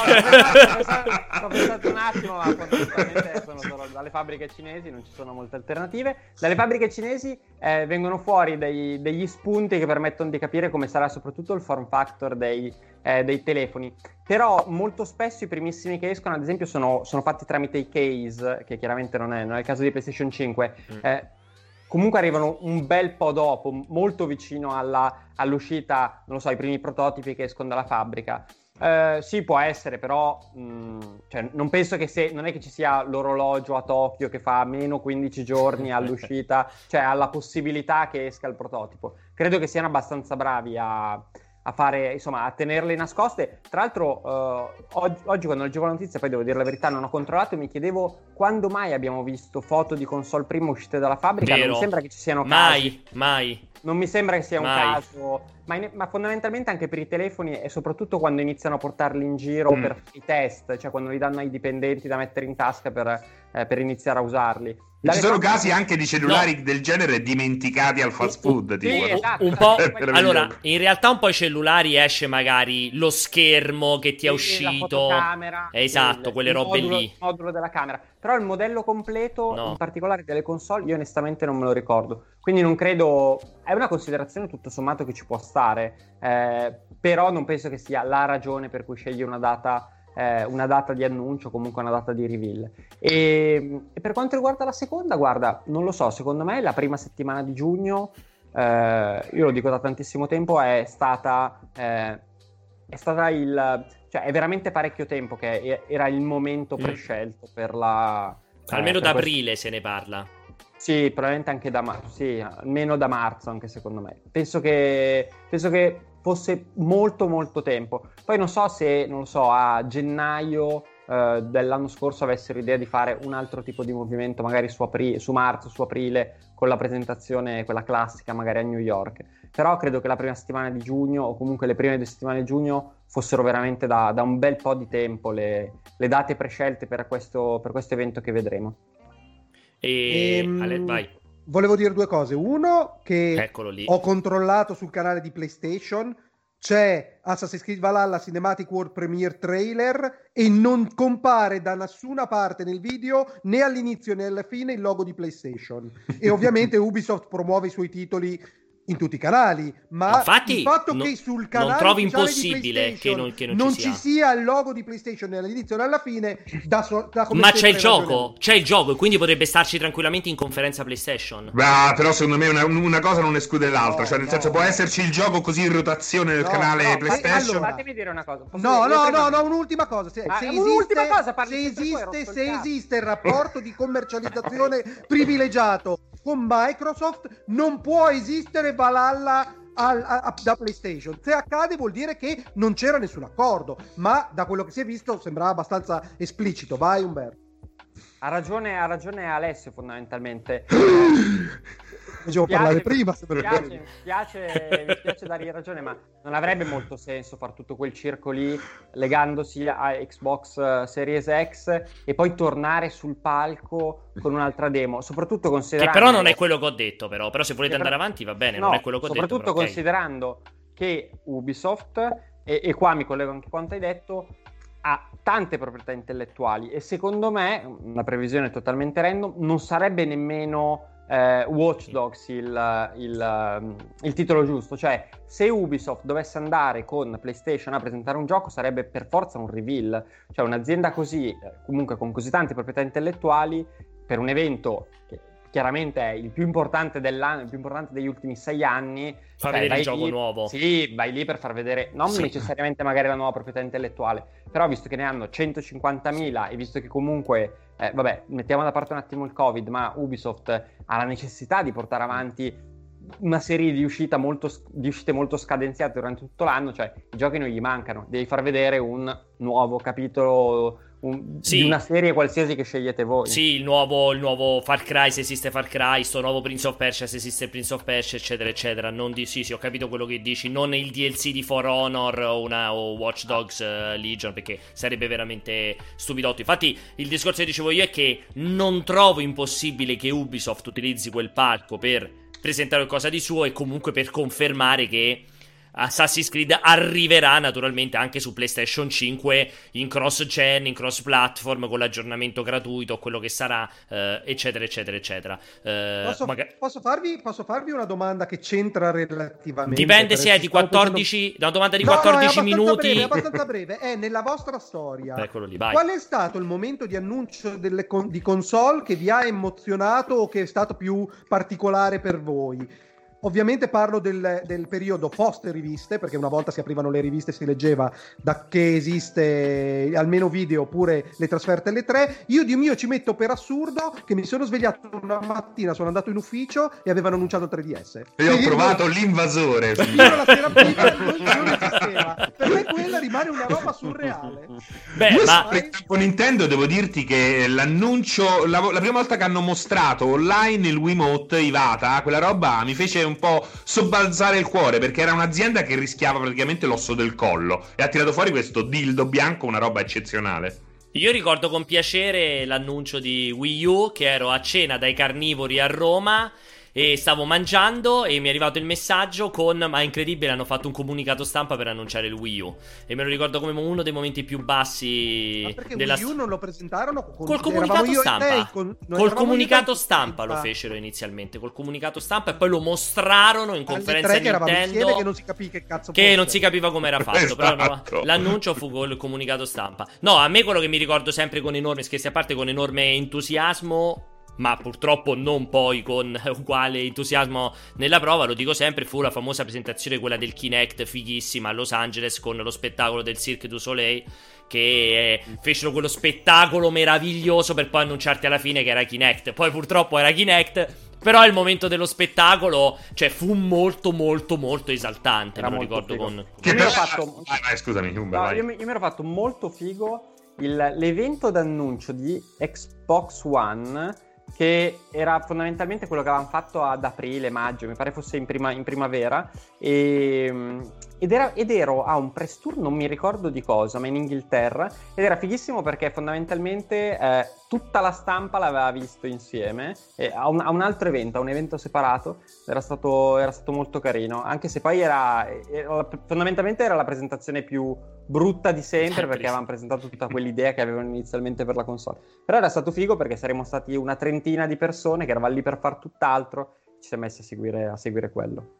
Speaker 5: ho pensato un attimo, ma fondamentalmente sono solo dalle fabbriche cinesi, non ci sono molte alternative. Dalle fabbriche cinesi eh, vengono fuori dei, degli spunti che permettono di capire come sarà soprattutto il form factor dei, eh, dei telefoni. Però molto spesso i primissimi che escono, ad esempio, sono, sono fatti tramite i case, che chiaramente non è, non è il caso di PlayStation cinque. Mm. Eh, comunque arrivano un bel po' dopo, molto vicino alla, all'uscita, non lo so, i primi prototipi che escono dalla fabbrica. Eh, sì, può essere, però mh, cioè, non penso che se non è che ci sia l'orologio a Tokyo che fa meno quindici giorni all'uscita, cioè alla possibilità che esca il prototipo. Credo che siano abbastanza bravi a, a fare, insomma, a tenerle nascoste. Tra l'altro eh, oggi, oggi quando leggevo la notizia, poi devo dire la verità, non ho controllato e mi chiedevo quando mai abbiamo visto foto di console prima uscite dalla fabbrica.
Speaker 1: Vero.
Speaker 5: Non mi sembra che ci siano
Speaker 1: mai,
Speaker 5: casi.
Speaker 1: mai.
Speaker 5: Non mi sembra che sia un
Speaker 1: Mai.
Speaker 5: caso, ma, in, ma fondamentalmente anche per i telefoni e soprattutto quando iniziano a portarli in giro
Speaker 2: Mm.
Speaker 5: per i test, cioè quando li danno ai dipendenti da mettere in tasca per, eh, per iniziare a usarli.
Speaker 2: Ci
Speaker 5: Dalle
Speaker 2: sono
Speaker 5: fabbriche-
Speaker 2: casi anche di cellulari no. del genere dimenticati al fast food.
Speaker 5: Sì,
Speaker 2: tipo, no?
Speaker 5: esatto,
Speaker 1: Un po',
Speaker 2: È meraviglioso.
Speaker 1: allora, in realtà un po' i cellulari esce magari lo schermo che ti è
Speaker 5: Sì, la
Speaker 1: uscito.
Speaker 5: fotocamera,
Speaker 1: Esatto,
Speaker 5: il-
Speaker 1: quelle
Speaker 5: il
Speaker 1: robe
Speaker 5: modulo,
Speaker 1: lì.
Speaker 5: il modulo della camera. Però il modello completo,
Speaker 1: No.
Speaker 5: in particolare delle console, io onestamente non me lo ricordo. Quindi non credo. È una considerazione tutto sommato che ci può stare, eh, però non penso che sia la ragione per cui scegli una data. Eh, una data di annuncio, comunque una data di reveal. E, e per quanto riguarda la seconda, guarda, non lo so, secondo me la prima settimana di giugno, eh, io lo dico da tantissimo tempo, è stata eh, è stata il cioè è veramente parecchio tempo che era il momento
Speaker 1: Mm.
Speaker 5: prescelto per la
Speaker 1: Almeno
Speaker 5: eh,
Speaker 1: da
Speaker 5: per
Speaker 1: aprile se ne parla.
Speaker 5: Sì, probabilmente anche da marzo, sì, almeno da marzo anche secondo me. Penso che, penso che fosse molto molto tempo. Poi non so se, non lo so, a gennaio eh, dell'anno scorso avessero idea di fare un altro tipo di movimento, magari su, apri- su marzo, su aprile, con la presentazione, quella classica, magari a New York. Però credo che la prima settimana di giugno, o comunque le prime due settimane di giugno, fossero veramente da, da un bel po' di tempo le, le date prescelte per questo, per questo evento che vedremo.
Speaker 1: E
Speaker 3: Ehm,
Speaker 1: Ale, vai.
Speaker 3: Volevo dire due cose. Uno, che
Speaker 1: Eccolo lì.
Speaker 3: ho controllato sul canale di PlayStation, c'è Assassin's Creed Valhalla Cinematic World Premiere Trailer e non compare da nessuna parte nel video, né all'inizio né alla fine, il logo di PlayStation. E ovviamente Ubisoft promuove i suoi titoli in tutti i canali, ma
Speaker 1: Infatti,
Speaker 3: il fatto
Speaker 1: no-
Speaker 3: che sul canale
Speaker 1: non trovo
Speaker 3: ufficiale di
Speaker 1: impossibile
Speaker 3: PlayStation
Speaker 1: che non- che non
Speaker 3: non
Speaker 1: ci
Speaker 3: ci
Speaker 1: sia.
Speaker 3: sia il logo di PlayStation né all'inizio né alla fine, da, so- da come
Speaker 1: Ma c'è il
Speaker 3: sempre ragione.
Speaker 1: gioco, c'è il gioco, e quindi potrebbe starci tranquillamente in conferenza PlayStation.
Speaker 2: Beh, però secondo me una, una cosa non esclude l'altra,
Speaker 3: No,
Speaker 2: cioè nel
Speaker 3: no.
Speaker 2: senso può esserci il gioco così in rotazione nel
Speaker 3: No,
Speaker 2: canale
Speaker 3: no,
Speaker 2: PlayStation.
Speaker 3: allora-
Speaker 5: Fatemi dire una cosa. Posso
Speaker 3: No,
Speaker 5: dire- io
Speaker 3: no,
Speaker 5: prima-
Speaker 3: no, no, un'ultima cosa. Se,
Speaker 5: Ah,
Speaker 3: se
Speaker 5: un'ultima
Speaker 3: esiste,
Speaker 5: cosa, parli
Speaker 3: se
Speaker 5: sempre tu, hai
Speaker 3: esiste,
Speaker 5: rotto il
Speaker 3: se
Speaker 5: cazzo.
Speaker 3: esiste il rapporto di commercializzazione privilegiato con Microsoft, non può esistere Valhalla al- a- a- da PlayStation. Se accade vuol dire che non c'era nessun accordo, ma da quello che si è visto sembrava abbastanza esplicito. Vai Umberto.
Speaker 5: Ha ragione, ha ragione Alessio fondamentalmente.
Speaker 3: Facevo
Speaker 5: Piace-
Speaker 3: parlare prima. se
Speaker 5: Mi
Speaker 3: me lo
Speaker 5: piace,
Speaker 3: ricordi.
Speaker 5: mi piace, mi piace dargli ragione, ma non avrebbe molto senso fare tutto quel circo lì legandosi a Xbox eh, Series X e poi tornare sul palco con un'altra demo, soprattutto
Speaker 1: Che
Speaker 5: considerando
Speaker 1: però non è quello che ho detto, però. Però se volete
Speaker 5: Che però-
Speaker 1: andare avanti va bene,
Speaker 5: No,
Speaker 1: non è quello che ho detto.
Speaker 5: soprattutto
Speaker 1: però, ok.
Speaker 5: considerando che Ubisoft, e, e qua mi collego anche a quanto hai detto, ha tante proprietà intellettuali e secondo me, una previsione totalmente random, non sarebbe nemmeno eh, Watch Dogs il, il, il titolo giusto. Cioè, se Ubisoft dovesse andare con PlayStation a presentare un gioco, sarebbe per forza un reveal. Cioè, un'azienda così, eh, comunque con così tante proprietà intellettuali, per un evento che chiaramente è il più importante dell'anno, il più importante degli ultimi sei anni,
Speaker 1: Fa
Speaker 5: cioè,
Speaker 1: vedere
Speaker 5: vai
Speaker 1: il gioco
Speaker 5: lì-
Speaker 1: nuovo.
Speaker 5: Sì, vai lì per far vedere non
Speaker 1: Sì.
Speaker 5: necessariamente magari la nuova proprietà intellettuale, però visto che ne hanno centocinquantamila e visto che comunque, eh, vabbè, mettiamo da parte un attimo il Covid, ma Ubisoft ha la necessità di portare avanti una serie di, uscita molto, di uscite molto scadenziate durante tutto l'anno, cioè i giochi non gli mancano, devi far vedere un nuovo capitolo un-
Speaker 1: Sì.
Speaker 5: di una serie qualsiasi che scegliete voi.
Speaker 1: Sì, il nuovo, il nuovo Far Cry se esiste Far Cry, sto nuovo Prince of Persia se esiste Prince of Persia, eccetera, eccetera. Non di, sì, sì, ho capito quello che dici. Non il D L C di For Honor o, una, o Watch Dogs eh, Legion, perché sarebbe veramente stupidotto. Infatti, il discorso che dicevo io è che non trovo impossibile che Ubisoft utilizzi quel palco per presentare qualcosa di suo e comunque per confermare che Assassin's Creed arriverà naturalmente anche su PlayStation cinque in cross-gen, in cross-platform, con l'aggiornamento gratuito, quello che sarà, eh, eccetera, eccetera, eccetera. Eh,
Speaker 3: Posso,
Speaker 1: maga-
Speaker 3: posso farvi, posso farvi una domanda che c'entra relativamente?
Speaker 1: Dipende
Speaker 3: Per-
Speaker 1: se è di
Speaker 3: stavo
Speaker 1: quattordici, una domanda di
Speaker 3: No, no, è
Speaker 1: quattordici
Speaker 3: abbastanza
Speaker 1: minuti.
Speaker 3: breve, è abbastanza breve. È nella vostra storia.
Speaker 1: Eccolo lì, vai.
Speaker 3: Qual è stato il momento di annuncio delle con- di console che vi ha emozionato o che è stato più particolare per voi? Ovviamente parlo del, del periodo post riviste, perché una volta si aprivano le riviste e si leggeva da che esiste almeno video oppure le trasferte alle tre. Io di mio ci metto per assurdo che mi sono svegliato una mattina, sono andato in ufficio e avevano annunciato il tre D S.
Speaker 2: E ho
Speaker 3: io-
Speaker 2: trovato l'invasore.
Speaker 3: Io la sera prima non, non esisteva. Per me quella rimane una roba surreale.
Speaker 1: Beh,
Speaker 2: Io
Speaker 1: ma
Speaker 2: per tempo Nintendo devo dirti che l'annuncio, la, la prima volta che hanno mostrato online il Wiimote Iwata, quella roba mi fece un po' sobbalzare il cuore, perché era un'azienda che rischiava praticamente l'osso del collo e ha tirato fuori questo dildo bianco, una roba eccezionale.
Speaker 1: io ricordo con piacere l'annuncio di Wii U, che ero a cena dai carnivori a Roma e stavo mangiando e mi è arrivato il messaggio con: ma è incredibile, hanno fatto un comunicato stampa per annunciare il Wii U. E me lo ricordo come uno dei momenti più bassi
Speaker 3: Ma perché
Speaker 1: della
Speaker 3: Wii U non lo presentarono con,
Speaker 1: Col
Speaker 3: eravamo
Speaker 1: comunicato
Speaker 3: io e
Speaker 1: stampa,
Speaker 3: lei, con- noi
Speaker 1: col
Speaker 3: eravamo
Speaker 1: comunicato
Speaker 3: io e
Speaker 1: stampa lo
Speaker 3: Ah.
Speaker 1: fecero inizialmente, col comunicato stampa, e poi lo mostrarono in
Speaker 3: Alle
Speaker 1: conferenza
Speaker 3: tre che eravamo
Speaker 1: Nintendo,
Speaker 3: insieme che non si capì che cazzo
Speaker 1: che
Speaker 3: fosse.
Speaker 1: non si capiva come era fatto, però no,
Speaker 2: Esatto.
Speaker 1: l'annuncio fu col comunicato stampa. No, a me quello che mi ricordo sempre con enorme, scherzi a parte, con enorme entusiasmo, ma purtroppo non poi con uguale entusiasmo nella prova, lo dico sempre, fu la famosa presentazione, quella del Kinect fighissima a Los Angeles, con lo spettacolo del Cirque du Soleil, che eh, fecero quello spettacolo meraviglioso per poi annunciarti alla fine che era Kinect. Poi purtroppo era Kinect, però il momento dello spettacolo, cioè, fu molto molto molto esaltante.
Speaker 5: Era
Speaker 1: Me lo
Speaker 5: molto
Speaker 1: ricordo
Speaker 5: figo.
Speaker 1: con...
Speaker 5: Io mi ero fatto...
Speaker 2: Vai, vai, scusami, Umber,
Speaker 5: No,
Speaker 2: vai.
Speaker 5: io, mi, io mi ero fatto molto figo il- l'evento d'annuncio di Xbox One, che era fondamentalmente quello che avevano fatto ad aprile, maggio, mi pare fosse in, prima- in primavera, e, ed, era, ed ero a un press tour, non mi ricordo di cosa, ma in Inghilterra, ed era fighissimo perché fondamentalmente eh, tutta la stampa l'aveva visto insieme, e a, un, a un altro evento, a un evento separato, era stato, era stato molto carino, anche se poi era, era fondamentalmente era la presentazione più brutta di sempre, perché avevano presentato tutta quell'idea che avevano inizialmente per la console. Però era stato figo perché saremmo stati una trentina di persone che eravamo lì per far tutt'altro, ci siamo messi a seguire, a seguire quello.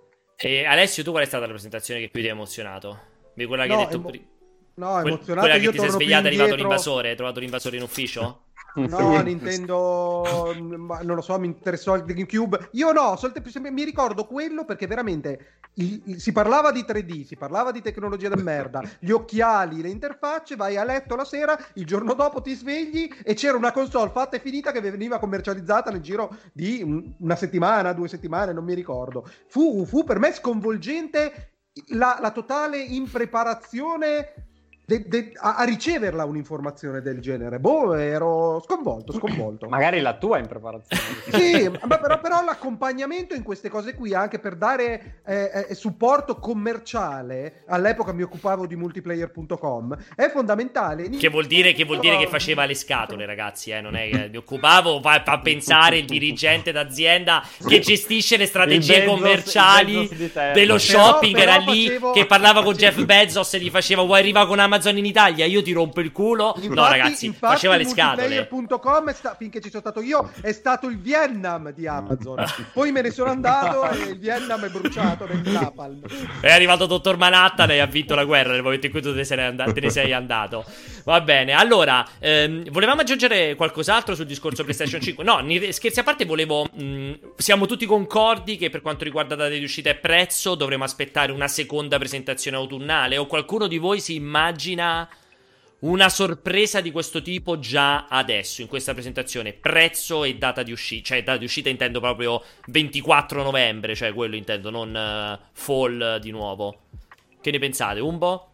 Speaker 1: E Alessio, tu qual è stata la presentazione che più ti ha emozionato? Di quella che
Speaker 3: No,
Speaker 1: hai detto
Speaker 3: emo-
Speaker 1: prima?
Speaker 3: No,
Speaker 1: Que-
Speaker 3: emozionato.
Speaker 1: Quella che
Speaker 3: Io
Speaker 1: ti sei
Speaker 3: torno più
Speaker 1: svegliato, è arrivato
Speaker 3: indietro.
Speaker 1: l'invasore, hai trovato l'invasore in ufficio?
Speaker 3: No, Nintendo, ma non lo so, mi interessò il GameCube. Io no, soltanto, mi ricordo quello perché veramente il- il- si parlava di tre D, si parlava di tecnologia da merda, gli occhiali, le interfacce, vai a letto la sera, il giorno dopo ti svegli e c'era una console fatta e finita che veniva commercializzata nel giro di un- una settimana, due settimane, non mi ricordo. Fu, fu per me sconvolgente la, la totale impreparazione de- de- a, a riceverla un'informazione del genere. Boh, ero sconvolto, sconvolto.
Speaker 5: Magari la tua in preparazione.
Speaker 3: Sì, ma però, però l'accompagnamento in queste cose qui, anche per dare eh, eh, supporto commerciale, all'epoca mi occupavo di multiplayer punto com, è fondamentale.
Speaker 1: Che vuol dire che, vuol dire che faceva le scatole, ragazzi, eh? Non è che mi occupavo, fa, fa pensare il dirigente d'azienda che gestisce le strategie
Speaker 5: Il Bezos-
Speaker 1: commerciali
Speaker 5: il Bezos di terra.
Speaker 1: dello
Speaker 5: Però-
Speaker 1: shopping,
Speaker 3: però
Speaker 1: era lì
Speaker 3: facevo-
Speaker 1: che parlava con Jeff Bezos e gli faceva: vuoi arrivare con Amazon in Italia? Io ti rompo il culo. No,
Speaker 3: Infatti-
Speaker 1: ragazzi,
Speaker 3: infatti
Speaker 1: faceva le scatole.
Speaker 3: multiplayer punto com è sta- finché ci sono stato io è stato il Vietnam di Amazon, poi me ne sono andato e il Vietnam è bruciato nel napalm.
Speaker 1: È arrivato Dottor Manhattan e ha vinto la guerra nel momento in cui tu te, sei andato, te ne sei andato. Va bene, allora, ehm, volevamo aggiungere qualcos'altro sul discorso PlayStation cinque? No, ni- scherzi a parte, volevo... mh, siamo tutti concordi che per quanto riguarda data di uscita e prezzo dovremo aspettare una seconda presentazione autunnale? O qualcuno di voi si immagina una sorpresa di questo tipo già adesso, in questa presentazione? Prezzo e data di uscita, cioè data di uscita intendo proprio ventiquattro novembre, cioè quello intendo, non eh, fall di nuovo. Che ne pensate, Umbo?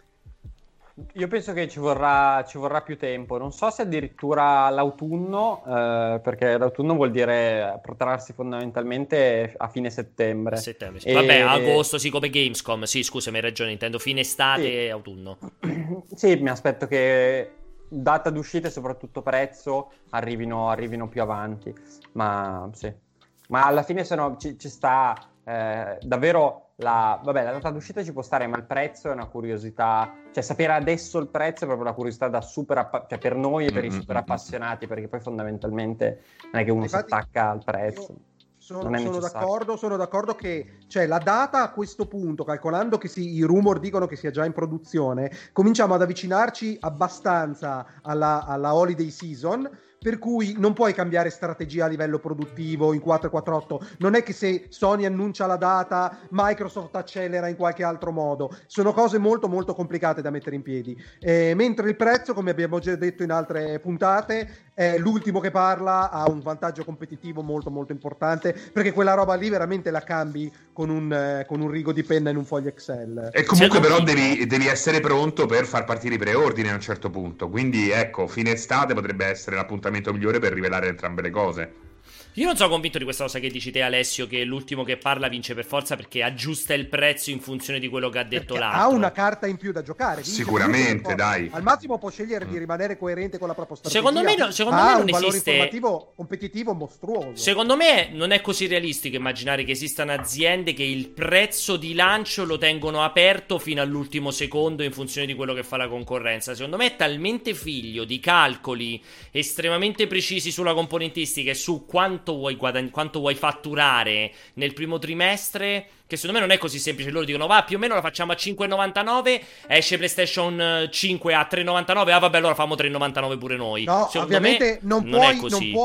Speaker 5: Io penso che ci vorrà, ci vorrà più tempo, non so se addirittura l'autunno, eh, perché l'autunno vuol dire protrarsi fondamentalmente a fine settembre.
Speaker 1: Settembre, sì.
Speaker 5: E-
Speaker 1: Vabbè, agosto, sì, come Gamescom, sì, scusami, hai ragione, intendo fine estate
Speaker 5: Sì.
Speaker 1: e autunno.
Speaker 5: Sì, mi aspetto che data d'uscita e soprattutto prezzo arrivino, arrivino più avanti, ma sì. Ma alla fine sono, ci, ci sta eh, davvero la... Vabbè, la data d'uscita ci può stare, ma il prezzo è una curiosità, cioè sapere adesso il prezzo è proprio una curiosità da super appa- cioè per noi e per i
Speaker 2: Mm-mm.
Speaker 5: super appassionati, perché poi fondamentalmente non è che uno
Speaker 3: Infatti,
Speaker 5: si attacca al prezzo.
Speaker 3: Sono,
Speaker 5: Non è
Speaker 3: sono
Speaker 5: necessario.
Speaker 3: d'accordo, sono d'accordo che cioè, la data a questo punto, calcolando che si- i rumor dicono che sia già in produzione, cominciamo ad avvicinarci abbastanza alla, alla holiday season, per cui non puoi cambiare strategia a livello produttivo in quattro quattro otto. Non è che se Sony annuncia la data, Microsoft accelera in qualche altro modo. Sono cose molto molto complicate da mettere in piedi. Eh, mentre il prezzo, come abbiamo già detto in altre puntate, è l'ultimo che parla, ha un vantaggio competitivo molto molto importante, perché quella roba lì veramente la cambi con un, eh, con un rigo di penna in un foglio Excel.
Speaker 2: E comunque però devi, devi essere pronto per far partire i preordini a un certo punto, quindi ecco, fine estate potrebbe essere l'appuntamento migliore per rivelare entrambe le cose.
Speaker 1: Io non sono convinto di questa cosa che dici te, Alessio, che l'ultimo che parla vince per forza, perché aggiusta il prezzo in funzione di quello che ha detto
Speaker 3: Perché
Speaker 1: l'altro.
Speaker 3: ha una carta in più da giocare. vince
Speaker 2: Sicuramente,
Speaker 3: più,
Speaker 2: dai.
Speaker 3: Al massimo può scegliere di rimanere coerente con la propria strategia.
Speaker 1: Secondo me no- secondo
Speaker 3: ha
Speaker 1: me non
Speaker 3: un valore
Speaker 1: esiste-
Speaker 3: informativo competitivo mostruoso.
Speaker 1: Secondo me non è così realistico immaginare che esistano aziende che il prezzo di lancio lo tengono aperto fino all'ultimo secondo in funzione di quello che fa la concorrenza. Secondo me è talmente figlio di calcoli estremamente precisi sulla componentistica e su quanto vuoi guadagn- quanto vuoi fatturare nel primo trimestre, che secondo me non è così semplice. Loro dicono: va, più o meno la facciamo a cinque e novantanove, esce PlayStation cinque a tre e novantanove, ah vabbè, allora facciamo tre e novantanove pure noi.
Speaker 3: No,
Speaker 1: Secondo
Speaker 3: ovviamente
Speaker 1: me
Speaker 3: non,
Speaker 1: non
Speaker 3: puoi,
Speaker 1: è così.
Speaker 3: non puoi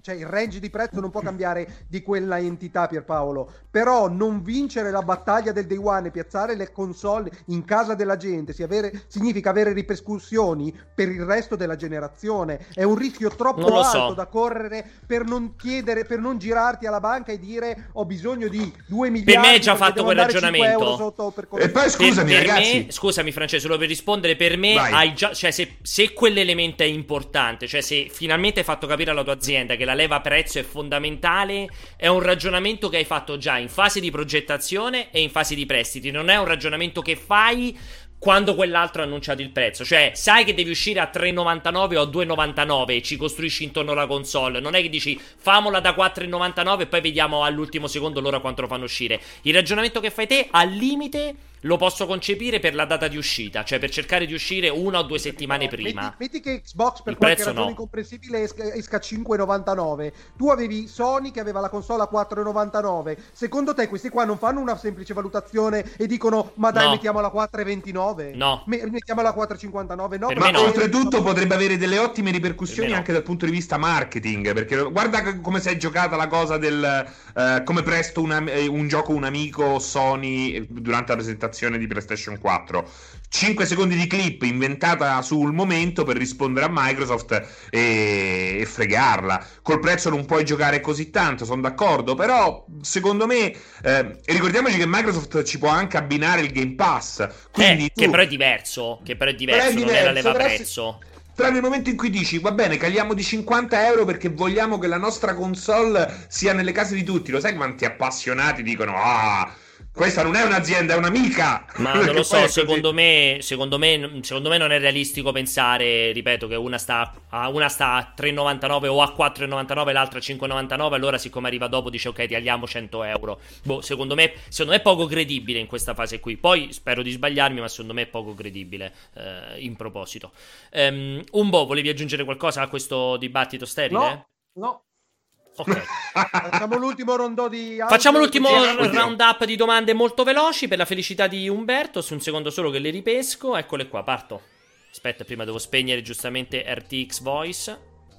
Speaker 3: cioè il range di prezzo non può cambiare di quella entità, Pierpaolo, però non vincere la battaglia del day one e piazzare le console in casa della gente si avere, significa avere ripercussioni per il resto della generazione. È un rischio troppo alto
Speaker 1: so.
Speaker 3: da correre per non chiedere, per non girarti alla banca e dire ho bisogno di due miliardi.
Speaker 1: Per me hai già
Speaker 3: perché
Speaker 1: fatto
Speaker 3: devo
Speaker 1: quel
Speaker 3: andare cinque euro
Speaker 1: ragionamento.
Speaker 3: sotto per
Speaker 2: E poi scusami,
Speaker 1: per, per
Speaker 2: ragazzi.
Speaker 1: me, scusami Francesco, solo per rispondere, per me
Speaker 2: Vai.
Speaker 1: hai già, cioè se, se quell'elemento è importante, cioè se finalmente hai fatto capire alla tua azienda che la leva prezzo è fondamentale, è un ragionamento che hai fatto già in fase di progettazione e in fase di prestiti, non è un ragionamento che fai quando quell'altro ha annunciato il prezzo. Cioè sai che devi uscire a tre e novantanove o a due e novantanove e ci costruisci intorno alla console, non è che dici famola da quattro e novantanove e poi vediamo all'ultimo secondo loro quanto lo fanno uscire. Il ragionamento che fai te al limite lo posso concepire per la data di uscita, cioè per cercare di uscire una o due settimane prima.
Speaker 3: Metti, metti che Xbox per
Speaker 1: Il
Speaker 3: qualche
Speaker 1: prezzo
Speaker 3: ragione
Speaker 1: no.
Speaker 3: incomprensibile esca, esca a cinque e novantanove. Tu avevi Sony che aveva la console a quattro e novantanove. Secondo te questi qua non fanno una semplice valutazione e dicono ma dai
Speaker 1: No.
Speaker 3: mettiamola a quattro e ventinove?
Speaker 1: No.
Speaker 3: Me- mettiamola a quattro e cinquantanove? No,
Speaker 1: Per
Speaker 2: Ma
Speaker 1: me no.
Speaker 2: oltretutto potrebbe avere delle ottime ripercussioni
Speaker 1: Per me no.
Speaker 2: anche dal punto di vista marketing, perché guarda come si è giocata la cosa del eh, come presto una- eh, un gioco un amico Sony eh, durante la presentazione di PlayStation quattro. cinque secondi di clip inventata sul momento per rispondere a Microsoft e, e fregarla. Col prezzo non puoi giocare così tanto, sono d'accordo, però secondo me eh, ricordiamoci che Microsoft ci può anche abbinare il Game Pass, quindi
Speaker 1: Eh,
Speaker 2: tu-
Speaker 1: che però è diverso, che però è diverso,
Speaker 2: Però è
Speaker 1: non è la
Speaker 2: diverso,
Speaker 1: leva
Speaker 2: però se-
Speaker 1: prezzo.
Speaker 2: Tra nel momento in cui dici va bene, caliamo di cinquanta euro perché vogliamo che la nostra console sia nelle case di tutti, lo sai quanti appassionati dicono ah, questa non è un'azienda, è un'amica.
Speaker 1: Ma
Speaker 2: Perché
Speaker 1: non lo
Speaker 2: poi
Speaker 1: so,
Speaker 2: è così.
Speaker 1: secondo me, secondo me, secondo me non è realistico pensare, ripeto, che una sta a, una sta a tre e novantanove o a quattro e novantanove e l'altra a cinque e novantanove, allora siccome arriva dopo dice ok, tagliamo cento euro. Boh, secondo me, secondo me è poco credibile in questa fase qui. Poi spero di sbagliarmi, ma secondo me è poco credibile eh, in proposito. Um, Umbo, volevi aggiungere qualcosa a questo dibattito sterile?
Speaker 3: No, no.
Speaker 1: Ok.
Speaker 3: Facciamo l'ultimo rondo di
Speaker 1: Facciamo l'ultimo
Speaker 3: Sì,
Speaker 1: round up di domande molto veloci per la felicità di Umberto. Su un secondo solo che le ripesco. Eccole qua, parto. Aspetta, prima devo spegnere giustamente R T X Voice.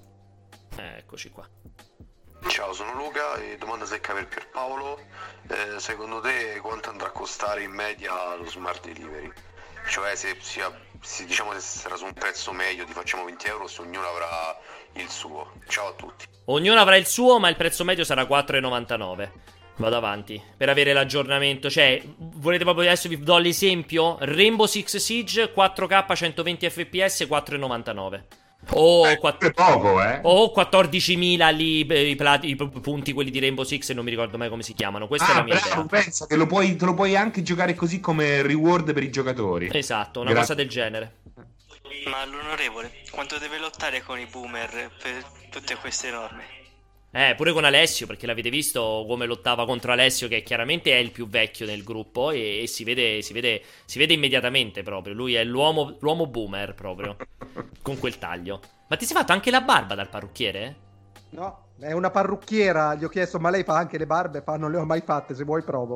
Speaker 1: Eccoci qua.
Speaker 15: Ciao, sono Luca e domanda secca per Pierpaolo. Eh, secondo te quanto andrà a costare in media lo smart delivery? Cioè se, sia, se diciamo se sarà su un prezzo medio ti facciamo venti euro, se ognuno avrà il suo. Ciao a tutti.
Speaker 1: Ognuno avrà il suo, ma il prezzo medio sarà quattro e novantanove. Vado avanti per avere l'aggiornamento. Cioè, volete proprio adesso vi do l'esempio? Rainbow Six Siege quattro K centoventi F P S quattro e novantanove. O,
Speaker 2: Eh,
Speaker 1: quattro...
Speaker 2: è poco, eh.
Speaker 1: o quattordicimila lì eh, i, plati, i punti quelli di Rainbow Six e non mi ricordo mai come si chiamano. Questa è
Speaker 2: Ah,
Speaker 1: la mia
Speaker 2: bravo,
Speaker 1: idea.
Speaker 2: pensa che lo puoi, te lo puoi anche giocare così come reward per i giocatori.
Speaker 1: Esatto, una
Speaker 2: Grazie.
Speaker 1: cosa del genere.
Speaker 16: Ma l'onorevole, quanto deve lottare con i boomer per tutte queste norme?
Speaker 1: Eh, pure con Alessio, perché l'avete visto come lottava contro Alessio, che chiaramente è il più vecchio nel gruppo, e, e si vede, si vede, si vede immediatamente proprio. Lui è l'uomo, l'uomo boomer proprio, con quel taglio. Ma ti sei fatto anche la barba dal parrucchiere?
Speaker 3: No, è una parrucchiera, gli ho chiesto ma lei fa anche le barbe? Fa non le ho mai fatte, se vuoi provo.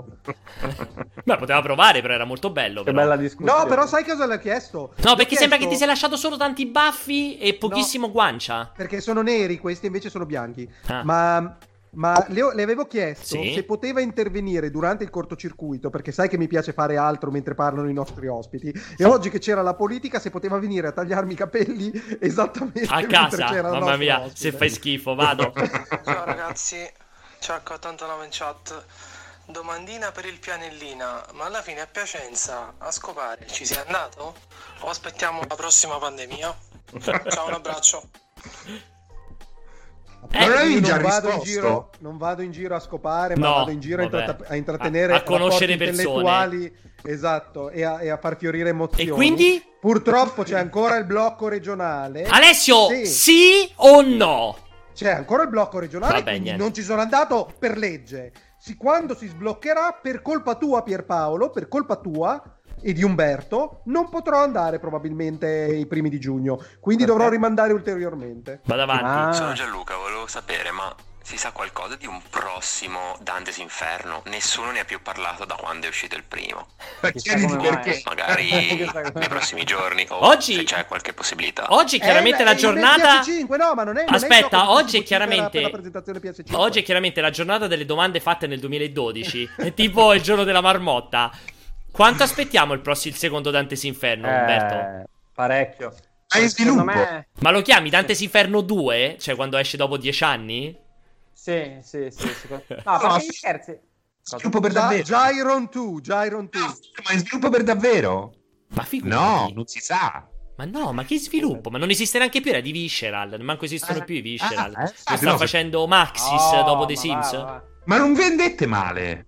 Speaker 1: Beh, poteva provare, però era molto bello.
Speaker 5: Che
Speaker 1: Però.
Speaker 5: bella discussione.
Speaker 3: No, però sai cosa le ho chiesto?
Speaker 1: No, perché
Speaker 3: Gli ho
Speaker 1: sembra
Speaker 3: chiesto-
Speaker 1: che ti sei lasciato solo tanti baffi e pochissimo guancia.
Speaker 3: Perché sono neri, questi invece sono bianchi.
Speaker 1: Ah.
Speaker 3: Ma, ma le, ho- le avevo chiesto
Speaker 1: Sì.
Speaker 3: se poteva intervenire durante il cortocircuito, perché sai che mi piace fare altro mentre parlano i nostri ospiti. E oggi che c'era la politica, se poteva venire a tagliarmi i capelli esattamente
Speaker 1: A
Speaker 3: mentre
Speaker 1: casa,
Speaker 3: c'era il
Speaker 1: mamma
Speaker 3: nostro
Speaker 1: mia,
Speaker 3: ospite.
Speaker 1: se fai schifo, vado.
Speaker 17: Ciao ragazzi, ciao H ottantanove in chat. Domandina per il pianellina, ma alla fine a Piacenza a scopare ci sei andato? O aspettiamo la prossima pandemia? Ciao, un abbraccio.
Speaker 3: Eh,
Speaker 2: non avevi
Speaker 3: io
Speaker 2: già
Speaker 3: non vado, in
Speaker 2: risposto?
Speaker 3: giro, non vado in giro a scopare, ma
Speaker 1: No,
Speaker 3: vado in giro a,
Speaker 1: vabbè.
Speaker 3: intratta- a intrattenere
Speaker 1: A- a conoscere
Speaker 3: rapporti
Speaker 1: persone.
Speaker 3: intellettuali, esatto, e a, e a far fiorire emozioni.
Speaker 1: E quindi?
Speaker 3: Purtroppo c'è ancora il blocco regionale.
Speaker 1: Alessio,
Speaker 3: Sì.
Speaker 1: sì o no?
Speaker 3: C'è ancora il blocco regionale,
Speaker 1: Vabbè,
Speaker 3: quindi
Speaker 1: niente.
Speaker 3: non ci sono andato per legge. Si- quando si sbloccherà, per colpa tua Pierpaolo, per colpa tua e di Umberto, non potrò andare probabilmente i primi di giugno. Quindi dovrò rimandare ulteriormente.
Speaker 1: Vado avanti.
Speaker 15: Sono Gianluca, volevo sapere, ma
Speaker 18: Si sa qualcosa di un prossimo Dante's Inferno? Nessuno ne ha più parlato da quando è uscito il primo.
Speaker 2: Perché?
Speaker 18: Magari nei prossimi giorni o
Speaker 1: Oggi-
Speaker 18: se c'è qualche possibilità.
Speaker 1: Oggi chiaramente
Speaker 3: Eh,
Speaker 1: la
Speaker 3: beh,
Speaker 1: giornata...
Speaker 3: il P S cinque, no, ma non è, non è il
Speaker 1: Aspetta,
Speaker 3: gioco
Speaker 1: oggi è
Speaker 3: esclusivo per la-
Speaker 1: chiaramente
Speaker 3: per la presentazione P S cinque.
Speaker 1: Oggi è chiaramente la giornata delle domande fatte nel duemiladodici. È tipo il giorno della marmotta. Quanto aspettiamo il prossimo il secondo Dante's Inferno, Umberto?
Speaker 5: Eh, parecchio.
Speaker 2: È in
Speaker 5: Secondo
Speaker 2: sviluppo.
Speaker 5: me-
Speaker 1: Ma lo chiami Dante's Inferno due? Cioè quando esce dopo dieci anni?
Speaker 5: Sì, sì, sì. secondo- No, perché gli scherzi...
Speaker 2: Sviluppo per
Speaker 3: Gy-
Speaker 2: davvero?
Speaker 3: Gyron due, Gyron due.
Speaker 2: Ma in sviluppo per davvero?
Speaker 1: Ma figurati.
Speaker 2: No, non si sa.
Speaker 1: Ma no, ma che sviluppo? Ma non esiste neanche più, era di Visceral. Manco esistono più i Visceral.
Speaker 2: ah, eh?
Speaker 1: Lo sta
Speaker 2: No,
Speaker 1: facendo Maxis
Speaker 5: No,
Speaker 1: dopo The
Speaker 5: ma
Speaker 1: Sims.
Speaker 5: va, va.
Speaker 2: Ma non vendette male.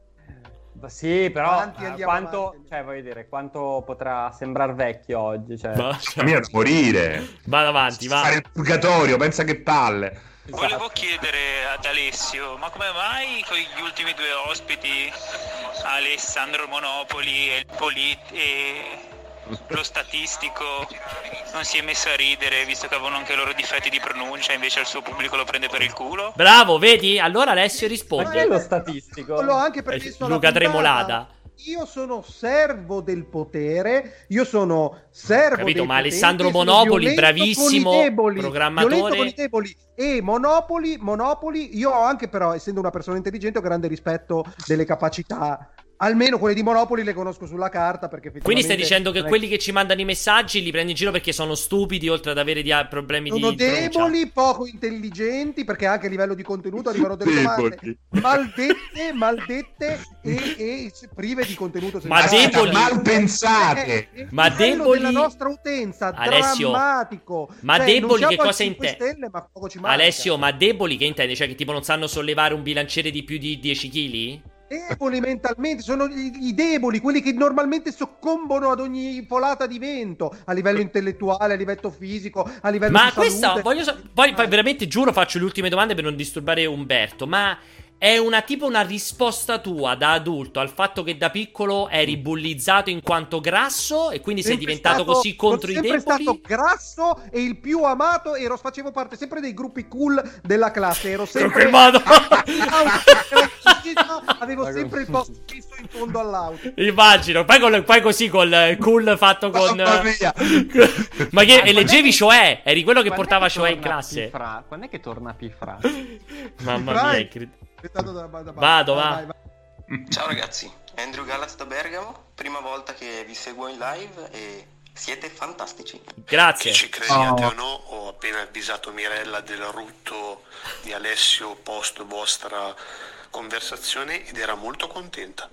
Speaker 5: Ma Sì, però
Speaker 3: Avanti,
Speaker 5: eh,
Speaker 3: andiamo
Speaker 5: quanto,
Speaker 3: avanti.
Speaker 5: cioè, voglio dire, quanto potrà sembrare vecchio oggi? Cioè...
Speaker 1: Ma-
Speaker 2: La mia da morire.
Speaker 1: Vado avanti, va.
Speaker 2: Fare il purgatorio, pensa che palle.
Speaker 19: Volevo chiedere ad Alessio, ma come mai con gli ultimi due ospiti, Alessandro Monopoli e, il Polit- e lo statistico, non si è messo a ridere visto che avevano anche loro difetti di pronuncia, invece il suo pubblico lo prende per il culo?
Speaker 1: Bravo, vedi? Allora Alessio
Speaker 5: Ma chi è
Speaker 1: risponde.
Speaker 5: lo statistico?
Speaker 3: L'ho anche
Speaker 1: Eh,
Speaker 3: previsto alla
Speaker 1: Luca
Speaker 3: puntata.
Speaker 1: Tremolada.
Speaker 3: Io sono servo del potere, io sono servo
Speaker 1: Capito,
Speaker 3: dei
Speaker 1: ma
Speaker 3: potenti,
Speaker 1: Alessandro
Speaker 3: sono
Speaker 1: Monopoli,
Speaker 3: violento
Speaker 1: bravissimo
Speaker 3: con i deboli,
Speaker 1: programmatore.
Speaker 3: violento con i deboli. E Monopoli, Monopoli, io ho anche però, essendo una persona intelligente, ho grande rispetto delle capacità. Almeno quelle di Monopoli le conosco sulla carta perché
Speaker 1: Quindi stai
Speaker 3: effettivamente
Speaker 1: dicendo che
Speaker 3: non è-
Speaker 1: quelli che ci mandano i messaggi li prendi in giro perché sono stupidi, oltre ad avere dia- problemi
Speaker 3: sono
Speaker 1: di pronuncia?
Speaker 3: deboli, poco intelligenti, perché anche a livello di contenuto arrivano delle domande
Speaker 2: Deboli.
Speaker 3: maldette, maldette e, e prive di contenuto.
Speaker 1: Ma
Speaker 3: sensato.
Speaker 1: deboli-
Speaker 2: mal pensate.
Speaker 3: Eh, eh,
Speaker 1: Ma
Speaker 3: il livello
Speaker 1: deboli-
Speaker 3: della nostra utenza
Speaker 1: Alessio,
Speaker 3: drammatico.
Speaker 1: ma
Speaker 3: Cioè,
Speaker 1: deboli
Speaker 3: non
Speaker 1: che
Speaker 3: siamo al
Speaker 1: cosa
Speaker 3: cinque
Speaker 1: intendi?
Speaker 3: stelle, ma poco ci manca.
Speaker 1: Alessio, ma deboli che intendi? Cioè che tipo non sanno sollevare un bilanciere di più di dieci chili?
Speaker 3: Deboli mentalmente, sono i, i deboli, quelli che normalmente soccombono ad ogni folata di vento, a livello intellettuale, a livello fisico, a livello
Speaker 1: Ma
Speaker 3: di
Speaker 1: questa,
Speaker 3: salute.
Speaker 1: voglio sa- poi, poi veramente giuro faccio le ultime domande per non disturbare Umberto, ma è una tipo una risposta tua da adulto al fatto che da piccolo eri bullizzato in quanto grasso e quindi sei
Speaker 3: Sempre
Speaker 1: diventato
Speaker 3: stato-
Speaker 1: così contro i
Speaker 3: sono sempre
Speaker 1: deboli?
Speaker 3: stato grasso e il più amato, ero, facevo parte sempre dei gruppi cool della classe, ero sempre
Speaker 1: Confermato.
Speaker 3: avevo sempre il posto fisso in fondo all'auto.
Speaker 1: Immagino, poi, col- poi così col cool fatto con...
Speaker 2: Mamma mia.
Speaker 1: Ma che
Speaker 5: Ma
Speaker 1: e leggevi
Speaker 5: quando è
Speaker 1: Cioè? Eri quello che
Speaker 5: Quando è
Speaker 1: portava
Speaker 5: che
Speaker 1: Cioè in
Speaker 5: torna
Speaker 1: classe?
Speaker 5: Pifra? Quando è che torna Pifra?
Speaker 1: Mamma
Speaker 3: Vai.
Speaker 1: mia, è incred-
Speaker 3: Aspettato da- da- da-
Speaker 1: Vado,
Speaker 3: vai,
Speaker 1: va.
Speaker 3: vai, vai.
Speaker 8: Ciao ragazzi, Andrew Gallas da Bergamo, prima volta che vi seguo in live e siete fantastici.
Speaker 1: Grazie.
Speaker 12: Che ci crediate o no, ho appena avvisato Mirella del rutto di Alessio post vostra conversazione ed era molto contenta.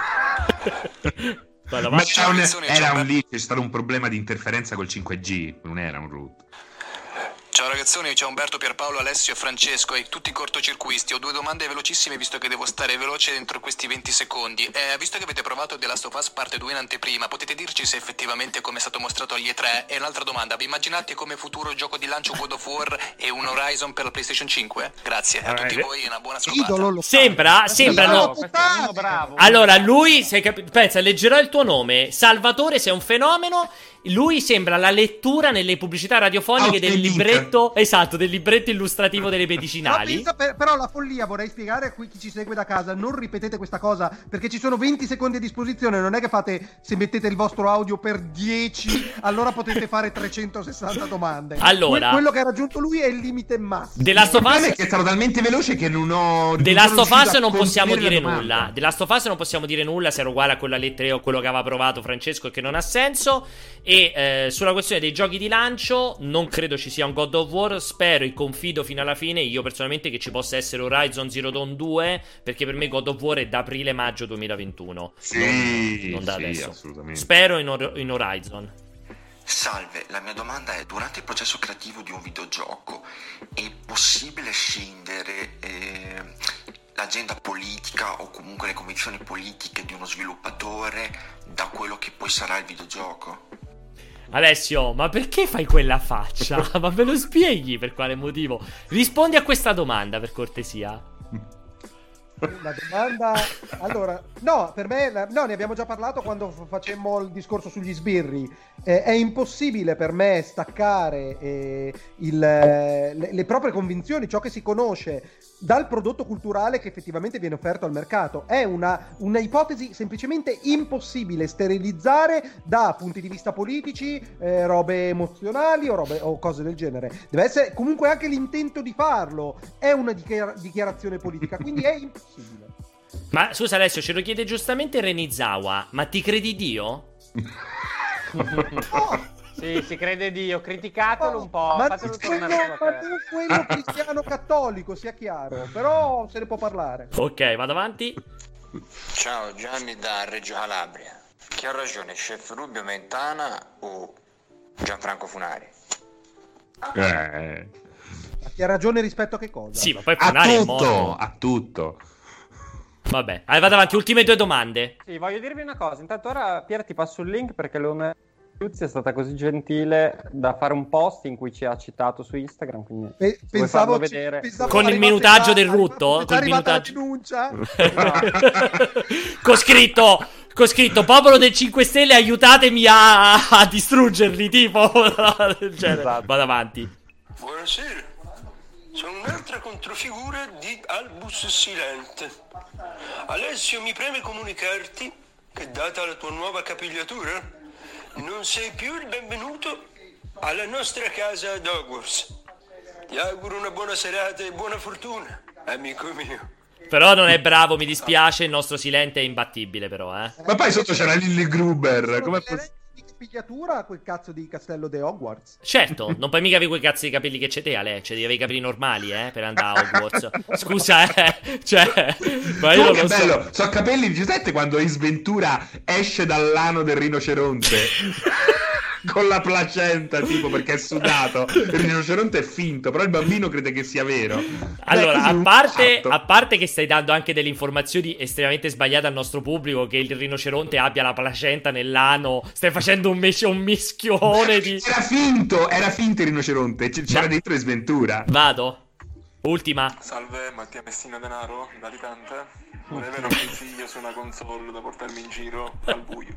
Speaker 1: Vado,
Speaker 2: Ma
Speaker 1: va.
Speaker 2: c'era un,
Speaker 8: Attenzione,
Speaker 2: era
Speaker 8: c'è-
Speaker 2: un lì, c'è stato un problema di interferenza col cinque G, non era un root.
Speaker 20: Ciao ragazzoni, c'è Umberto, Pierpaolo, Alessio, Francesco e tutti i cortocircuisti. Ho due domande velocissime visto che devo stare veloce dentro questi venti secondi. Eh, visto che avete provato The Last of Us parte due in anteprima, potete dirci se effettivamente come è stato mostrato agli E tre? E un'altra domanda, vi immaginate come futuro gioco di lancio God of War e un Horizon per la PlayStation cinque? Grazie a tutti voi e una buona scopata.
Speaker 3: Idolo lo
Speaker 1: Sembra, sembrano...
Speaker 5: Questo è uno bravo.
Speaker 1: Allora, lui, sei capi- pensa, leggerò il tuo nome. Salvatore, sei un fenomeno. Lui sembra la lettura nelle pubblicità radiofoniche del
Speaker 2: Outlink.
Speaker 1: libretto, esatto, del libretto illustrativo delle
Speaker 3: No,
Speaker 1: medicinali.
Speaker 3: pensa, per- però la follia, vorrei spiegare a qui chi ci segue da casa, non ripetete questa cosa perché ci sono venti secondi a disposizione, non è che fate, se mettete il vostro audio per dieci allora potete fare trecentosessanta domande.
Speaker 1: Allora.
Speaker 3: Que- quello che ha raggiunto lui è il limite massimo.
Speaker 1: The Last
Speaker 2: Il
Speaker 1: of
Speaker 2: problema
Speaker 1: Us,
Speaker 2: è che è stato talmente veloce che non ho...
Speaker 1: The
Speaker 2: non
Speaker 1: Last
Speaker 2: sono
Speaker 1: of
Speaker 2: riuscito
Speaker 1: Us
Speaker 2: a
Speaker 1: non possiamo
Speaker 2: contenere
Speaker 1: dire
Speaker 2: la domanda.
Speaker 1: nulla. The Last of Us non possiamo dire nulla se era uguale a quella lettera o quello che aveva provato Francesco e che non ha senso. E eh, sulla questione dei giochi di lancio, non credo ci sia un God of War. Spero e confido fino alla fine, io personalmente, che ci possa essere Horizon Zero Dawn due. Perché per me God of War è da aprile-maggio duemilaventuno.
Speaker 2: Sì,
Speaker 1: non, non da
Speaker 2: sì,
Speaker 1: adesso.
Speaker 2: assolutamente.
Speaker 1: Spero in, Hor- in Horizon.
Speaker 20: Salve, la mia domanda è: durante il processo creativo di un videogioco è possibile scindere eh, l'agenda politica o comunque le convinzioni politiche di uno sviluppatore da quello che poi sarà il videogioco?
Speaker 1: Alessio, ma perché fai quella faccia? Ma me lo spieghi per quale motivo? Rispondi a questa domanda, per cortesia.
Speaker 3: La domanda, allora, no, per me, la- no, ne abbiamo già parlato quando f- facemmo il discorso sugli sbirri. Eh, è impossibile per me staccare eh, il, eh, le, le proprie convinzioni, ciò che si conosce, dal prodotto culturale che effettivamente viene offerto al mercato. È una, una ipotesi semplicemente impossibile sterilizzare da punti di vista politici, eh, robe emozionali o, robe, o cose del genere. Deve essere comunque anche l'intento di farlo, è una dichiara- dichiarazione politica, quindi è impossibile.
Speaker 1: Ma scusa Alessio, ce lo chiede giustamente Renizawa, ma ti credi Dio?
Speaker 3: No.
Speaker 5: Sì, si crede Dio, criticatelo
Speaker 3: Oh,
Speaker 5: un po',
Speaker 3: ma
Speaker 5: fatelo
Speaker 3: quello,
Speaker 5: tornare sulla
Speaker 3: ma
Speaker 5: terra.
Speaker 3: non quello cristiano cattolico, sia chiaro, però se ne può parlare.
Speaker 1: Ok, vado avanti.
Speaker 21: Ciao, Gianni da Reggio Calabria. Chi ha ragione, Chef Rubio Mentana o Gianfranco Funari?
Speaker 2: Eh.
Speaker 3: Ti ha ragione rispetto a che cosa?
Speaker 1: Sì, ma poi
Speaker 2: A
Speaker 1: Funari è
Speaker 2: tutto,
Speaker 1: morto.
Speaker 2: a tutto.
Speaker 1: Vabbè, allora, vado avanti, ultime due domande.
Speaker 5: Sì, voglio dirvi una cosa, intanto ora Pier ti passo il link perché Leone Luzzi è stata così gentile da fare un post in cui ci ha citato su Instagram, quindi
Speaker 3: Pe-
Speaker 5: se vuoi
Speaker 3: pensavo
Speaker 5: farlo
Speaker 3: ci-
Speaker 5: vedere.
Speaker 3: pensavo
Speaker 1: Con il
Speaker 3: arrivasse
Speaker 1: minutaggio
Speaker 3: già-
Speaker 1: del rutto?
Speaker 3: È
Speaker 1: Col
Speaker 3: arrivata la
Speaker 1: minutaggio.
Speaker 3: denuncia.
Speaker 1: Con scritto, con scritto popolo del cinque Stelle, aiutatemi a, a distruggerli, tipo del genere.
Speaker 5: Esatto.
Speaker 1: Vado avanti.
Speaker 6: Buonasera, sono un'altra controfigura di Albus Silente. Alessio, mi preme comunicarti che, data la tua nuova capigliatura, non sei più il benvenuto alla nostra casa ad Hogwarts. Ti auguro una buona serata e buona fortuna, amico mio.
Speaker 1: Però non è bravo, mi dispiace, il nostro Silente è imbattibile però, eh.
Speaker 2: Ma poi sotto c'era Lily Gruber. Com'è possibile?
Speaker 3: Pigliatura quel cazzo di castello di Hogwarts.
Speaker 1: Certo, non puoi mica avere quei cazzo di capelli che c'è te, Ale, cioè devi avere i capelli normali, eh, per andare a Hogwarts. Scusa, eh, cioè, ma io non
Speaker 2: Che
Speaker 1: lo so.
Speaker 2: bello, so capelli di Giuseppe quando Ace Ventura esce dall'ano del rinoceronte con la placenta, tipo, perché è sudato. Il rinoceronte è finto, però il bambino crede che sia vero.
Speaker 1: Allora,
Speaker 2: Beh,
Speaker 1: a
Speaker 2: un
Speaker 1: parte,
Speaker 2: fatto.
Speaker 1: a parte che stai dando anche delle informazioni estremamente sbagliate al nostro pubblico, che il rinoceronte abbia la placenta nell'ano, stai facendo un, mes- un mischione di...
Speaker 2: Era finto, era finto il rinoceronte, c- c'era dentro Ace Ventura.
Speaker 1: Vado. Ultima.
Speaker 22: Salve, Mattia Messina Denaro, da Alicante. Vorrei avere un consiglio su una console da portarmi in giro al buio.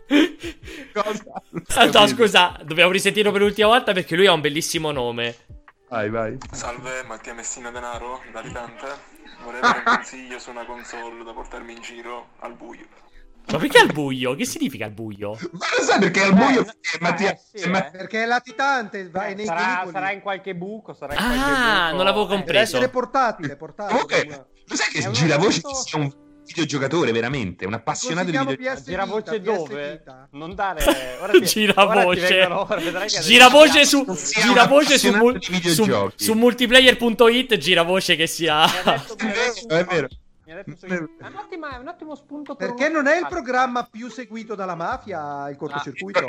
Speaker 1: Ah, no, scusa, dobbiamo risentirlo per l'ultima volta perché lui ha un bellissimo nome.
Speaker 2: Vai, vai.
Speaker 22: Salve, Mattia Messina Denaro, da Alicante. Vorrei avere un consiglio su una console da portarmi in giro al buio.
Speaker 1: Ma perché al buio? Che significa al buio?
Speaker 2: Ma lo sai perché al buio?
Speaker 5: Eh,
Speaker 2: eh, Mattia,
Speaker 5: eh, sì,
Speaker 2: eh, ma-
Speaker 5: eh.
Speaker 3: Perché è latitante, vai nei
Speaker 5: sarà,
Speaker 3: veicoli.
Speaker 5: sarà in qualche buco, sarà in
Speaker 1: Ah,
Speaker 5: qualche buco.
Speaker 1: non l'avevo
Speaker 5: Eh,
Speaker 1: compreso.
Speaker 3: Deve essere portatile, portatile.
Speaker 2: Comunque, lo sai che
Speaker 5: È un
Speaker 2: Giravoce
Speaker 5: oggetto-
Speaker 2: sia un videogiocatore veramente, un appassionato di
Speaker 3: Consigliamo
Speaker 2: videogiochi.
Speaker 3: P S
Speaker 5: Giravoce
Speaker 3: Vita, P S
Speaker 5: dove?
Speaker 3: Vita.
Speaker 5: Non dare... Ora ti,
Speaker 1: Giravoce.
Speaker 5: ora ti vengono- ora vedrai che adesso-
Speaker 1: Giravoce su,
Speaker 2: sia
Speaker 1: giravoce su,
Speaker 2: un
Speaker 1: mul-
Speaker 2: appassionato di
Speaker 1: su,
Speaker 2: videogiochi.
Speaker 1: su multiplayer punto it, giravoce che sia...
Speaker 5: Mi ha detto- mi ha detto-
Speaker 2: È vero.
Speaker 5: mi ha detto su- È un ottimo- è un ottimo spunto per
Speaker 3: Perché
Speaker 5: uno-
Speaker 3: non è il programma più seguito dalla mafia, il cortocircuito.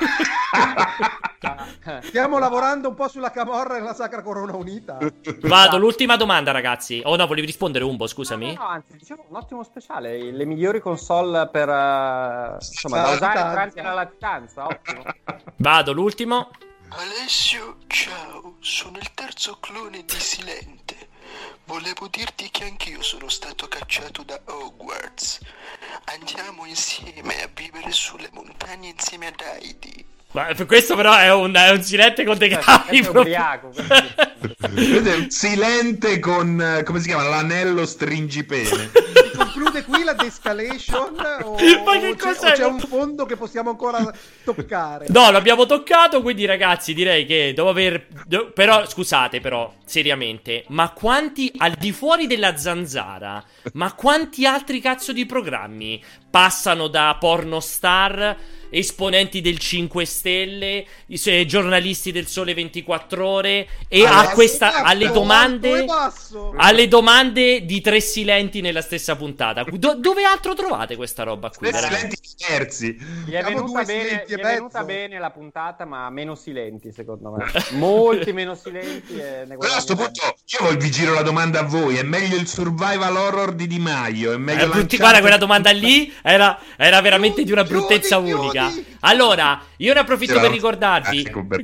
Speaker 3: Stiamo lavorando un po' sulla Camorra e la Sacra Corona Unita.
Speaker 1: Vado, l'ultima domanda ragazzi. Oh no, volevi rispondere Umbo, scusami.
Speaker 5: No, no, anzi, dicevo un ottimo speciale. Le migliori console per eh, insomma, da
Speaker 3: La
Speaker 5: usare
Speaker 3: latitanza.
Speaker 5: durante la latitanza. Ottimo.
Speaker 1: Vado, l'ultimo.
Speaker 6: Alessio, ciao, sono il terzo clone di Silente. Volevo dirti che anch'io sono stato cacciato da Hogwarts. Andiamo insieme a vivere sulle montagne insieme ad Heidi.
Speaker 1: Ma questo però è un, è un silente con dei capi
Speaker 5: È
Speaker 1: proprio.
Speaker 5: ubriaco.
Speaker 2: Vedete, un silente con, eh, come si chiama, l'anello stringipene.
Speaker 3: Si conclude qui la de-escalation o,
Speaker 1: Ma che
Speaker 3: o c'è,
Speaker 1: cos'è?
Speaker 3: o c'è un fondo che possiamo ancora toccare?
Speaker 1: No, l'abbiamo toccato, quindi ragazzi direi che dopo aver... do- Però, scusate però, seriamente, ma quanti, al di fuori della zanzara, ma quanti altri cazzo di programmi passano da pornostar, esponenti del cinque Stelle, i se- giornalisti del Sole ventiquattro Ore e
Speaker 3: Alto,
Speaker 1: a questa,
Speaker 3: alto,
Speaker 1: alle
Speaker 3: alto
Speaker 1: domande...
Speaker 3: e basso.
Speaker 1: Alle domande di tre silenti nella stessa puntata. Do- dove altro trovate questa roba qui?
Speaker 2: Tre
Speaker 1: veramente?
Speaker 2: silenti terzi.
Speaker 5: Gli è
Speaker 3: Siamo
Speaker 5: venuta,
Speaker 3: due
Speaker 5: bene,
Speaker 3: silenti
Speaker 5: gli
Speaker 3: e
Speaker 5: è venuta
Speaker 3: mezzo.
Speaker 5: bene la puntata, ma meno silenti, secondo me. Molti meno silenti. E ne
Speaker 2: Però a sto
Speaker 5: guadagniamo.
Speaker 2: punto io vi giro la domanda a voi: è meglio il survival horror di Di Maio? È meglio
Speaker 1: Eh, brutti-
Speaker 2: lanciare-
Speaker 1: guarda, quella domanda lì era, era veramente di una bruttezza
Speaker 3: chiudi,
Speaker 1: unica.
Speaker 3: chiudi.
Speaker 1: Allora, io ne approfitto
Speaker 2: C'era-
Speaker 1: per ricordarvi.
Speaker 2: Ah, ecco, per-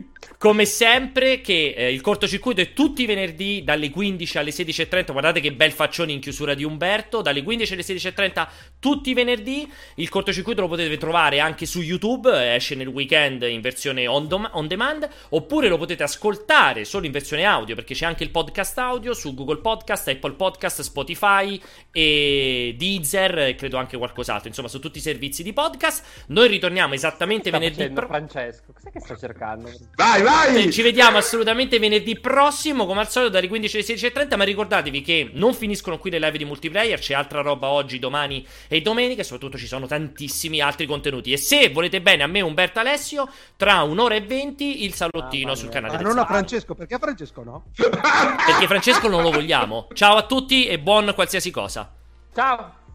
Speaker 1: come sempre che eh, il cortocircuito è tutti i venerdì dalle quindici alle sedici e trenta. Guardate che bel faccione in chiusura di Umberto. Dalle quindici alle sedici e trenta tutti i venerdì. Il cortocircuito lo potete trovare anche su YouTube, esce nel weekend in versione on, dom- on demand, oppure lo potete ascoltare solo in versione audio, perché c'è anche il podcast audio su Google Podcast, Apple Podcast, Spotify e Deezer, e credo anche qualcos'altro, insomma su tutti i servizi di podcast. Noi ritorniamo esattamente
Speaker 5: Sta
Speaker 1: venerdì
Speaker 5: facendo
Speaker 1: pro-
Speaker 5: Francesco, cos'è che sta cercando?
Speaker 2: Vai, vai!
Speaker 1: Ci vediamo assolutamente venerdì prossimo, come al solito dalle quindici alle sedici e trenta, ma ricordatevi che non finiscono qui le live di multiplayer, c'è altra roba oggi, domani e domenica, e soprattutto ci sono tantissimi altri contenuti. E se volete bene a me, Umberto Alessio, tra un'ora e venti il salottino ah, sul canale
Speaker 3: Ma
Speaker 1: del
Speaker 3: non a
Speaker 1: Salo.
Speaker 3: Francesco, perché a Francesco no?
Speaker 1: Perché Francesco non lo vogliamo. Ciao a tutti e buon qualsiasi cosa.
Speaker 5: Ciao.